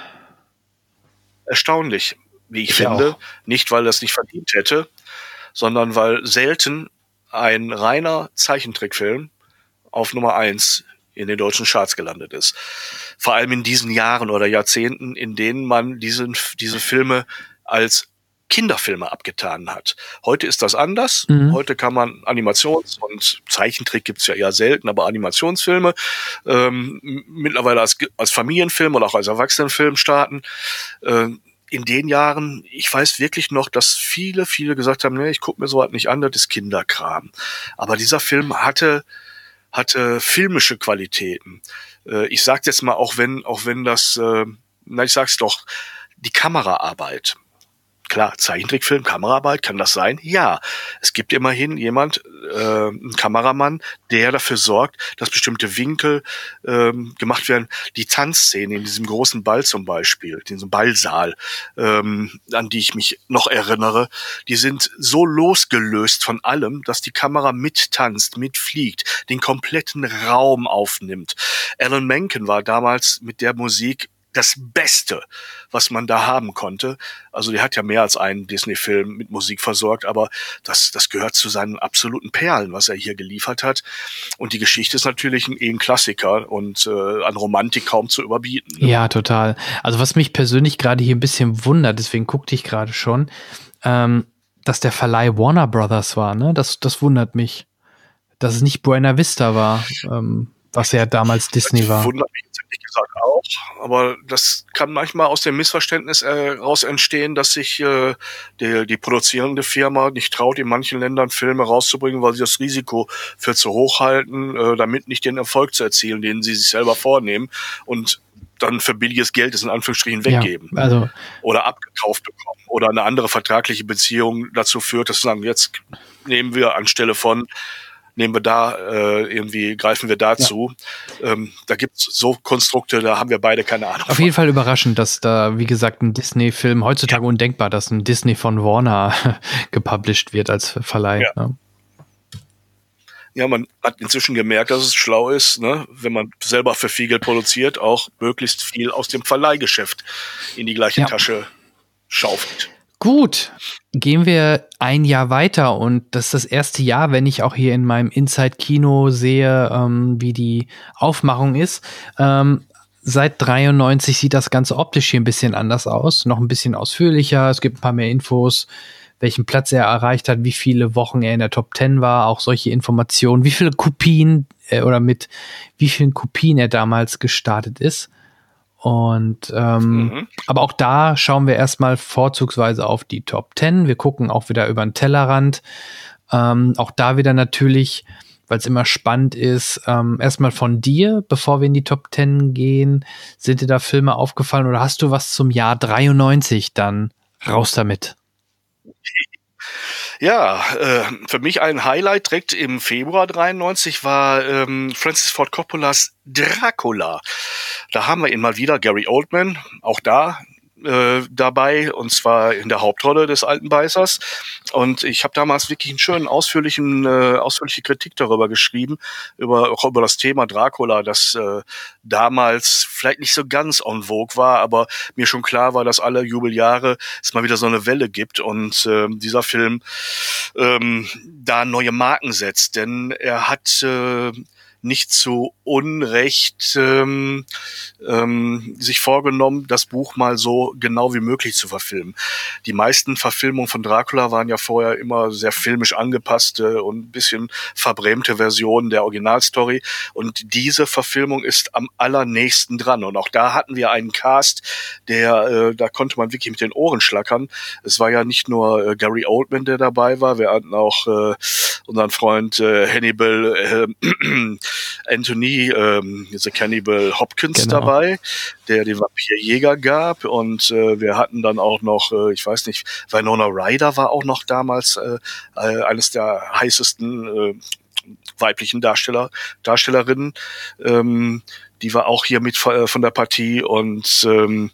Erstaunlich, wie ich, Ich finde. auch. Nicht, weil er es nicht verdient hätte, sondern weil selten ein reiner Zeichentrickfilm auf Nummer eins in den deutschen Charts gelandet ist. Vor allem in diesen Jahren oder Jahrzehnten, in denen man diesen, diese Filme als Kinderfilme abgetan hat. Heute ist das anders. Mhm. Heute kann man Animations- und Zeichentrick gibt's ja eher selten, aber Animationsfilme ähm, mittlerweile als, als Familienfilm oder auch als Erwachsenenfilm starten. Ähm, in den Jahren, ich weiß wirklich noch, dass viele, viele gesagt haben, nee, ich gucke mir sowas nicht an, das ist Kinderkram. Aber dieser Film hatte hatte filmische Qualitäten. Äh, ich sag's jetzt mal, auch wenn auch wenn das, äh, na ich sag's doch, die Kameraarbeit. Klar, Zeichentrickfilm, Kameraarbeit, kann das sein? Ja. Es gibt immerhin jemand, äh, ein Kameramann, der dafür sorgt, dass bestimmte Winkel ähm, gemacht werden. Die Tanzszene in diesem großen Ball zum Beispiel, in diesem Ballsaal, ähm, an die ich mich noch erinnere, die sind so losgelöst von allem, dass die Kamera mittanzt, mitfliegt, den kompletten Raum aufnimmt. Alan Menken war damals mit der Musik das Beste, was man da haben konnte. Also der hat ja mehr als einen Disney-Film mit Musik versorgt, aber das, das gehört zu seinen absoluten Perlen, was er hier geliefert hat. Und die Geschichte ist natürlich ein, ein Klassiker und äh, an Romantik kaum zu überbieten. Ne? Ja, total. Also was mich persönlich gerade hier ein bisschen wundert, deswegen guckte ich gerade schon, ähm, dass der Verleih Warner Brothers war, ne? Das, das wundert mich. Dass es nicht Buena Vista war, ähm, was ja damals Disney das war. wundert mich jetzt ehrlich gesagt auch. auch. Aber das kann manchmal aus dem Missverständnis heraus äh, entstehen, dass sich äh, die, die produzierende Firma nicht traut, in manchen Ländern Filme rauszubringen, weil sie das Risiko für zu hoch halten, äh, damit nicht den Erfolg zu erzielen, den sie sich selber vornehmen und dann für billiges Geld es in Anführungsstrichen weggeben. Ja, also oder abgekauft bekommen. Oder eine andere vertragliche Beziehung dazu führt, dass sie sagen, jetzt nehmen wir anstelle von nehmen wir da äh, irgendwie, greifen wir dazu. Ja. Ähm, da gibt's so Konstrukte, da haben wir beide keine Ahnung. Auf von. jeden Fall überraschend, dass da, wie gesagt, ein Disney-Film, heutzutage ja. undenkbar, dass ein Disney von Warner gepublished wird als Verleih. Ja. Ne? Ja, man hat inzwischen gemerkt, dass es schlau ist, ne, wenn man selber für viel Geld produziert, auch möglichst viel aus dem Verleihgeschäft in die gleiche ja. Tasche schaufelt. Gut, gehen wir ein Jahr weiter und das ist das erste Jahr, wenn ich auch hier in meinem Inside-Kino sehe, ähm, wie die Aufmachung ist. Ähm, seit dreiundneunzig sieht das Ganze optisch hier ein bisschen anders aus, noch ein bisschen ausführlicher, es gibt ein paar mehr Infos, welchen Platz er erreicht hat, wie viele Wochen er in der Top Ten war, auch solche Informationen, wie viele Kopien äh, oder mit wie vielen Kopien er damals gestartet ist. Und ähm, mhm. aber auch da schauen wir erstmal vorzugsweise auf die Top Ten. Wir gucken auch wieder über den Tellerrand. Ähm, auch da wieder natürlich, weil es immer spannend ist, ähm, erstmal von dir, bevor wir in die Top Ten gehen, sind dir da Filme aufgefallen oder hast du was zum Jahr dreiundneunzig dann? Raus damit. Ja, äh, für mich ein Highlight direkt im Februar dreiundneunzig war ähm, Francis Ford Coppolas Dracula. Da haben wir ihn mal wieder, Gary Oldman, auch da äh, dabei, und zwar in der Hauptrolle des alten Beißers. Und ich habe damals wirklich einen schönen, ausführlichen, äh, ausführliche Kritik darüber geschrieben, über auch über das Thema Dracula, das äh, damals vielleicht nicht so ganz en vogue war, aber mir schon klar war, dass alle Jubeljahre es mal wieder so eine Welle gibt und äh, dieser Film ähm, da neue Marken setzt, denn er hat äh, nicht zu Unrecht ähm, ähm, sich vorgenommen, das Buch mal so genau wie möglich zu verfilmen. Die meisten Verfilmungen von Dracula waren ja vorher immer sehr filmisch angepasste und ein bisschen verbrämte Versionen der Originalstory. Und diese Verfilmung ist am allernächsten dran. Und auch da hatten wir einen Cast, der, äh, da konnte man wirklich mit den Ohren schlackern. Es war ja nicht nur äh, Gary Oldman, der dabei war. Wir hatten auch äh, unseren Freund äh, Hannibal äh, Anthony, ähm, The Cannibal Hopkins genau. dabei, der den Vampirjäger gab, und äh, wir hatten dann auch noch, äh, ich weiß nicht, Winona Ryder war auch noch damals äh, äh, eines der heißesten äh, weiblichen Darsteller, Darstellerinnen, ähm, die war auch hier mit äh, von der Partie, und ähm,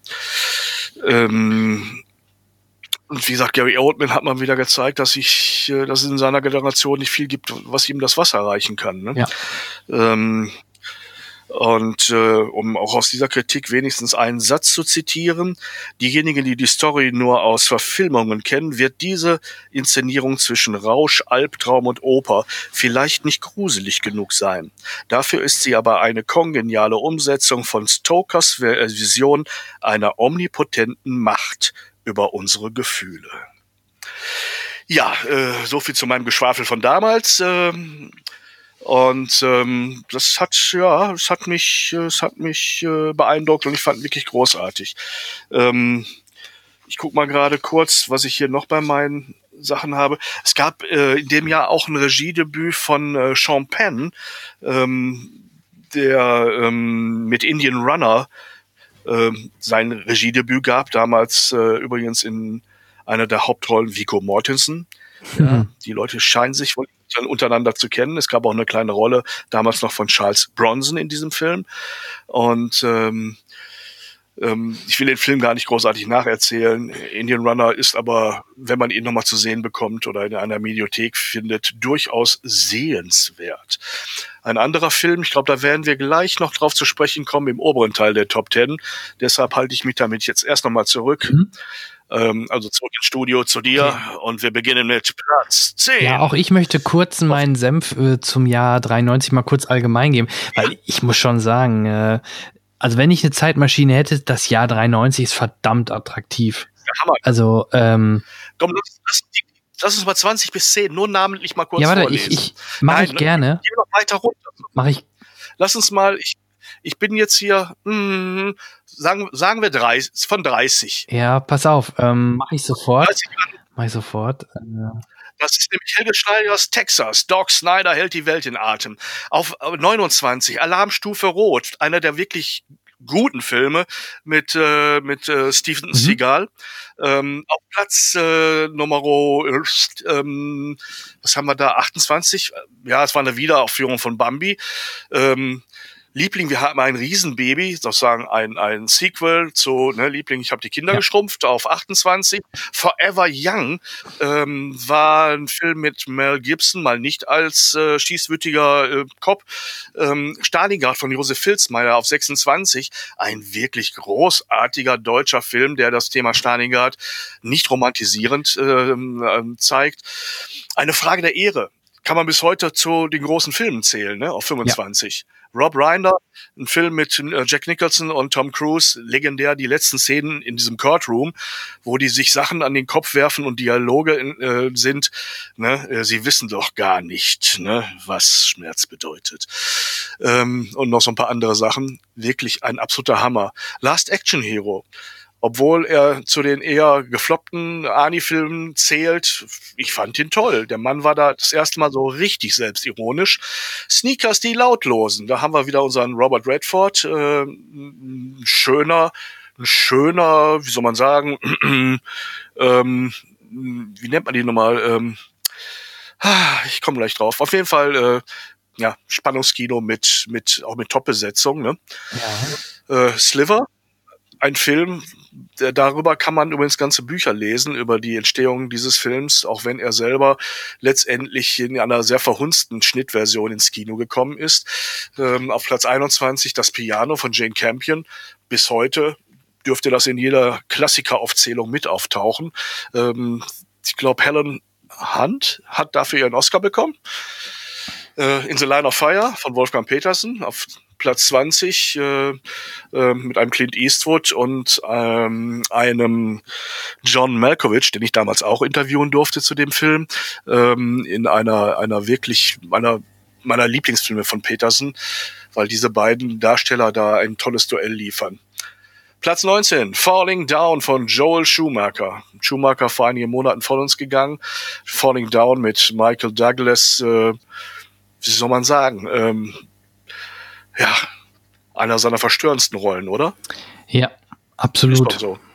ähm, Und wie gesagt, Gary Oldman hat mal wieder gezeigt, dass ich, dass es in seiner Generation nicht viel gibt, was ihm das Wasser reichen kann. Ne? Ja. Ähm, und äh, um auch aus dieser Kritik wenigstens einen Satz zu zitieren: Diejenigen, die die Story nur aus Verfilmungen kennen, wird diese Inszenierung zwischen Rausch, Albtraum und Oper vielleicht nicht gruselig genug sein. Dafür ist sie aber eine kongeniale Umsetzung von Stokers Vision einer omnipotenten Macht über unsere Gefühle. Ja, äh, so viel zu meinem Geschwafel von damals. Ähm, und ähm, das hat, ja, es hat mich, es hat mich äh, beeindruckt, und ich fand ihn wirklich großartig. Ähm, ich guck mal gerade kurz, was ich hier noch bei meinen Sachen habe. Es gab äh, in dem Jahr auch ein Regiedebüt von äh, Sean Penn, ähm, der ähm, mit Indian Runner Ähm, sein Regiedebüt gab, damals äh, übrigens in einer der Hauptrollen Viggo Mortensen. Ja, mhm. Die Leute scheinen sich wohl untereinander zu kennen. Es gab auch eine kleine Rolle damals noch von Charles Bronson in diesem Film. Und ähm, ähm, ich will den Film gar nicht großartig nacherzählen. Indian Runner ist aber, wenn man ihn nochmal zu sehen bekommt oder in einer Mediothek findet, durchaus sehenswert. Ein anderer Film, ich glaube, da werden wir gleich noch drauf zu sprechen kommen, im oberen Teil der Top Ten. Deshalb halte ich mich damit jetzt erst nochmal zurück. Mhm. Ähm, also zurück ins Studio zu dir, okay. Und wir beginnen mit Platz zehn. Ja, auch ich möchte kurz meinen Senf äh, zum Jahr dreiundneunzig mal kurz allgemein geben, weil ja. ich muss schon sagen, äh, also wenn ich eine Zeitmaschine hätte, das Jahr dreiundneunzig ist verdammt attraktiv. Ja, Hammer. Also, ähm... Komm, lass, lass, lass uns mal zwanzig bis zehn nur namentlich mal kurz ja, warte, vorlesen. Ich, ich mache ich gerne. Geh noch weiter runter. Mach ich. Lass uns mal, ich, Ich bin jetzt hier, mh, sagen, sagen wir dreißig, von dreißig. Ja, pass auf, ähm, mach ich sofort. Mach ich sofort. Äh. Das ist nämlich Helge Schneiders Texas. Doc Snyder hält die Welt in Atem. Auf neunundzwanzig, Alarmstufe Rot, einer der wirklich guten Filme mit äh, mit äh, Steven mhm. Seagal. Ähm, auf Platz äh, Nummer ähm, was haben wir da, achtundzwanzig? Ja, es war eine Wiederaufführung von Bambi. Ähm, Liebling, wir haben ein Riesenbaby, sozusagen ein ein Sequel zu ne, Liebling, ich habe die Kinder ja. geschrumpft, auf achtundzwanzig. Forever Young ähm, war ein Film mit Mel Gibson, mal nicht als äh, schießwütiger äh, Cop. Ähm, Stalingrad von Josef Filzmeier auf sechsundzwanzig. Ein wirklich großartiger deutscher Film, der das Thema Stalingrad nicht romantisierend äh, äh, zeigt. Eine Frage der Ehre. Kann man bis heute zu den großen Filmen zählen, ne? Auf fünfundzwanzig. Ja. Rob Reiner, ein Film mit Jack Nicholson und Tom Cruise, legendär, die letzten Szenen in diesem Courtroom, wo die sich Sachen an den Kopf werfen und Dialoge äh, sind, ne? Sie wissen doch gar nicht, ne, was Schmerz bedeutet. Ähm, und noch so ein paar andere Sachen. Wirklich ein absoluter Hammer. Last Action Hero. Obwohl er zu den eher gefloppten Arnie-Filmen zählt, ich fand ihn toll. Der Mann war da das erste Mal so richtig selbstironisch. Sneakers, die Lautlosen, da haben wir wieder unseren Robert Redford. Äh, ein schöner, ein schöner, wie soll man sagen, ähm, wie nennt man die nochmal? Ähm, ich komme gleich drauf. Auf jeden Fall, äh, ja, Spannungskino mit, mit, auch mit Top-Besetzung, ne? Ja. Äh, Sliver. Ein Film, der, darüber kann man übrigens ganze Bücher lesen, über die Entstehung dieses Films, auch wenn er selber letztendlich in einer sehr verhunzten Schnittversion ins Kino gekommen ist. Ähm, auf Platz einundzwanzig das Piano von Jane Campion. Bis heute dürfte das in jeder Klassikeraufzählung mit auftauchen. Ähm, ich glaube, Helen Hunt hat dafür ihren Oscar bekommen. Äh, In the Line of Fire von Wolfgang Petersen auf Platz zwanzig äh, äh, mit einem Clint Eastwood und ähm, einem John Malkovich, den ich damals auch interviewen durfte zu dem Film, ähm, in einer einer wirklich meiner meiner Lieblingsfilme von Petersen, weil diese beiden Darsteller da ein tolles Duell liefern. Platz neunzehn, Falling Down von Joel Schumacher. Schumacher vor einigen Monaten von uns gegangen. Falling Down mit Michael Douglas, äh, wie soll man sagen, ähm, ja, einer seiner verstörendsten Rollen, oder? Ja, absolut. Ist doch so.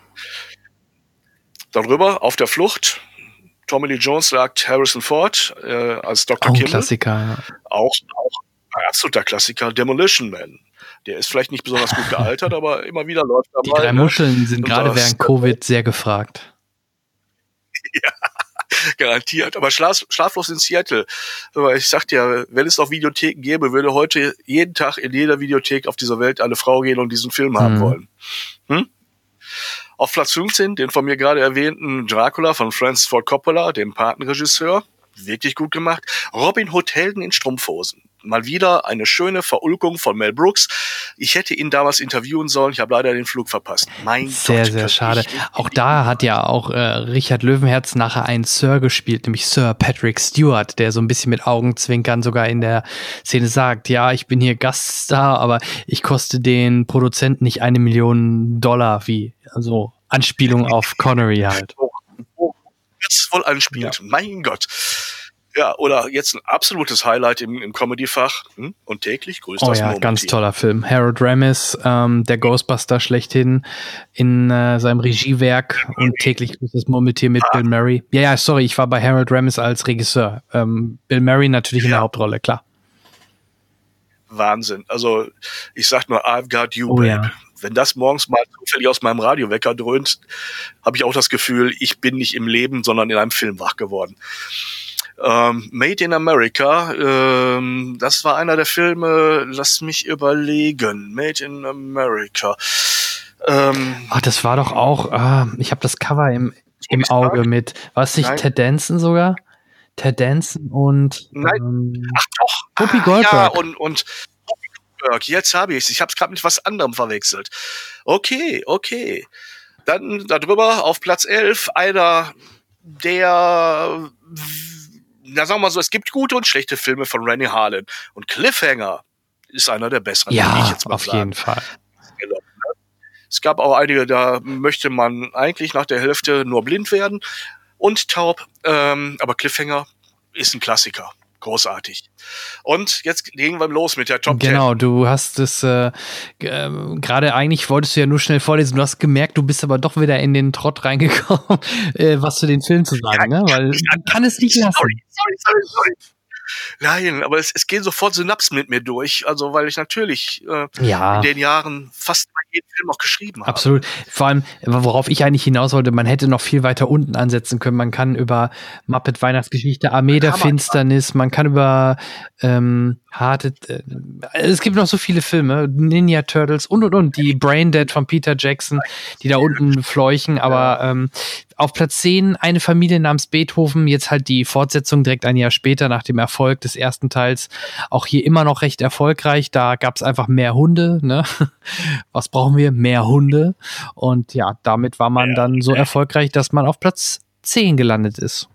Darüber, auf der Flucht, Tommy Lee Jones sagt Harrison Ford äh, als Doktor Auch ein Kimball. Klassiker, ja. Auch, auch ein absoluter Klassiker, Demolition Man. Der ist vielleicht nicht besonders gut gealtert, aber immer wieder läuft er Die mal. drei ne? Muscheln sind gerade während Covid sehr gefragt. Ja, garantiert. Aber Schlaf, Schlaflos in Seattle. Aber ich sag dir, wenn es noch Videotheken gäbe, würde heute jeden Tag in jeder Videothek auf dieser Welt eine Frau gehen und diesen Film haben Mhm. wollen. Hm? Auf Platz fünfzehn, den von mir gerade erwähnten Dracula von Francis Ford Coppola, dem Patenregisseur. Wirklich gut gemacht. Robin Hood Helden in Strumpfhosen. Mal wieder eine schöne Verulkung von Mel Brooks. Ich hätte ihn damals interviewen sollen. Ich habe leider den Flug verpasst. Mein Sehr, Gott, sehr könnte schade. ich- Auch da hat ja auch äh, Richard Löwenherz nachher einen Sir gespielt, nämlich Sir Patrick Stewart, der so ein bisschen mit Augenzwinkern sogar in der Szene sagt, ja, ich bin hier Gaststar, aber ich koste den Produzenten nicht eine Million Dollar, wie, also Anspielung auf Connery halt. das wohl anspielt. Mein Gott. Ja, oder jetzt ein absolutes Highlight im, im Comedy-Fach. Hm? Und täglich grüßt Oh das ja, Murmeltier. ganz toller Film. Harold Ramis, ähm, der Ghostbuster schlechthin in äh, seinem Regiewerk und täglich grüßt das Murmeltier mit Bill Murray. Ja, ja, sorry, ich war bei Harold Ramis als Regisseur. Ähm, Bill Murray natürlich in der Ja. Hauptrolle, klar. Wahnsinn. Also ich sag nur, I've got you, Oh babe. ja. Wenn das morgens mal zufällig aus meinem Radiowecker dröhnt, habe ich auch das Gefühl, ich bin nicht im Leben, sondern in einem Film wach geworden. Ähm, Made in America, ähm, das war einer der Filme, lass mich überlegen. Made in America. Ähm, Ach, das war doch auch, ah, ich habe das Cover im, im Tony Auge Stark? mit, war es nicht Nein. Ted Danson sogar? Ted Danson und Nein. ähm, Ach doch. Whoopi ah, Goldberg. Ja, und, und Whoopi Goldberg. Jetzt habe ich es. Ich habe es gerade mit was anderem verwechselt. Okay, okay. Dann darüber auf Platz elf einer der, na sagen wir mal so, es gibt gute und schlechte Filme von Rennie Harlin. Und Cliffhanger ist einer der besseren. Ja, ich jetzt mal auf sagen. jeden Fall. Es gab auch einige, da möchte man eigentlich nach der Hälfte nur blind werden und taub. Ähm, aber Cliffhanger ist ein Klassiker. Großartig. Und jetzt legen wir los mit der Top Ten. Genau, du hast es äh, äh, gerade eigentlich wolltest du ja nur schnell vorlesen. Du hast gemerkt, du bist aber doch wieder in den Trott reingekommen, äh, was zu den Filmen zu sagen, ja, ne? Weil man kann es nicht lassen. Sorry, sorry, sorry, sorry. Nein, aber es, es gehen sofort Synapsen mit mir durch. Also, weil ich natürlich äh, ja. in den Jahren fast bei jedem Film auch geschrieben habe. Absolut. Vor allem, worauf ich eigentlich hinaus wollte, man hätte noch viel weiter unten ansetzen können. Man kann über Muppet Weihnachtsgeschichte, Armee der Finsternis, man kann über ähm, Harte, äh, es gibt noch so viele Filme, Ninja Turtles und und und, die Braindead von Peter Jackson, die da unten fleuchen, aber ähm, auf Platz zehn eine Familie namens Beethoven, jetzt halt die Fortsetzung direkt ein Jahr später nach dem Erfolg des ersten Teils, auch hier immer noch recht erfolgreich, da gab es einfach mehr Hunde, ne? Was brauchen wir? Mehr Hunde. Und ja, damit war man ja. dann so erfolgreich, dass man auf Platz zehn gelandet ist.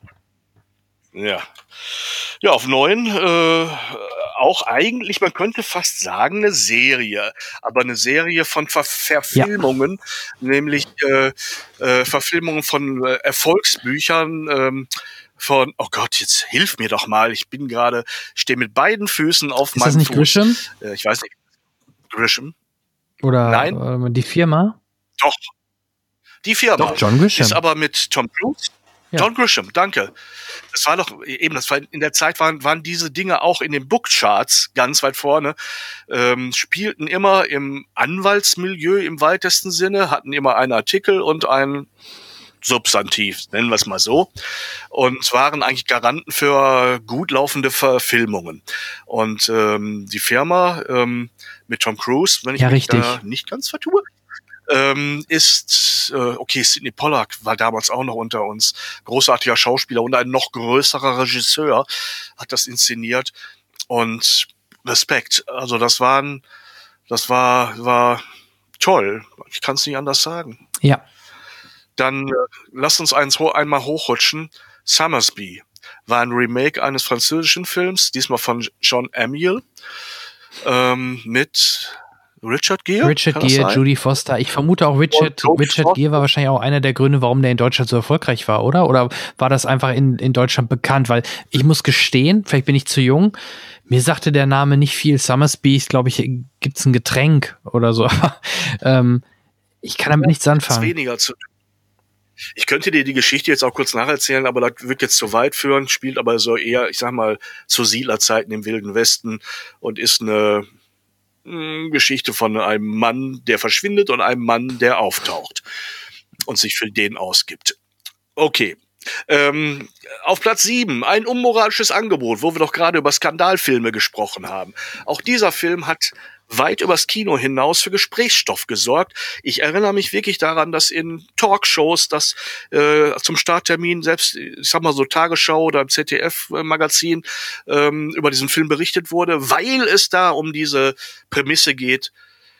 Ja. Ja, auf neun äh, auch eigentlich, man könnte fast sagen, eine Serie. Aber eine Serie von Ver- Verfilmungen, ja. nämlich äh, äh, Verfilmungen von äh, Erfolgsbüchern, ähm, von, oh Gott, jetzt hilf mir doch mal, ich bin gerade, stehe mit beiden Füßen auf ist meinem das nicht Fuß. Grisham? Äh, ich weiß nicht. Grisham? Oder Nein. Äh, die Firma? Doch. Die Firma. Doch, John Grisham. Ist aber mit Tom Cruise. Ja. John Grisham, danke. Das war doch eben, das war in der Zeit waren, waren diese Dinge auch in den Bookcharts ganz weit vorne, ähm, spielten immer im Anwaltsmilieu im weitesten Sinne, hatten immer einen Artikel und ein Substantiv, nennen wir es mal so, und waren eigentlich Garanten für gut laufende Verfilmungen. Und ähm, die Firma ähm, mit Tom Cruise, wenn ich ja, mich richtig. da nicht ganz vertue, ähm, ist, äh, okay, Sidney Pollack war damals auch noch unter uns, großartiger Schauspieler und ein noch größerer Regisseur, hat das inszeniert und Respekt, also das waren, das war, war toll, ich kann es nicht anders sagen. Ja. Dann äh, lasst uns eins ho- einmal hochrutschen, Summersby war ein Remake eines französischen Films, diesmal von John Amiel, ähm, mit Richard Gere? Richard Gere, Judy Foster. Ich vermute auch Richard, Richard Gere war wahrscheinlich auch einer der Gründe, warum der in Deutschland so erfolgreich war, oder? Oder war das einfach in, in Deutschland bekannt? Weil ich muss gestehen, vielleicht bin ich zu jung, mir sagte der Name nicht viel. Summersby, glaube ich, gibt's ein Getränk oder so. ähm, ich kann damit nichts anfangen. Das ist weniger zu tun. Ich könnte dir die Geschichte jetzt auch kurz nacherzählen, aber das wird jetzt zu weit führen, spielt aber so eher, ich sag mal, zu Siedlerzeiten im Wilden Westen und ist eine Geschichte von einem Mann, der verschwindet und einem Mann, der auftaucht und sich für den ausgibt. Okay. Ähm, auf Platz sieben, ein unmoralisches Angebot, wo wir doch gerade über Skandalfilme gesprochen haben. Auch dieser Film hat weit übers Kino hinaus für Gesprächsstoff gesorgt. Ich erinnere mich wirklich daran, dass in Talkshows, dass äh, zum Starttermin selbst, ich sag mal so Tagesschau oder im Z D F-Magazin ähm, über diesen Film berichtet wurde, weil es da um diese Prämisse geht.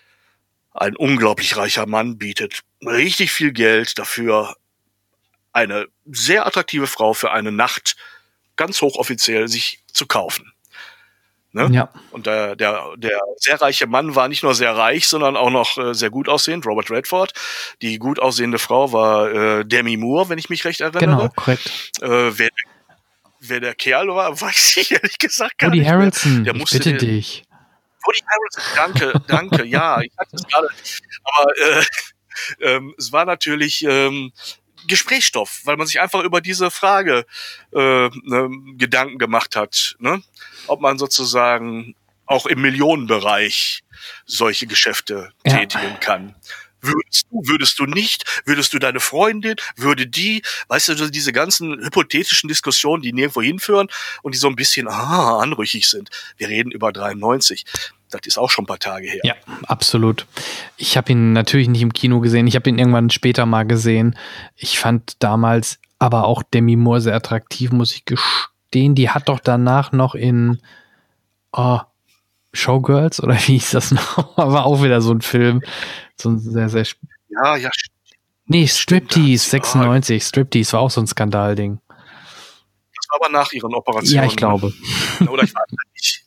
Ein unglaublich reicher Mann bietet richtig viel Geld dafür, eine sehr attraktive Frau für eine Nacht ganz hochoffiziell sich zu kaufen. Ne? Ja. Und der, der, der sehr reiche Mann war nicht nur sehr reich, sondern auch noch äh, sehr gut aussehend, Robert Redford. Die gut aussehende Frau war äh, Demi Moore, wenn ich mich recht erinnere. Genau, korrekt. Äh, wer, wer der Kerl war, weiß ich ehrlich gesagt gar Woody nicht Harrelson, mehr. Der ich musste bitte den, dich. Woody Harrelson, danke, danke, ja, ich hatte es gerade. Aber äh, ähm, es war natürlich ähm, Gesprächsstoff, weil man sich einfach über diese Frage äh, ne, Gedanken gemacht hat, ne? Ob man sozusagen auch im Millionenbereich solche Geschäfte ja. tätigen kann. Würdest du, würdest du nicht, würdest du deine Freundin, würde die, weißt du, diese ganzen hypothetischen Diskussionen, die nirgendwo hinführen und die so ein bisschen ah, anrüchig sind. Wir reden über dreiundneunzig. Das ist auch schon ein paar Tage her. Ja, absolut. Ich habe ihn natürlich nicht im Kino gesehen. Ich habe ihn irgendwann später mal gesehen. Ich fand damals aber auch Demi Moore sehr attraktiv, muss ich gestehen. Die hat doch danach noch in oh, Showgirls oder wie hieß das noch? War auch wieder so ein Film. So ein sehr, sehr... Sp- ja, ja. Nee, Striptease, sechsundneunzig. Striptease war auch so ein Skandalding. Das war aber nach ihren Operationen. Ja, ich glaube. Oder ich weiß nicht.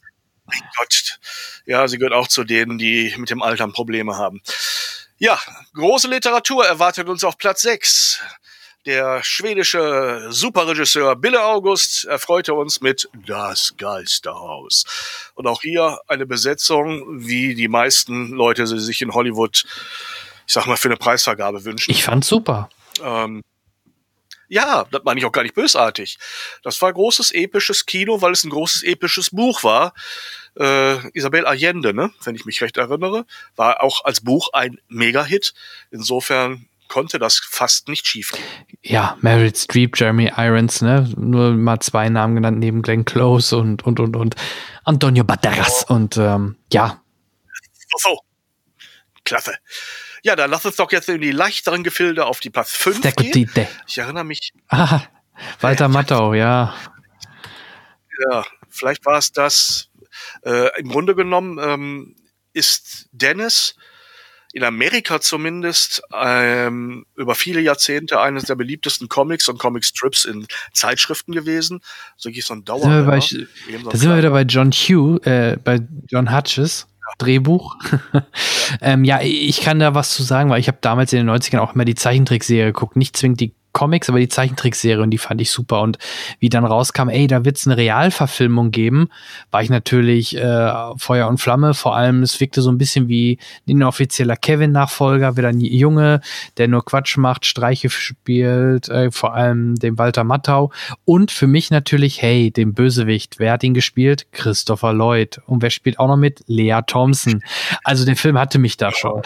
Mein Gott. Ja, sie gehört auch zu denen, die mit dem Altern Probleme haben. Ja, große Literatur erwartet uns auf Platz sechs. Der schwedische Superregisseur Bille August erfreute uns mit Das Geisterhaus. Und auch hier eine Besetzung, wie die meisten Leute sie sich in Hollywood, ich sag mal, für eine Preisvergabe wünschen. Ich fand's super. Ähm, ja, das meine ich auch gar nicht bösartig. Das war großes episches Kino, weil es ein großes episches Buch war. Äh, Isabel Allende, ne, wenn ich mich recht erinnere, war auch als Buch ein Mega-Hit. Insofern konnte das fast nicht schief gehen. Ja, Meryl Streep, Jeremy Irons, ne, nur mal zwei Namen genannt neben Glenn Close und und und und Antonio Banderas oh. und ähm, ja. So, so. Klasse. Ja, dann lass uns doch jetzt in die leichteren Gefilde auf die Platz fünf gehen. Ich erinnere mich. Ah, Walter äh, Matthau, ja. Ja, vielleicht war es das. Äh, im Grunde genommen ähm, ist Dennis in Amerika zumindest ähm, über viele Jahrzehnte eines der beliebtesten Comics und Comicstrips in Zeitschriften gewesen. So so ein Dauer. Da sind wir, bei, da sind wir wieder bei John Hugh, äh, bei John Hutches. Drehbuch. Ja. ähm, ja, ich kann da was zu sagen, weil ich habe damals in den neunzigern auch immer die Zeichentrickserie geguckt. Nicht zwingend die Comics, aber die Zeichentrickserie und die fand ich super. Und wie dann rauskam, ey, da wird's eine Realverfilmung geben, war ich natürlich äh, Feuer und Flamme. Vor allem, es wirkte so ein bisschen wie ein inoffizieller Kevin-Nachfolger, wieder ein Junge, der nur Quatsch macht, Streiche spielt, äh, vor allem dem Walter Matthau. Und für mich natürlich, hey, den Bösewicht. Wer hat ihn gespielt? Christopher Lloyd. Und wer spielt auch noch mit? Lea Thompson. Also der Film hatte mich da schon.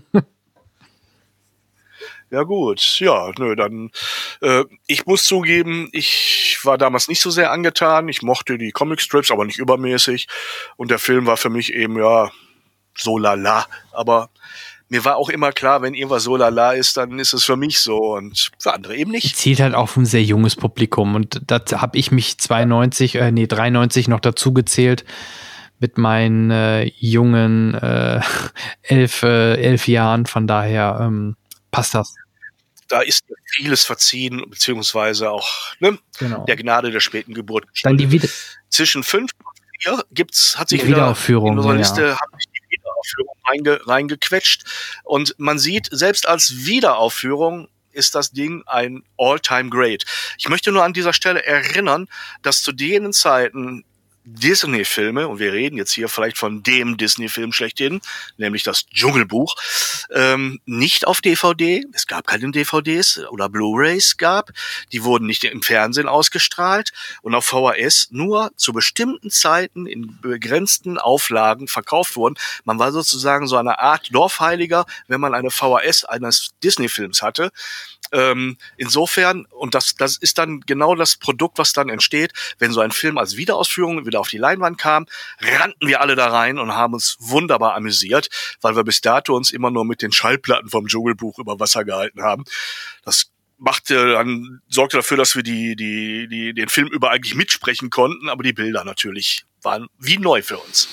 Ja gut, ja, nö, dann äh, ich muss zugeben, ich war damals nicht so sehr angetan. Ich mochte die Comicstrips, aber nicht übermäßig. Und der Film war für mich eben, ja, so lala. Aber mir war auch immer klar, wenn irgendwas so lala ist, dann ist es für mich so und für andere eben nicht. Zielt halt auf ein sehr junges Publikum. Und da habe ich mich zweiundneunzig, äh, nee, dreiundneunzig noch dazu gezählt mit meinen äh, jungen äh, elf, äh, elf Jahren. Von daher ähm, passt das. Da ist vieles verziehen, beziehungsweise auch ne, genau. der Gnade der späten Geburt. Dann die Wieder- Zwischen fünf und vier gibt's, hat sich die Wiederaufführung, in unserer Liste ja. hat sich die Wiederaufführung reinge, reingequetscht. Und man sieht, selbst als Wiederaufführung ist das Ding ein All-Time-Great. Ich möchte nur an dieser Stelle erinnern, dass zu jenen Zeiten Disney-Filme, und wir reden jetzt hier vielleicht von dem Disney-Film schlechthin, nämlich das Dschungelbuch, ähm, nicht auf D V D, es gab keine D V Ds oder Blu-rays gab, die wurden nicht im Fernsehen ausgestrahlt und auf V H S nur zu bestimmten Zeiten in begrenzten Auflagen verkauft wurden. Man war sozusagen so eine Art Dorfheiliger, wenn man eine V H S eines Disney-Films hatte. Ähm, insofern, und das, das ist dann genau das Produkt, was dann entsteht, wenn so ein Film als Wiederausführung wieder auf die Leinwand kam, rannten wir alle da rein und haben uns wunderbar amüsiert, weil wir bis dato uns immer nur mit den Schallplatten vom Dschungelbuch über Wasser gehalten haben. Das machte dann, sorgte dafür, dass wir die, die, die, den Film über eigentlich mitsprechen konnten, aber die Bilder natürlich waren wie neu für uns.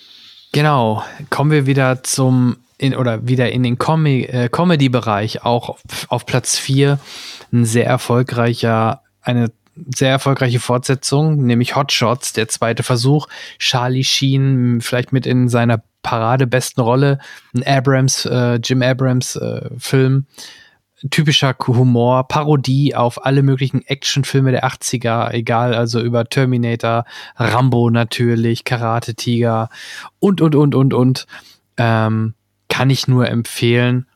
Genau. Kommen wir wieder zum In, oder wieder in den Com- äh, Comedy-Bereich, auch auf, auf Platz vier, ein sehr erfolgreicher, eine sehr erfolgreiche Fortsetzung, nämlich Hot Shots, der zweite Versuch. Charlie Sheen, vielleicht mit in seiner Paradebesten Rolle, ein Abrams, äh, Jim Abrams äh, Film, typischer Humor, Parodie auf alle möglichen Actionfilme der achtziger, egal, also über Terminator, Rambo natürlich, Karate Tiger und, und, und, und, und. Ähm, kann ich nur empfehlen.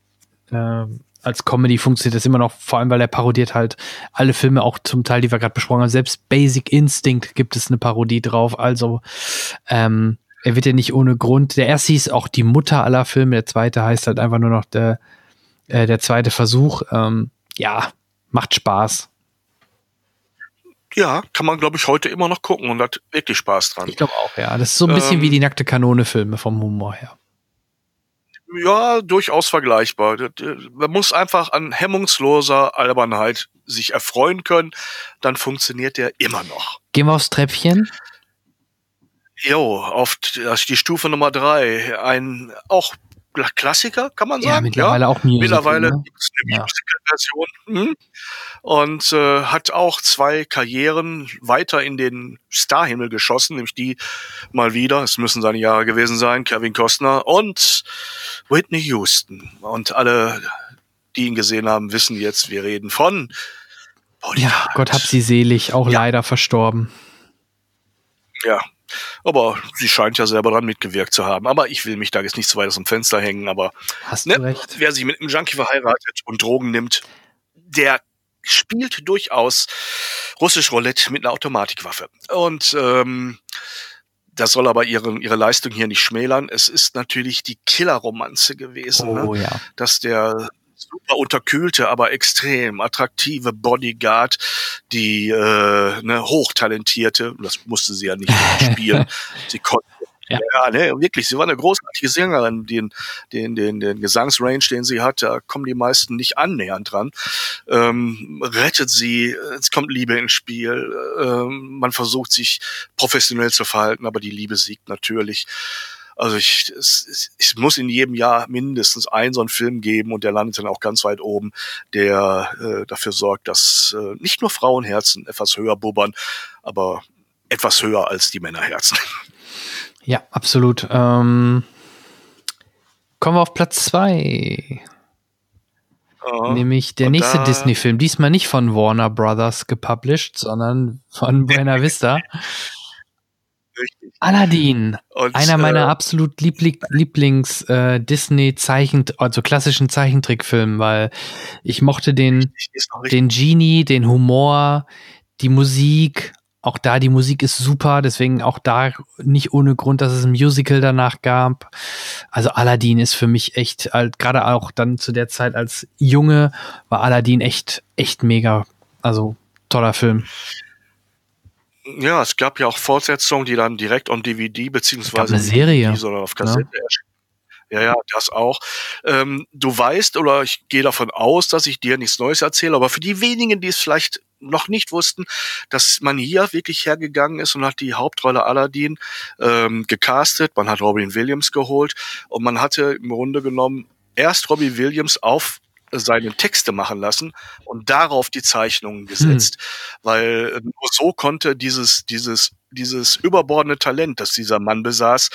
Ähm, als Comedy funktioniert das immer noch, vor allem, weil er parodiert halt alle Filme, auch zum Teil, die wir gerade besprochen haben. Selbst Basic Instinct gibt es eine Parodie drauf. Also ähm, er wird ja nicht ohne Grund. Der erste hieß auch die Mutter aller Filme, der zweite heißt halt einfach nur noch der, äh, der zweite Versuch. Ähm, ja, macht Spaß. Ja, kann man, glaube ich, heute immer noch gucken und hat wirklich Spaß dran. Ich glaube auch, ja. Das ist so ein bisschen ähm, wie die nackte Kanone-Filme vom Humor her. Ja, durchaus vergleichbar. Man muss einfach an hemmungsloser Albernheit sich erfreuen können, dann funktioniert der immer noch. Gehen wir aufs Treppchen? Jo, auf die Stufe Nummer drei. Ein auch Klassiker, kann man Ja, sagen. mittlerweile auch Musical, Mittlerweile ne? gibt es eine Ja. Musical-Version. Hm. Und äh, hat auch zwei Karrieren weiter in den Starhimmel geschossen, nämlich die mal wieder, es müssen seine Jahre gewesen sein, Kevin Costner und Whitney Houston. Und alle, die ihn gesehen haben, wissen jetzt, wir reden von Bodyguard. Ja, Gott hab sie selig, auch Ja. leider verstorben. Ja, aber sie scheint ja selber dran mitgewirkt zu haben. Aber ich will mich da jetzt nicht so weit aus dem Fenster hängen. Aber Hast ne, du recht. wer sich mit einem Junkie verheiratet und Drogen nimmt, der spielt durchaus russisch Roulette mit einer Automatikwaffe. Und ähm, das soll aber ihre, ihre Leistung hier nicht schmälern. Es ist natürlich die Killerromanze gewesen, Oh ne? ja. Dass der super unterkühlte, aber extrem attraktive Bodyguard, die äh, ne, hochtalentierte, das musste sie ja nicht spielen, sie konnte Ja. ja, ne, wirklich, sie war eine großartige Sängerin, den, den, den, den Gesangsrange, den sie hat, da kommen die meisten nicht annähernd dran. Ähm, rettet sie, es kommt Liebe ins Spiel, ähm, man versucht sich professionell zu verhalten, aber die Liebe siegt natürlich. Also ich, es, es muss in jedem Jahr mindestens einen so einen Film geben und der landet dann auch ganz weit oben, der äh, dafür sorgt, dass äh, nicht nur Frauenherzen etwas höher bubbern, aber etwas höher als die Männerherzen. Ja, absolut. Ähm, kommen wir auf Platz zwei. Ja. Nämlich der Und nächste da- Disney-Film. Diesmal nicht von Warner Brothers gepublished, sondern von Buena Vista. Richtig. Aladdin. Und, Einer meiner äh, absolut Liebli- Lieblings äh, Disney-Zeichen, also klassischen Zeichentrickfilmen, weil ich mochte den, ist noch richtig. den Genie, den Humor, die Musik. Auch da, die Musik ist super, deswegen auch da nicht ohne Grund, dass es ein Musical danach gab. Also Aladdin ist für mich echt, halt, gerade auch dann zu der Zeit als Junge, war Aladdin echt, echt mega. Also toller Film. Ja, es gab ja auch Fortsetzungen, die dann direkt on D V D beziehungsweise eine nicht Serie, D V D, sondern auf Kassette erschienen. Ja, ja, das auch. Ähm, du weißt, oder ich gehe davon aus, dass ich dir nichts Neues erzähle, aber für die wenigen, die es vielleicht noch nicht wussten, dass man hier wirklich hergegangen ist und hat die Hauptrolle Aladdin ähm, gecastet, man hat Robin Williams geholt und man hatte im Grunde genommen erst Robin Williams auf seine Texte machen lassen und darauf die Zeichnungen gesetzt, hm. weil äh, nur so konnte dieses dieses dieses überbordene Talent, das dieser Mann besaß,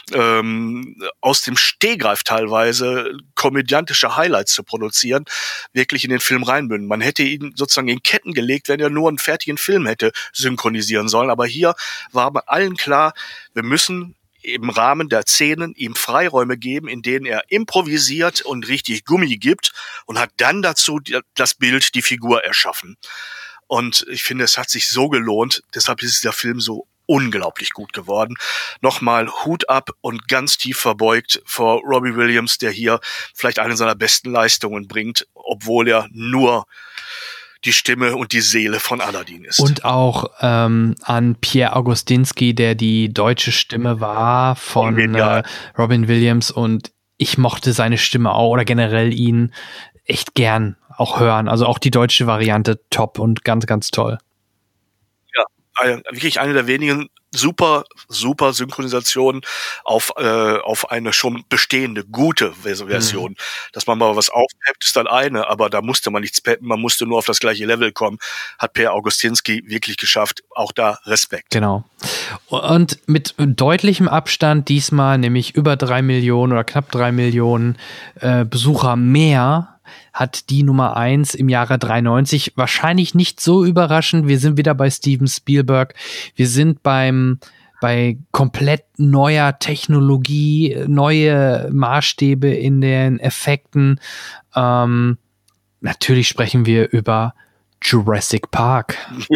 ähm, aus dem Stehgreif teilweise komödiantische Highlights zu produzieren, wirklich in den Film reinbünden. Man hätte ihn sozusagen in Ketten gelegt, wenn er nur einen fertigen Film hätte synchronisieren sollen. Aber hier war bei allen klar, wir müssen im Rahmen der Szenen ihm Freiräume geben, in denen er improvisiert und richtig Gummi gibt und hat dann dazu das Bild, die Figur erschaffen. Und ich finde, es hat sich so gelohnt, deshalb ist der Film so unglaublich gut geworden. Nochmal Hut ab und ganz tief verbeugt vor Robbie Williams, der hier vielleicht eine seiner besten Leistungen bringt, obwohl er nur die Stimme und die Seele von Aladdin ist. Und auch ähm, an Pierre Augustinski, der die deutsche Stimme war von äh, Robin Williams, und ich mochte seine Stimme auch oder generell ihn echt gern auch hören. Also auch die deutsche Variante top und ganz, ganz toll. Ja, ein, wirklich eine der wenigen super, super Synchronisationen auf, äh, auf eine schon bestehende, gute Version. Mhm. Dass man mal was aufpeppt, ist dann eine, aber da musste man nichts peppen, man musste nur auf das gleiche Level kommen. Hat Per Augustinski wirklich geschafft. Auch da Respekt. Genau. Und mit deutlichem Abstand diesmal, nämlich über drei Millionen oder knapp drei Millionen äh, Besucher mehr, hat die Nummer eins im Jahre dreiundneunzig. Wahrscheinlich nicht so überraschend. Wir sind wieder bei Steven Spielberg. Wir sind beim bei komplett neuer Technologie, neue Maßstäbe in den Effekten. Ähm, natürlich sprechen wir über Jurassic Park.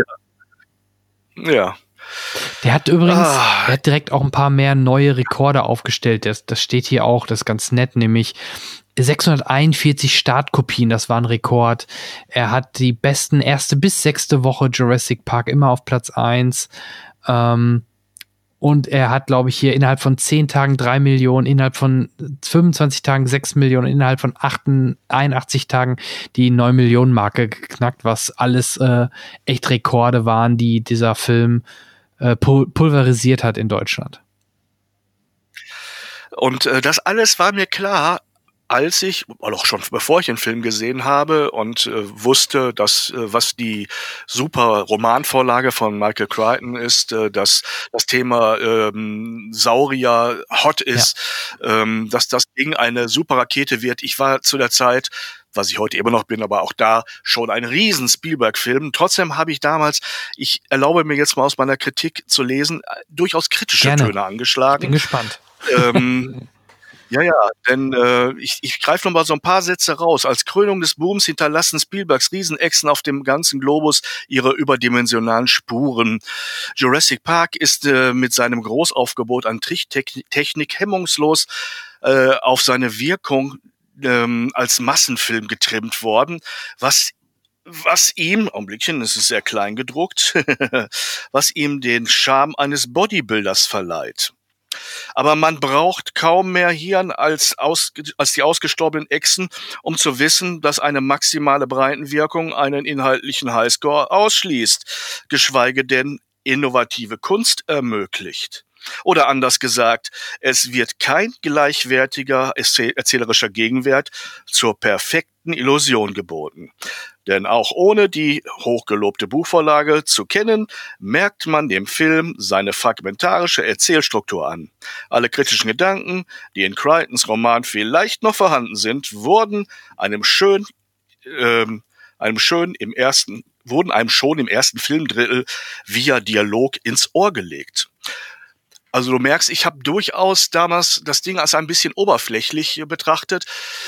Ja. Ja. Der hat übrigens, ah. er hat direkt auch ein paar mehr neue Rekorde aufgestellt. Das, das steht hier auch, das ist ganz nett, nämlich sechshunderteinundvierzig Startkopien, das war ein Rekord. Er hat die besten erste bis sechste Woche Jurassic Park immer auf Platz eins. Ähm, und er hat, glaube ich, hier innerhalb von zehn Tagen drei Millionen, innerhalb von fünfundzwanzig Tagen sechs Millionen, innerhalb von einundachtzig Tagen die neun Millionen Marke geknackt, was alles äh, echt Rekorde waren, die dieser Film äh, pul- pulverisiert hat in Deutschland. Und äh, das alles war mir klar, als ich, oder auch schon bevor ich den Film gesehen habe und äh, wusste, dass äh, was die super Romanvorlage von Michael Crichton ist, äh, dass das Thema ähm, Saurier hot ist, ja. ähm, dass das Ding eine super Rakete wird. Ich war zu der Zeit, was ich heute immer noch bin, aber auch da schon ein riesen Spielberg-Film. Trotzdem habe ich damals, ich erlaube mir jetzt mal aus meiner Kritik zu lesen, durchaus kritische Gerne. Töne angeschlagen. Ich bin gespannt. Ähm, Ja, ja, denn äh, ich, ich greife noch mal so ein paar Sätze raus. Als Krönung des Booms hinterlassen Spielbergs Riesenechsen auf dem ganzen Globus ihre überdimensionalen Spuren. Jurassic Park ist äh, mit seinem Großaufgebot an Tricktechnik hemmungslos äh, auf seine Wirkung ähm, als Massenfilm getrimmt worden, was was ihm, Augenblickchen, es ist sehr klein gedruckt, was ihm den Charme eines Bodybuilders verleiht. Aber man braucht kaum mehr Hirn als, aus, als die ausgestorbenen Echsen, um zu wissen, dass eine maximale Breitenwirkung einen inhaltlichen Highscore ausschließt, geschweige denn innovative Kunst ermöglicht. Oder anders gesagt, es wird kein gleichwertiger erzählerischer Gegenwert zur perfekten Illusion geboten. Denn auch ohne die hochgelobte Buchvorlage zu kennen, merkt man dem Film seine fragmentarische Erzählstruktur an. Alle kritischen Gedanken, die in Crichtons Roman vielleicht noch vorhanden sind, wurden einem schön, ähm, einem schön im ersten, wurden einem schon im ersten Filmdrittel via Dialog ins Ohr gelegt. Also du merkst, ich habe durchaus damals das Ding als ein bisschen oberflächlich betrachtet.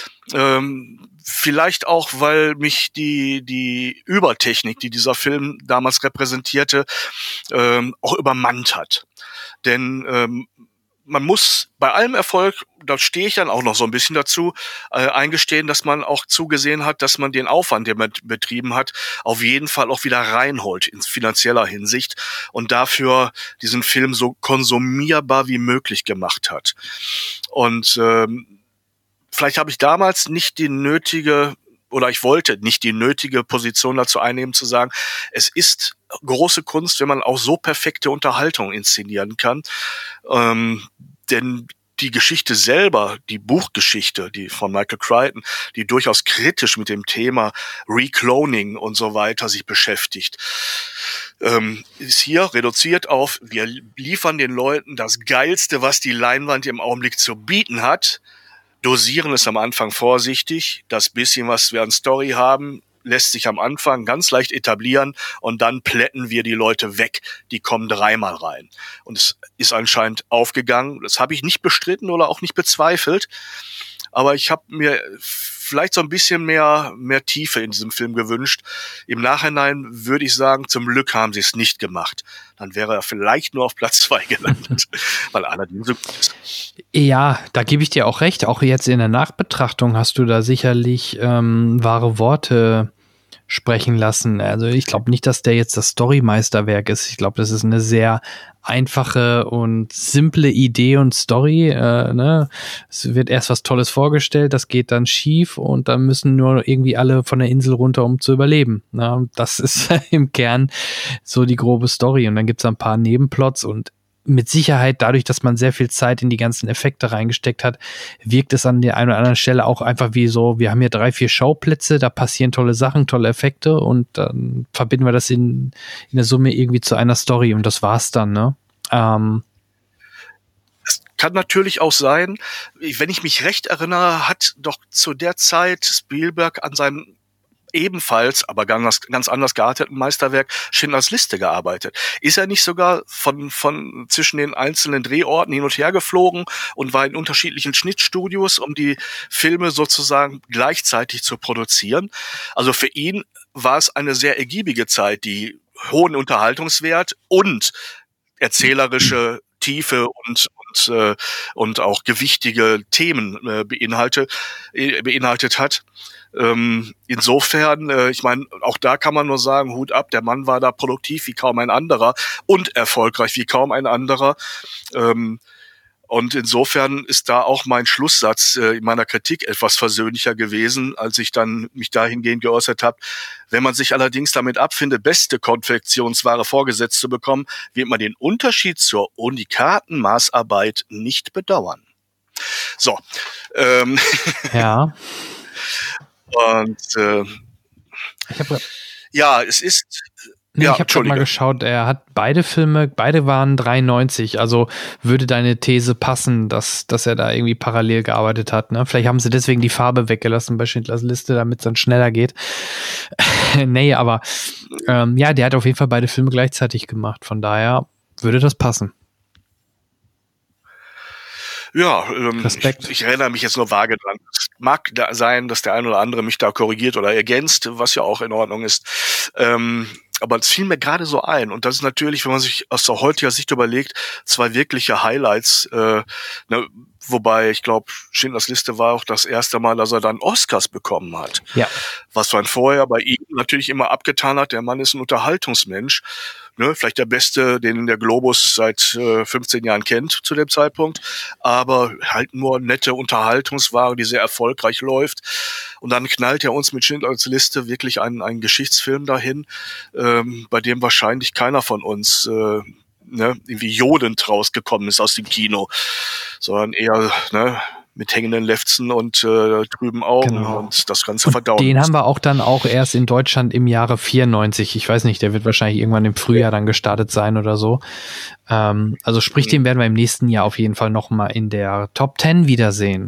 Ähm, vielleicht auch, weil mich die die Übertechnik, die dieser Film damals repräsentierte, ähm, auch übermannt hat. Denn ähm, man muss bei allem Erfolg, da stehe ich dann auch noch so ein bisschen dazu, äh, eingestehen, dass man auch zugesehen hat, dass man den Aufwand, den man betrieben hat, auf jeden Fall auch wieder reinholt in finanzieller Hinsicht und dafür diesen Film so konsumierbar wie möglich gemacht hat. Und ähm, vielleicht habe ich damals nicht die nötige, oder ich wollte nicht die nötige Position dazu einnehmen, zu sagen, es ist große Kunst, wenn man auch so perfekte Unterhaltung inszenieren kann. Ähm, denn die Geschichte selber, die Buchgeschichte, die von Michael Crichton, die durchaus kritisch mit dem Thema Recloning und so weiter sich beschäftigt, ähm, ist hier reduziert auf, wir liefern den Leuten das Geilste, was die Leinwand im Augenblick zu bieten hat, dosieren es am Anfang vorsichtig, das bisschen, was wir an Story haben, lässt sich am Anfang ganz leicht etablieren und dann plätten wir die Leute weg. Die kommen dreimal rein. Und es ist anscheinend aufgegangen. Das habe ich nicht bestritten oder auch nicht bezweifelt. Aber ich habe mir vielleicht so ein bisschen mehr mehr Tiefe in diesem Film gewünscht. Im Nachhinein würde ich sagen, zum Glück haben sie es nicht gemacht. Dann wäre er vielleicht nur auf Platz zwei gelandet, weil Aladdin so gut ist. Ja, da gebe ich dir auch recht. Auch jetzt in der Nachbetrachtung hast du da sicherlich ähm, wahre Worte sprechen lassen. Also ich glaube nicht, dass der jetzt das Storymeisterwerk ist. Ich glaube, das ist eine sehr einfache und simple Idee und Story. Äh, ne? Es wird erst was Tolles vorgestellt, das geht dann schief und dann müssen nur irgendwie alle von der Insel runter, um zu überleben. Ne? Das ist im Kern so die grobe Story. Und dann gibt's ein paar Nebenplots und mit Sicherheit, dadurch, dass man sehr viel Zeit in die ganzen Effekte reingesteckt hat, wirkt es an der einen oder anderen Stelle auch einfach wie so, wir haben hier drei, vier Schauplätze, da passieren tolle Sachen, tolle Effekte und dann verbinden wir das in, in der Summe irgendwie zu einer Story und das war's dann, ne? Ähm. Es kann natürlich auch sein, wenn ich mich recht erinnere, hat doch zu der Zeit Spielberg an seinem ebenfalls, aber ganz, ganz anders gearteten Meisterwerk Schindlers Liste gearbeitet. Ist er nicht sogar von, von zwischen den einzelnen Drehorten hin und her geflogen und war in unterschiedlichen Schnittstudios, um die Filme sozusagen gleichzeitig zu produzieren? Also für ihn war es eine sehr ergiebige Zeit, die hohen Unterhaltungswert und erzählerische Tiefe und und äh, und auch gewichtige Themen äh, beinhaltet äh, beinhaltet hat. Ähm, insofern, äh, ich meine, auch da kann man nur sagen, Hut ab, der Mann war da produktiv wie kaum ein anderer und erfolgreich wie kaum ein anderer. Ähm, und insofern ist da auch mein Schlusssatz äh, in meiner Kritik etwas versöhnlicher gewesen, als ich dann mich dahingehend geäußert habe. Wenn man sich allerdings damit abfindet, beste Konfektionsware vorgesetzt zu bekommen, wird man den Unterschied zur unikaten Maßarbeit nicht bedauern. So. Ähm, Ja. und äh, Ich habe ja, es ist. Nee, ja, ich habe gerade mal geschaut, er hat beide Filme, beide waren dreiundneunzig, also würde deine These passen, dass, dass er da irgendwie parallel gearbeitet hat. Ne? Vielleicht haben sie deswegen die Farbe weggelassen bei Schindlers Liste, damit es dann schneller geht. Nee, aber ähm, ja, der hat auf jeden Fall beide Filme gleichzeitig gemacht, von daher würde das passen. Ja, ähm, Respekt. Ich, ich erinnere mich jetzt nur vage dran. Es mag da sein, dass der ein oder andere mich da korrigiert oder ergänzt, was ja auch in Ordnung ist. Ähm, aber es fiel mir gerade so ein. Und das ist natürlich, wenn man sich aus der heutiger Sicht überlegt, zwei wirkliche Highlights. Äh, ne, wobei, ich glaube, Schindlers Liste war auch das erste Mal, dass er dann Oscars bekommen hat. Ja. Was man vorher bei ihm natürlich immer abgetan hat. Der Mann ist ein Unterhaltungsmensch. Ne, vielleicht der Beste, den der Globus seit äh, fünfzehn Jahren kennt zu dem Zeitpunkt, aber halt nur nette Unterhaltungsware, die sehr erfolgreich läuft. Und dann knallt er uns mit Schindlers Liste wirklich einen, einen Geschichtsfilm dahin, ähm, bei dem wahrscheinlich keiner von uns äh, ne, irgendwie jodend rausgekommen ist aus dem Kino, sondern eher ne, mit hängenden Lefzen und äh, trüben Augen Genau. und das Ganze verdauen. Den müssen. haben wir auch dann auch erst in Deutschland im Jahre vierundneunzig. Ich weiß nicht, der wird wahrscheinlich irgendwann im Frühjahr dann gestartet sein oder so. Ähm, also sprich, Mhm. den werden wir im nächsten Jahr auf jeden Fall noch mal in der Top zehn wiedersehen.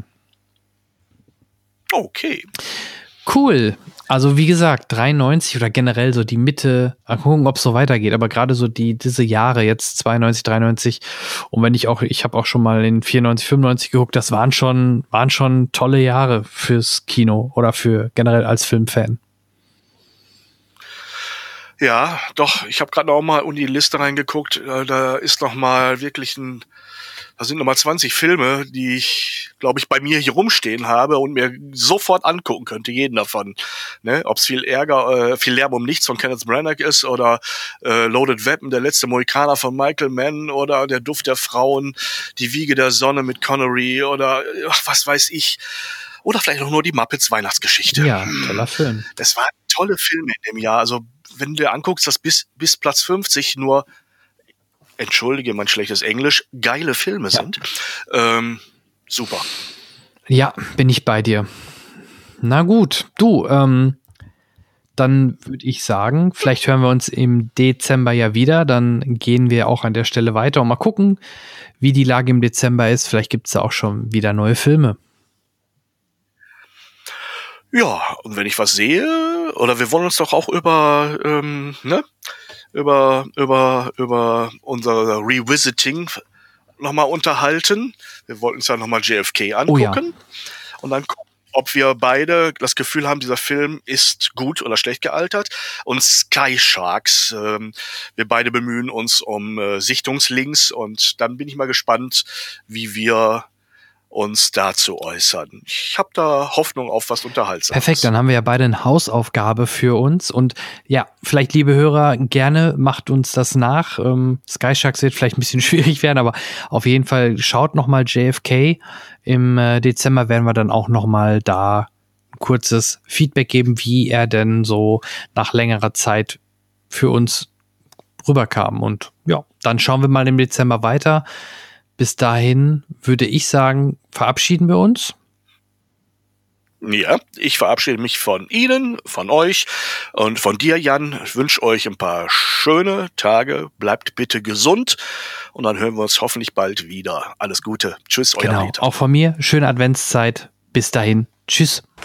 Okay. Cool. Also wie gesagt, dreiundneunzig oder generell so die Mitte, mal gucken, ob es so weitergeht, aber gerade so die diese Jahre jetzt zweiundneunzig, dreiundneunzig und wenn ich auch, ich habe auch schon mal in vierundneunzig, fünfundneunzig geguckt, das waren schon waren schon tolle Jahre fürs Kino oder für generell als Filmfan. Ja, doch, ich habe gerade noch mal in die Liste reingeguckt, da ist noch mal wirklich ein Da sind nochmal zwanzig Filme, die ich, glaube ich, bei mir hier rumstehen habe und mir sofort angucken könnte, jeden davon. Ne? Ob es viel Ärger, äh, viel Lärm um nichts von Kenneth Branagh ist oder äh, Loaded Weapon, der letzte Mohikaner von Michael Mann oder Der Duft der Frauen, Die Wiege der Sonne mit Connery oder ach, was weiß ich. Oder vielleicht auch nur die Muppets Weihnachtsgeschichte. Ja, toller Film. Das waren tolle Filme in dem Jahr. Also wenn du dir anguckst, dass bis, bis Platz fünfzig nur entschuldige mein schlechtes Englisch, geile Filme Ja. sind. Ähm, super. Ja, bin ich bei dir. Na gut, du, ähm, dann würde ich sagen, vielleicht hören wir uns im Dezember ja wieder, dann gehen wir auch an der Stelle weiter und mal gucken, wie die Lage im Dezember ist. Vielleicht gibt es da auch schon wieder neue Filme. Ja, und wenn ich was sehe, oder wir wollen uns doch auch über, ähm, ne, über, über, über unser Revisiting nochmal unterhalten. Wir wollten uns ja nochmal J F K angucken. Oh ja. Und dann gucken, ob wir beide das Gefühl haben, dieser Film ist gut oder schlecht gealtert. Und Sky Sharks, ähm, wir beide bemühen uns um äh, Sichtungslinks und dann bin ich mal gespannt, wie wir uns dazu äußern. Ich habe da Hoffnung auf was Unterhaltsames. Perfekt, dann haben wir ja beide eine Hausaufgabe für uns und ja, vielleicht, liebe Hörer, gerne macht uns das nach. Ähm, Sky Sharks wird vielleicht ein bisschen schwierig werden, aber auf jeden Fall schaut nochmal J F K. Im äh, Dezember werden wir dann auch nochmal da ein kurzes Feedback geben, wie er denn so nach längerer Zeit für uns rüberkam. Und ja, dann schauen wir mal im Dezember weiter. Bis dahin würde ich sagen, verabschieden wir uns. Ja, ich verabschiede mich von Ihnen, von euch und von dir, Jan. Ich wünsche euch ein paar schöne Tage. Bleibt bitte gesund und dann hören wir uns hoffentlich bald wieder. Alles Gute. Tschüss, euer Genau, Peter. auch von mir. Schöne Adventszeit. Bis dahin. Tschüss.